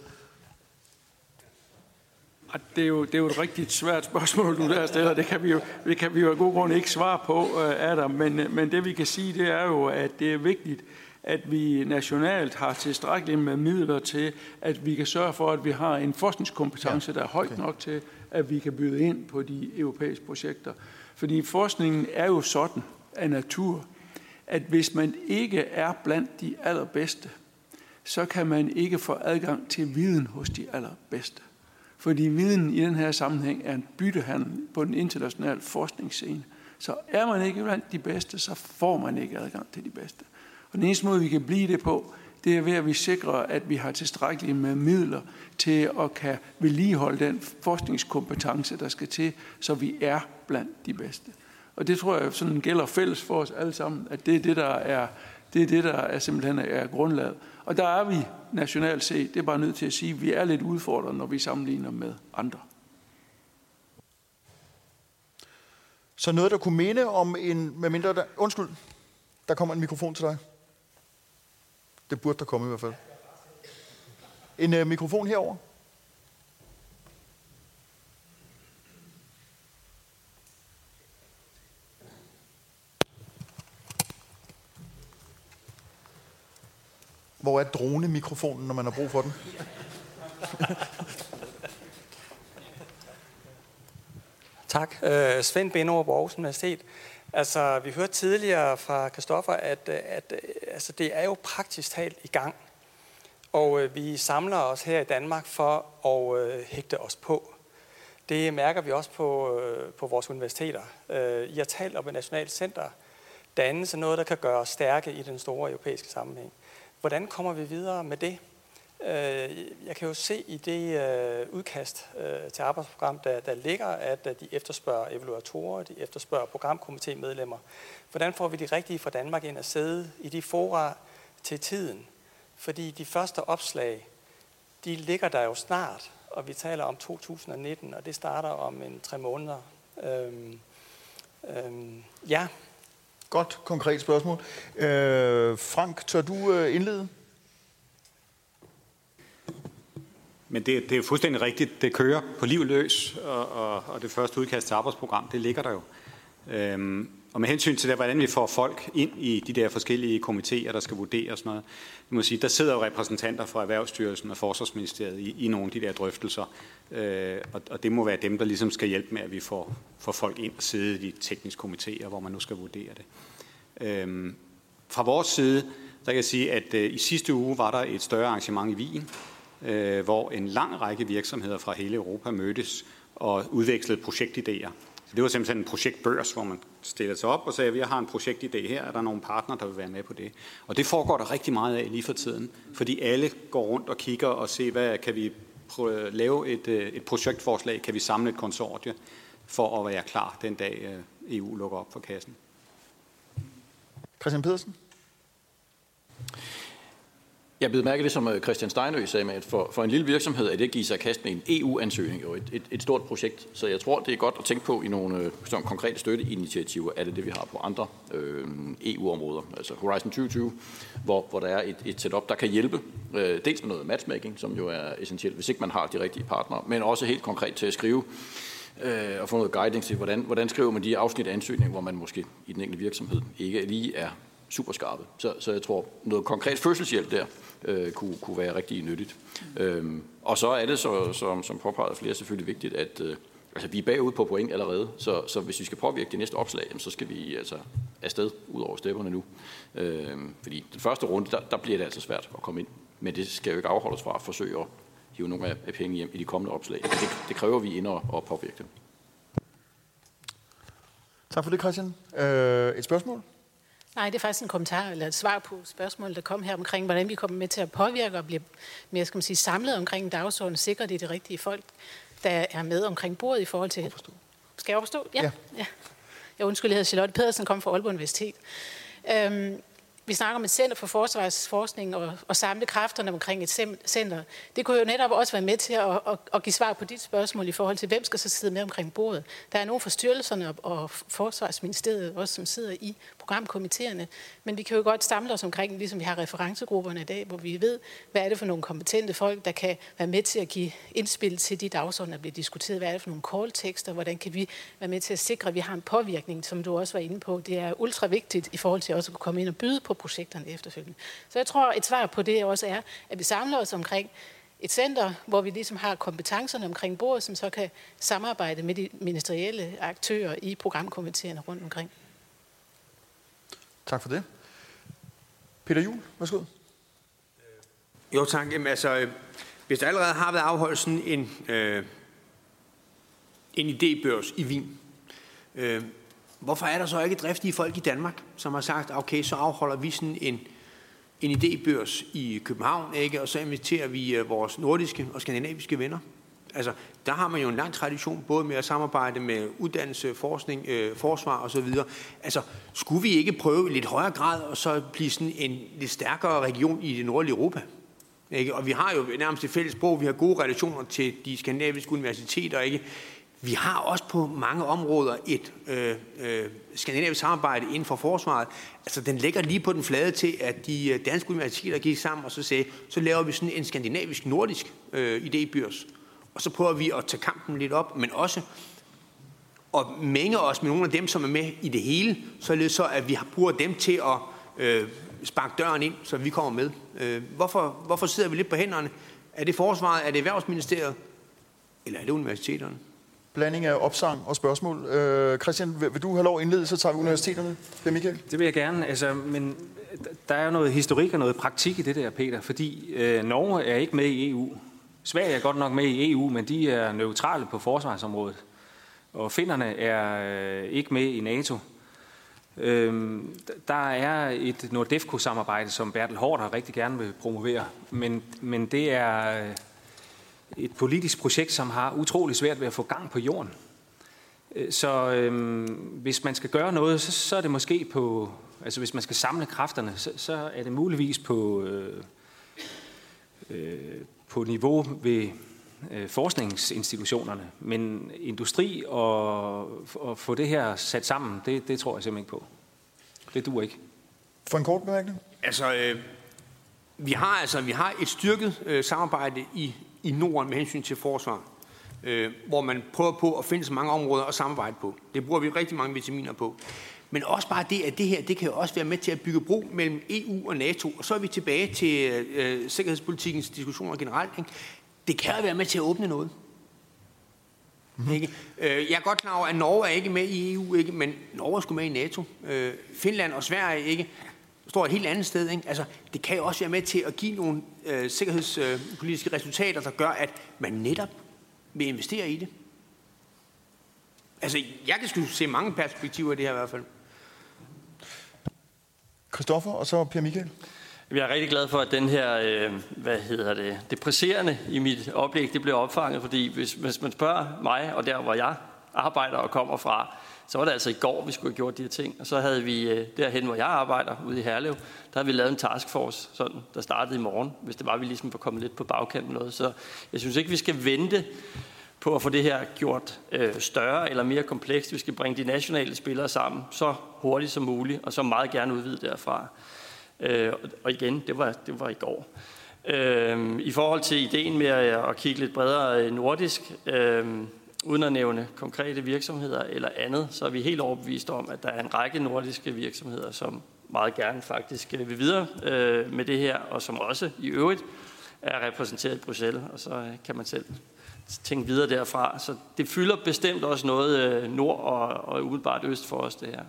Det er jo et rigtig svært spørgsmål, du der stiller. Det kan vi jo af god grund ikke svare på, Adam. Men det vi kan sige, det er jo, at det er vigtigt, at vi nationalt har tilstrækkeligt med midler til, at vi kan sørge for, at vi har en forskningskompetence, der er højt nok til, at vi kan byde ind på de europæiske projekter. Fordi forskningen er jo sådan af natur, at hvis man ikke er blandt de allerbedste, så kan man ikke få adgang til viden hos de allerbedste. Fordi viden i den her sammenhæng er en byttehandel på den internationale forskningsscene. Så er man ikke blandt de bedste, så får man ikke adgang til de bedste. Og den eneste måde, vi kan blive det på, det er ved, at vi sikrer, at vi har tilstrækkeligt med midler til at kan vedligeholde den forskningskompetence, der skal til, så vi er blandt de bedste. Og det tror jeg sådan gælder fælles for os alle sammen, at det er det, der er simpelthen er grundlaget. Og der er vi nationalt set, det er bare nødt til at sige, at vi er lidt udfordret, når vi sammenligner med andre. Så noget, der kunne minde om med mindre der... Undskyld, der kommer en mikrofon til dig. Det burde der komme i hvert fald. En mikrofon herover. Hvor er dronemikrofonen, når man har brug for den? Tak. Svend Benderup, Aarhus Universitet. Altså, vi hørte tidligere fra Christoffer, at altså, det er jo praktisk talt i gang. Og vi samler os her i Danmark for at hægte os på. Det mærker vi også på vores universiteter. I har talt om et nationalt center. Dannelse er noget, der kan gøre os stærke i den store europæiske sammenhæng. Hvordan kommer vi videre med det? Jeg kan jo se i det udkast til arbejdsprogram, der ligger, at de efterspørger evaluatorer, de efterspørger programkomitémedlemmer. Hvordan får vi de rigtige fra Danmark ind at sidde i de fora til tiden? Fordi de første opslag, de ligger der jo snart, og vi taler om 2019, og det starter om 3 måneder. Ja. Godt, konkret spørgsmål. Frank, tør du indlede? Men det er jo fuldstændig rigtigt. Det kører på liv løs, og det første udkast til arbejdsprogram, det ligger der jo. Og med hensyn til det, hvordan vi får folk ind i de der forskellige komitéer, der skal vurdere og sådan noget, vi må sige, der sidder jo repræsentanter fra Erhvervsstyrelsen og Forsvarsministeriet i nogle af de der drøftelser, og det må være dem, der ligesom skal hjælpe med, at vi får folk ind og sidde i de tekniske komitéer, hvor man nu skal vurdere det. Fra vores side, der kan jeg sige, at i sidste uge var der et større arrangement i Wien, hvor en lang række virksomheder fra hele Europa mødtes og udvekslede projektidéer. Så det var simpelthen en projektbørs, hvor man stillede sig op og sagde, at vi har en projektidé her, er der nogle partnere, der vil være med på det. Og det foregår der rigtig meget af lige for tiden, fordi alle går rundt og kigger og ser, hvad kan vi lave et projektforslag, kan vi samle et konsortie for at være klar den dag EU lukker op for kassen. Christian Pedersen? Jeg blev mærke det, som Christian Steinø sagde med, at for en lille virksomhed er det at give sig kast med en EU-ansøgning jo et stort projekt. Så jeg tror, det er godt at tænke på i nogle sådan konkrete støtteinitiativer, er det vi har på andre EU-områder. Altså Horizon 2020, hvor der er et setup, der kan hjælpe. Dels med noget matchmaking, som jo er essentielt, hvis ikke man har de rigtige partnere, men også helt konkret til at skrive og få noget guiding til, hvordan skriver man de afsnit af ansøgning, hvor man måske i den enkelte virksomhed ikke lige er super skarpe. Så jeg tror, noget konkret fødselshjælp der kunne være rigtig nyttigt. Og så er det, som påpeget flere, selvfølgelig vigtigt, at vi er bagud på point allerede, så hvis vi skal påvirke det næste opslag, så skal vi altså afsted ud over stepperne nu. Fordi den første runde, der bliver det altså svært at komme ind, men det skal jo ikke afholde os fra at forsøge at hive nogle af penge hjem i de kommende opslag. Det kræver vi ind og påvirke dem. Tak for det, Christian. Et spørgsmål? Nej, det er faktisk en kommentar eller et svar på spørgsmålet, der kom her omkring, hvordan vi kommer med til at påvirke og blive mere, skal man sige, samlet omkring en dagsorden, sikre det er de rigtige folk, der er med omkring bordet i forhold til... Skal jeg opstå? Ja. Jeg undskylder, jeg hedder Charlotte Pedersen, kom fra Aalborg Universitet. Vi snakker om et center for forsvarsforskning og samle kræfterne omkring et center. Det kunne jo netop også være med til at give svar på dit spørgsmål i forhold til, hvem skal så sidde med omkring bordet. Der er nogle fra styrelserne og Forsvarsministeriet også, som sidder i programkomitéerne, men vi kan jo godt samle os omkring, ligesom vi har referencegrupperne i dag, hvor vi ved, hvad er det for nogle kompetente folk, der kan være med til at give indspil til de dagsordener, der bliver diskuteret. Hvad er det for nogle call-tekster? Hvordan kan vi være med til at sikre, at vi har en påvirkning, som du også var inde på. Det er ultra vigtigt i forhold til også at kunne komme ind og byde på projekterne efterfølgende. Så jeg tror, et svar på det også er, at vi samler os omkring et center, hvor vi ligesom har kompetencerne omkring bordet, som så kan samarbejde med de ministerielle aktører i programkomitéerne rundt omkring. Tak for det. Peter Juhl, værsgo. Jo, tak. Jamen, altså, hvis der allerede har været afholdt sådan en idébørs i Wien, hvorfor er der så ikke driftige folk i Danmark, som har sagt, okay, så afholder vi sådan en idébørs i København, ikke? Og så inviterer vi vores nordiske og skandinaviske venner. Altså, der har man jo en lang tradition, både med at samarbejde med uddannelse, forskning, forsvar osv. Altså, skulle vi ikke prøve i lidt højere grad, og så blive sådan en lidt stærkere region i det nordlige Europa? Ikke? Og vi har jo nærmest et fælles sprog, vi har gode relationer til de skandinaviske universiteter, ikke? Vi har også på mange områder et skandinavisk samarbejde inden for forsvaret. Altså, den ligger lige på den flade til, at de danske universiteter gik sammen og så sagde, så laver vi sådan en skandinavisk-nordisk idébørs. Og så prøver vi at tage kampen lidt op, men også at mænge os med nogle af dem, som er med i det hele, således så, at vi bruger dem til at sparke døren ind, så vi kommer med. Hvorfor sidder vi lidt på hænderne? Er det forsvaret? Er det Erhvervsministeriet? Eller er det universiteterne? Blanding af opsang og spørgsmål. Christian, vil du have lov at indlede, så tager vi universiteterne. Det Michael? Det vil jeg gerne, altså, men der er jo noget historik og noget praktik i det der, Peter, fordi Norge er ikke med i EU. Sverige er godt nok med i EU, men de er neutrale på forsvarsområdet. Og finnerne er ikke med i NATO. Der er et Nordefco-samarbejde, som Bertel Haarder rigtig gerne vil promovere, men det er et politisk projekt, som har utrolig svært ved at få gang på jorden. Så hvis man skal gøre noget, så er det måske på, altså hvis man skal samle kræfterne, så er det muligvis på niveau ved forskningsinstitutionerne. Men industri og få det her sat sammen, det tror jeg simpelthen ikke på. Det duer ikke. For en kort bemærkning? Altså, vi har et styrket samarbejde i Norden med hensyn til forsvar, hvor man prøver på at finde så mange områder at samarbejde på. Det bruger vi rigtig mange vitaminer på. Men også bare det, at det her, det kan jo også være med til at bygge bro mellem EU og NATO. Og så er vi tilbage til sikkerhedspolitikens diskussioner generelt. Ikke? Det kan jo være med til at åbne noget. Ikke? Jeg er godt klar over, at Norge er ikke med i EU, ikke? Men Norge er sgu med i NATO. Finland og Sverige ikke? Står et helt andet sted. Ikke? Altså, det kan jo også være med til at give nogle sikkerhedspolitiske resultater, der gør, at man netop vil investere i det. Altså, jeg kan sgu se mange perspektiver i det her i hvert fald. Christoffer, og så Per Michael. Jeg er rigtig glad for, at den her, det presserende i mit oplæg, det blev opfanget, fordi hvis man spørger mig, og der hvor jeg arbejder og kommer fra, så var det altså i går, vi skulle have gjort de her ting. Og så havde vi derhen, hvor jeg arbejder, ude i Herlev, der havde vi lavet en taskforce, sådan, der startede i morgen, hvis det var, vi ligesom var kommet lidt på bagkant med noget. Så jeg synes ikke, vi skal vente på at få det her gjort større eller mere komplekst. Vi skal bringe de nationale spillere sammen så hurtigt som muligt, og så meget gerne udvide derfra. Og igen, det var i går. I forhold til ideen med at kigge lidt bredere nordisk, uden at nævne konkrete virksomheder eller andet, så er vi helt overbevist om, at der er en række nordiske virksomheder, som meget gerne faktisk vil videre med det her, og som også i øvrigt er repræsenteret i Bruxelles, og så kan man selv tænke videre derfra. Så det fylder bestemt også noget nord og umiddelbart øst for os, det her.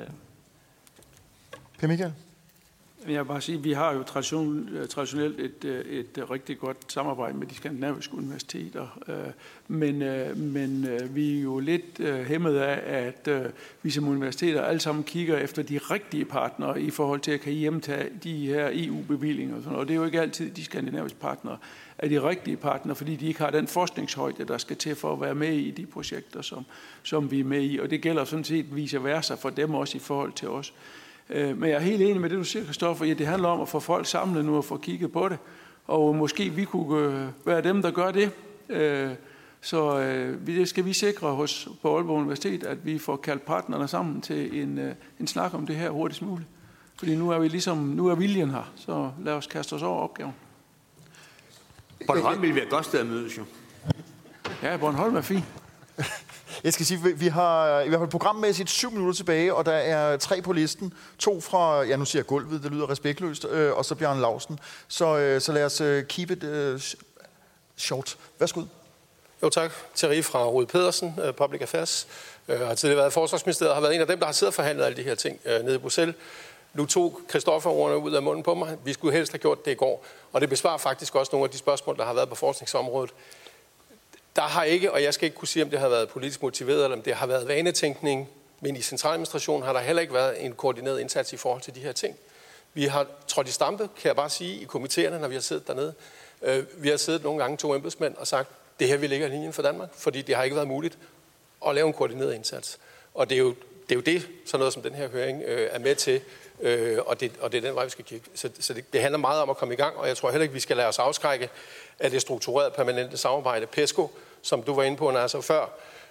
Per Michael? Jeg vil bare sige, at vi har jo traditionelt et rigtig godt samarbejde med de skandinaviske universiteter, men vi er jo lidt hæmmet af, at vi som universiteter alle sammen kigger efter de rigtige partnere i forhold til at kan hjemtage de her EU-bevillinger. Og det er jo ikke altid de skandinaviske partnere er de rigtige partnere, fordi de ikke har den forskningshøjde, der skal til for at være med i de projekter, som vi er med i. Og det gælder sådan set vice versa for dem også i forhold til os. Men jeg er helt enig med det, du siger, Christoffer. Ja, det handler om at få folk samlet nu og få kigget på det. Og måske vi kunne være dem, der gør det. Så det skal vi sikre på Aalborg Universitet, at vi får kaldt partnerne sammen til en snak om det her hurtigst muligt. Fordi nu er viljen her, så lad os kaste os over opgaven. Bornholm vil være et godt sted at mødes, jo. Ja, Bornholm er fint. Jeg skal sige, vi har i hvert fald programmæssigt 7 minutter tilbage, og der er 3 på listen. 2 fra, ja nu siger jeg gulvet, det lyder respektløst, og så Bjørn Lausen. Så lad os keep it short. Værsgo. Jo tak. Thierry fra Rode Pedersen, Public Affairs. Har tidligere været i Forsvarsministeriet, har været en af dem, der har siddet og forhandlet alle de her ting nede i Bruxelles. Nu tog Christoffer ordene ud af munden på mig. Vi skulle helst have gjort det i går. Og det besvarer faktisk også nogle af de spørgsmål, der har været på forskningsområdet. Der har ikke, og jeg skal ikke kunne sige, om det har været politisk motiveret, eller om det har været vanetænkning, men i centraladministrationen har der heller ikke været en koordineret indsats i forhold til de her ting. Vi har trådt i stampe, kan jeg bare sige, i komiteerne, når vi har siddet dernede. Vi har siddet nogle gange 2 embedsmænd og sagt, det her vil ligge linjen for Danmark, fordi det har ikke været muligt at lave en koordineret indsats. Og det er jo det, sådan noget som den her høring er med til, og det er den vej, vi skal kigge. Så det handler meget om at komme i gang, og jeg tror heller ikke, vi skal lade os afskrække af det strukturerede permanente samarbejde, PESCO, som du var inde på, Nasser, før.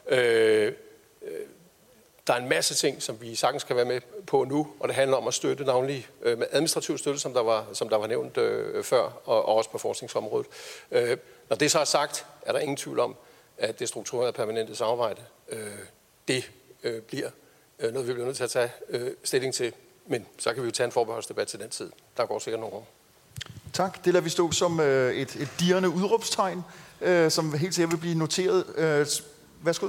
Der er en masse ting, som vi sagtens kan være med på nu, og det handler om at støtte navnlig med administrativ støtte, som der var nævnt før, og også på forskningsområdet. Når det så er sagt, er der ingen tvivl om, at det strukturerede permanente samarbejde, det bliver noget, vi bliver nødt til at tage stilling til. Men så kan vi jo tage en forbeholdsdebat til den tid. Der går sikkert nogle år. Tak. Det lader vi stå som et dirrende udråbstegn, som helt sikkert vil blive noteret. Værsgo.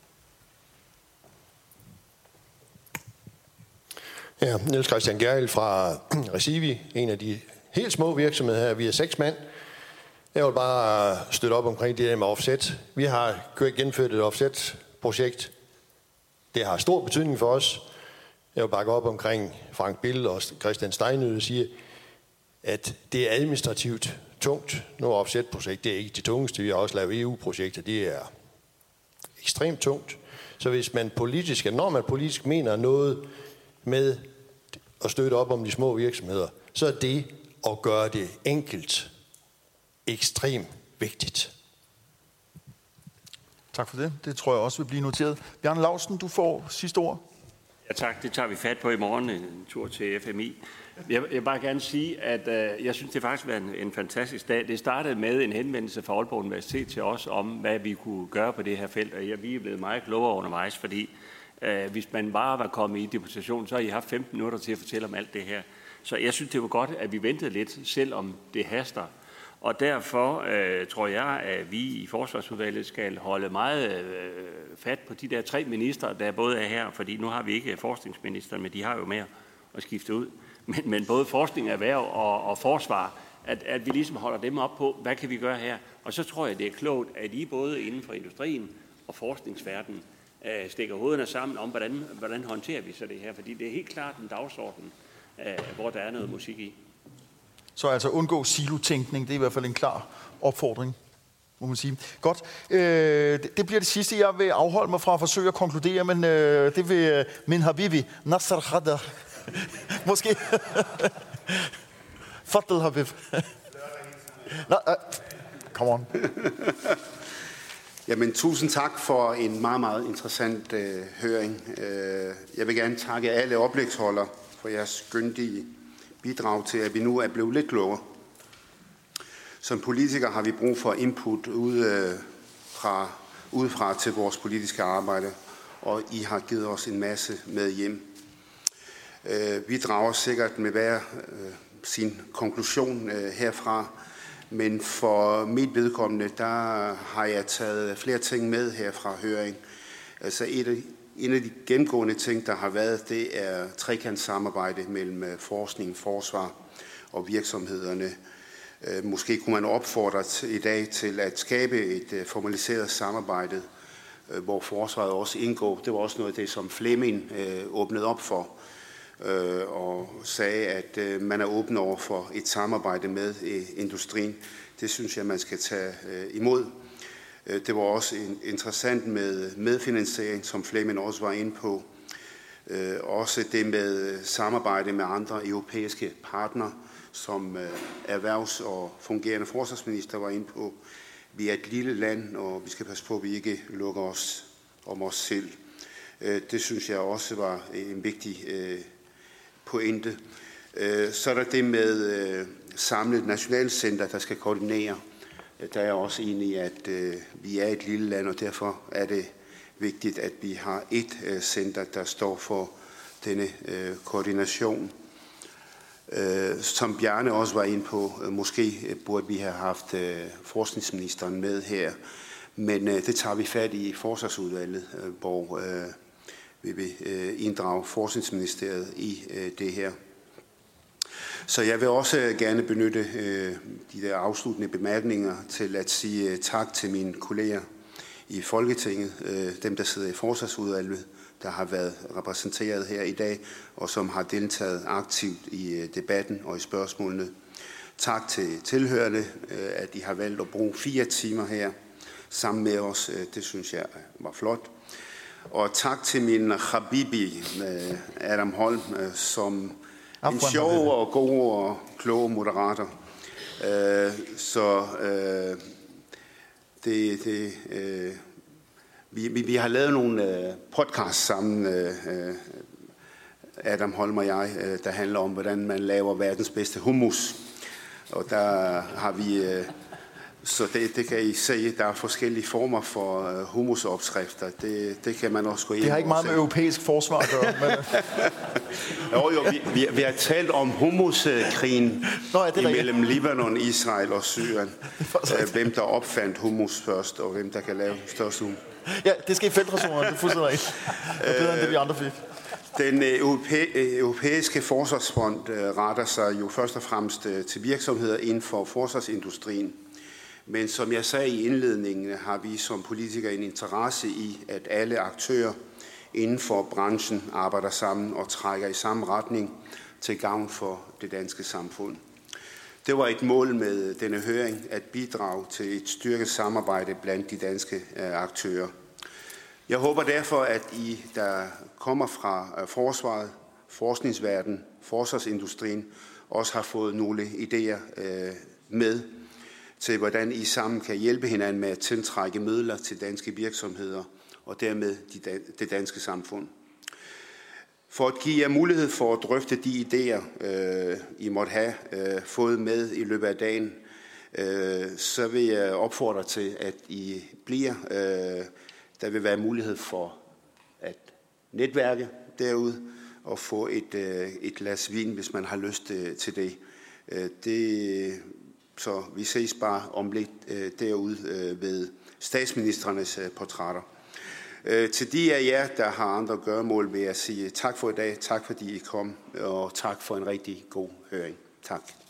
Ja, Niels Christian Gerhild fra Recivi, en af de helt små virksomheder her. Vi er 6 mand. Jeg vil bare støtte op omkring det her med offset. Vi har gennemført et offset-projekt. Det har stor betydning for os. Jeg vil bakke op omkring Frank Bill og Christian Steinø, der siger, at det er administrativt tungt. Noget offset-projekt, det er ikke det tungeste. Vi har også lavet EU-projekter, det er ekstremt tungt. Så hvis man politisk, når man politisk mener noget med at støtte op om de små virksomheder, så er det at gøre det enkelt ekstremt vigtigt. Tak for det. Det tror jeg også vil blive noteret. Bjarne Laustsen, du får sidste ord. Ja tak, det tager vi fat på i morgen, en tur til FMI. Jeg vil bare gerne sige, at jeg synes, det faktisk har været en fantastisk dag. Det startede med en henvendelse fra Aalborg Universitet til os om, hvad vi kunne gøre på det her felt, og vi er blevet meget klogere undervejs, fordi hvis man bare var kommet i deputation, så har I haft 15 minutter til at fortælle om alt det her. Så jeg synes, det var godt, at vi ventede lidt, selvom det haster. Og derfor tror jeg, at vi i Forsvarsudvalget skal holde meget fat på de der 3 ministre, der både er her, fordi nu har vi ikke forskningsministeren, men de har jo mere at skifte ud. Men både forskning, erhverv og forsvar, at vi ligesom holder dem op på, hvad kan vi gøre her? Og så tror jeg, det er klogt, at I både inden for industrien og forskningsverdenen stikker hovederne sammen om, hvordan håndterer vi så det her? Fordi det er helt klart en dagsorden, hvor der er noget musik i. Så altså undgå silotænkning, det er i hvert fald en klar opfordring, må man sige. Godt. Det bliver det sidste, jeg vil afholde mig fra at forsøge at konkludere, men det vil min habibi, Nasser Khader. Måske. Fadl Habib. Come on. Jamen, tusind tak for en meget, meget interessant høring. Jeg vil gerne takke alle oplægsholdere for jeres skyndige bidrag til, at vi nu er blevet lidt klogere. Som politikere har vi brug for input udefra til vores politiske arbejde, og I har givet os en masse med hjem. Vi drager sikkert med hver sin konklusion herfra, men for mit vedkommende, der har jeg taget flere ting med her fra høring. Altså en af de gennemgående ting, der har været, det er trekantssamarbejde mellem forskning, forsvar og virksomhederne. Måske kunne man opfordre i dag til at skabe et formaliseret samarbejde, hvor forsvaret også indgår. Det var også noget af det, som Flemming åbnede op for, og sagde, at man er åben over for et samarbejde med industrien. Det synes jeg, man skal tage imod. Det var også interessant med medfinansiering, som Flemming også var inde på. Også det med samarbejde med andre europæiske partnere, som erhvervs- og fungerende forsvarsminister var inde på. Vi er et lille land, og vi skal passe på, at vi ikke lukker os om os selv. Det synes jeg også var en vigtig pointe. Så er der det med samlet nationalcenter, der skal koordinere. Der er jeg også enig i, at vi er et lille land, og derfor er det vigtigt, at vi har et center, der står for denne koordination. Som Bjarne også var inde på, måske burde vi have haft forskningsministeren med her, men det tager vi fat i Forsvarsudvalget, hvor vi vil inddrage Forskningsministeriet i det her. Så jeg vil også gerne benytte de der afsluttende bemærkninger til at sige tak til mine kolleger i Folketinget, dem der sidder i Forsvarsudvalget, der har været repræsenteret her i dag, og som har deltaget aktivt i debatten og i spørgsmålene. Tak til tilhørende, at de har valgt at bruge 4 timer her sammen med os. Det synes jeg var flot. Og tak til min habibi, Adam Holm, som en sjov og god og klog moderator. Vi har lavet nogle podcasts sammen, Adam Holm og jeg, der handler om, hvordan man laver verdens bedste hummus. Og der har vi... Så det kan I se, der er forskellige former for hummusopskrifter. Det kan man også gå ind. Det har ikke meget med europæisk forsvar at gøre. Men... vi har talt om hummuskrigen imellem Libanon, Israel og Syrien. Hvem der opfandt hummus først, og hvem der kan lave størst hummus. Ja, det skal i feltrationerne, det er fuldstændig rigtigt. Det er bedre end det, vi andre fik. Den europæiske forsvarsfond retter sig jo først og fremmest til virksomheder inden for forsvarsindustrien. Men som jeg sagde i indledningen, har vi som politikere en interesse i, at alle aktører inden for branchen arbejder sammen og trækker i samme retning til gavn for det danske samfund. Det var et mål med denne høring at bidrage til et styrket samarbejde blandt de danske aktører. Jeg håber derfor, at I, der kommer fra forsvaret, forskningsverdenen, forsvarsindustrien, også har fået nogle idéer med til, hvordan I sammen kan hjælpe hinanden med at tiltrække midler til danske virksomheder og dermed det danske samfund. For at give jer mulighed for at drøfte de idéer, I måtte have fået med i løbet af dagen, så vil jeg opfordre til, at I bliver. Der vil være mulighed for at netværke derude og få et glas vin, hvis man har lyst til det. Så vi ses bare om lidt derude ved statsministernes portrætter. Til de af jer, der har andre gøremål, vil jeg sige tak for i dag, tak fordi I kom, og tak for en rigtig god høring. Tak.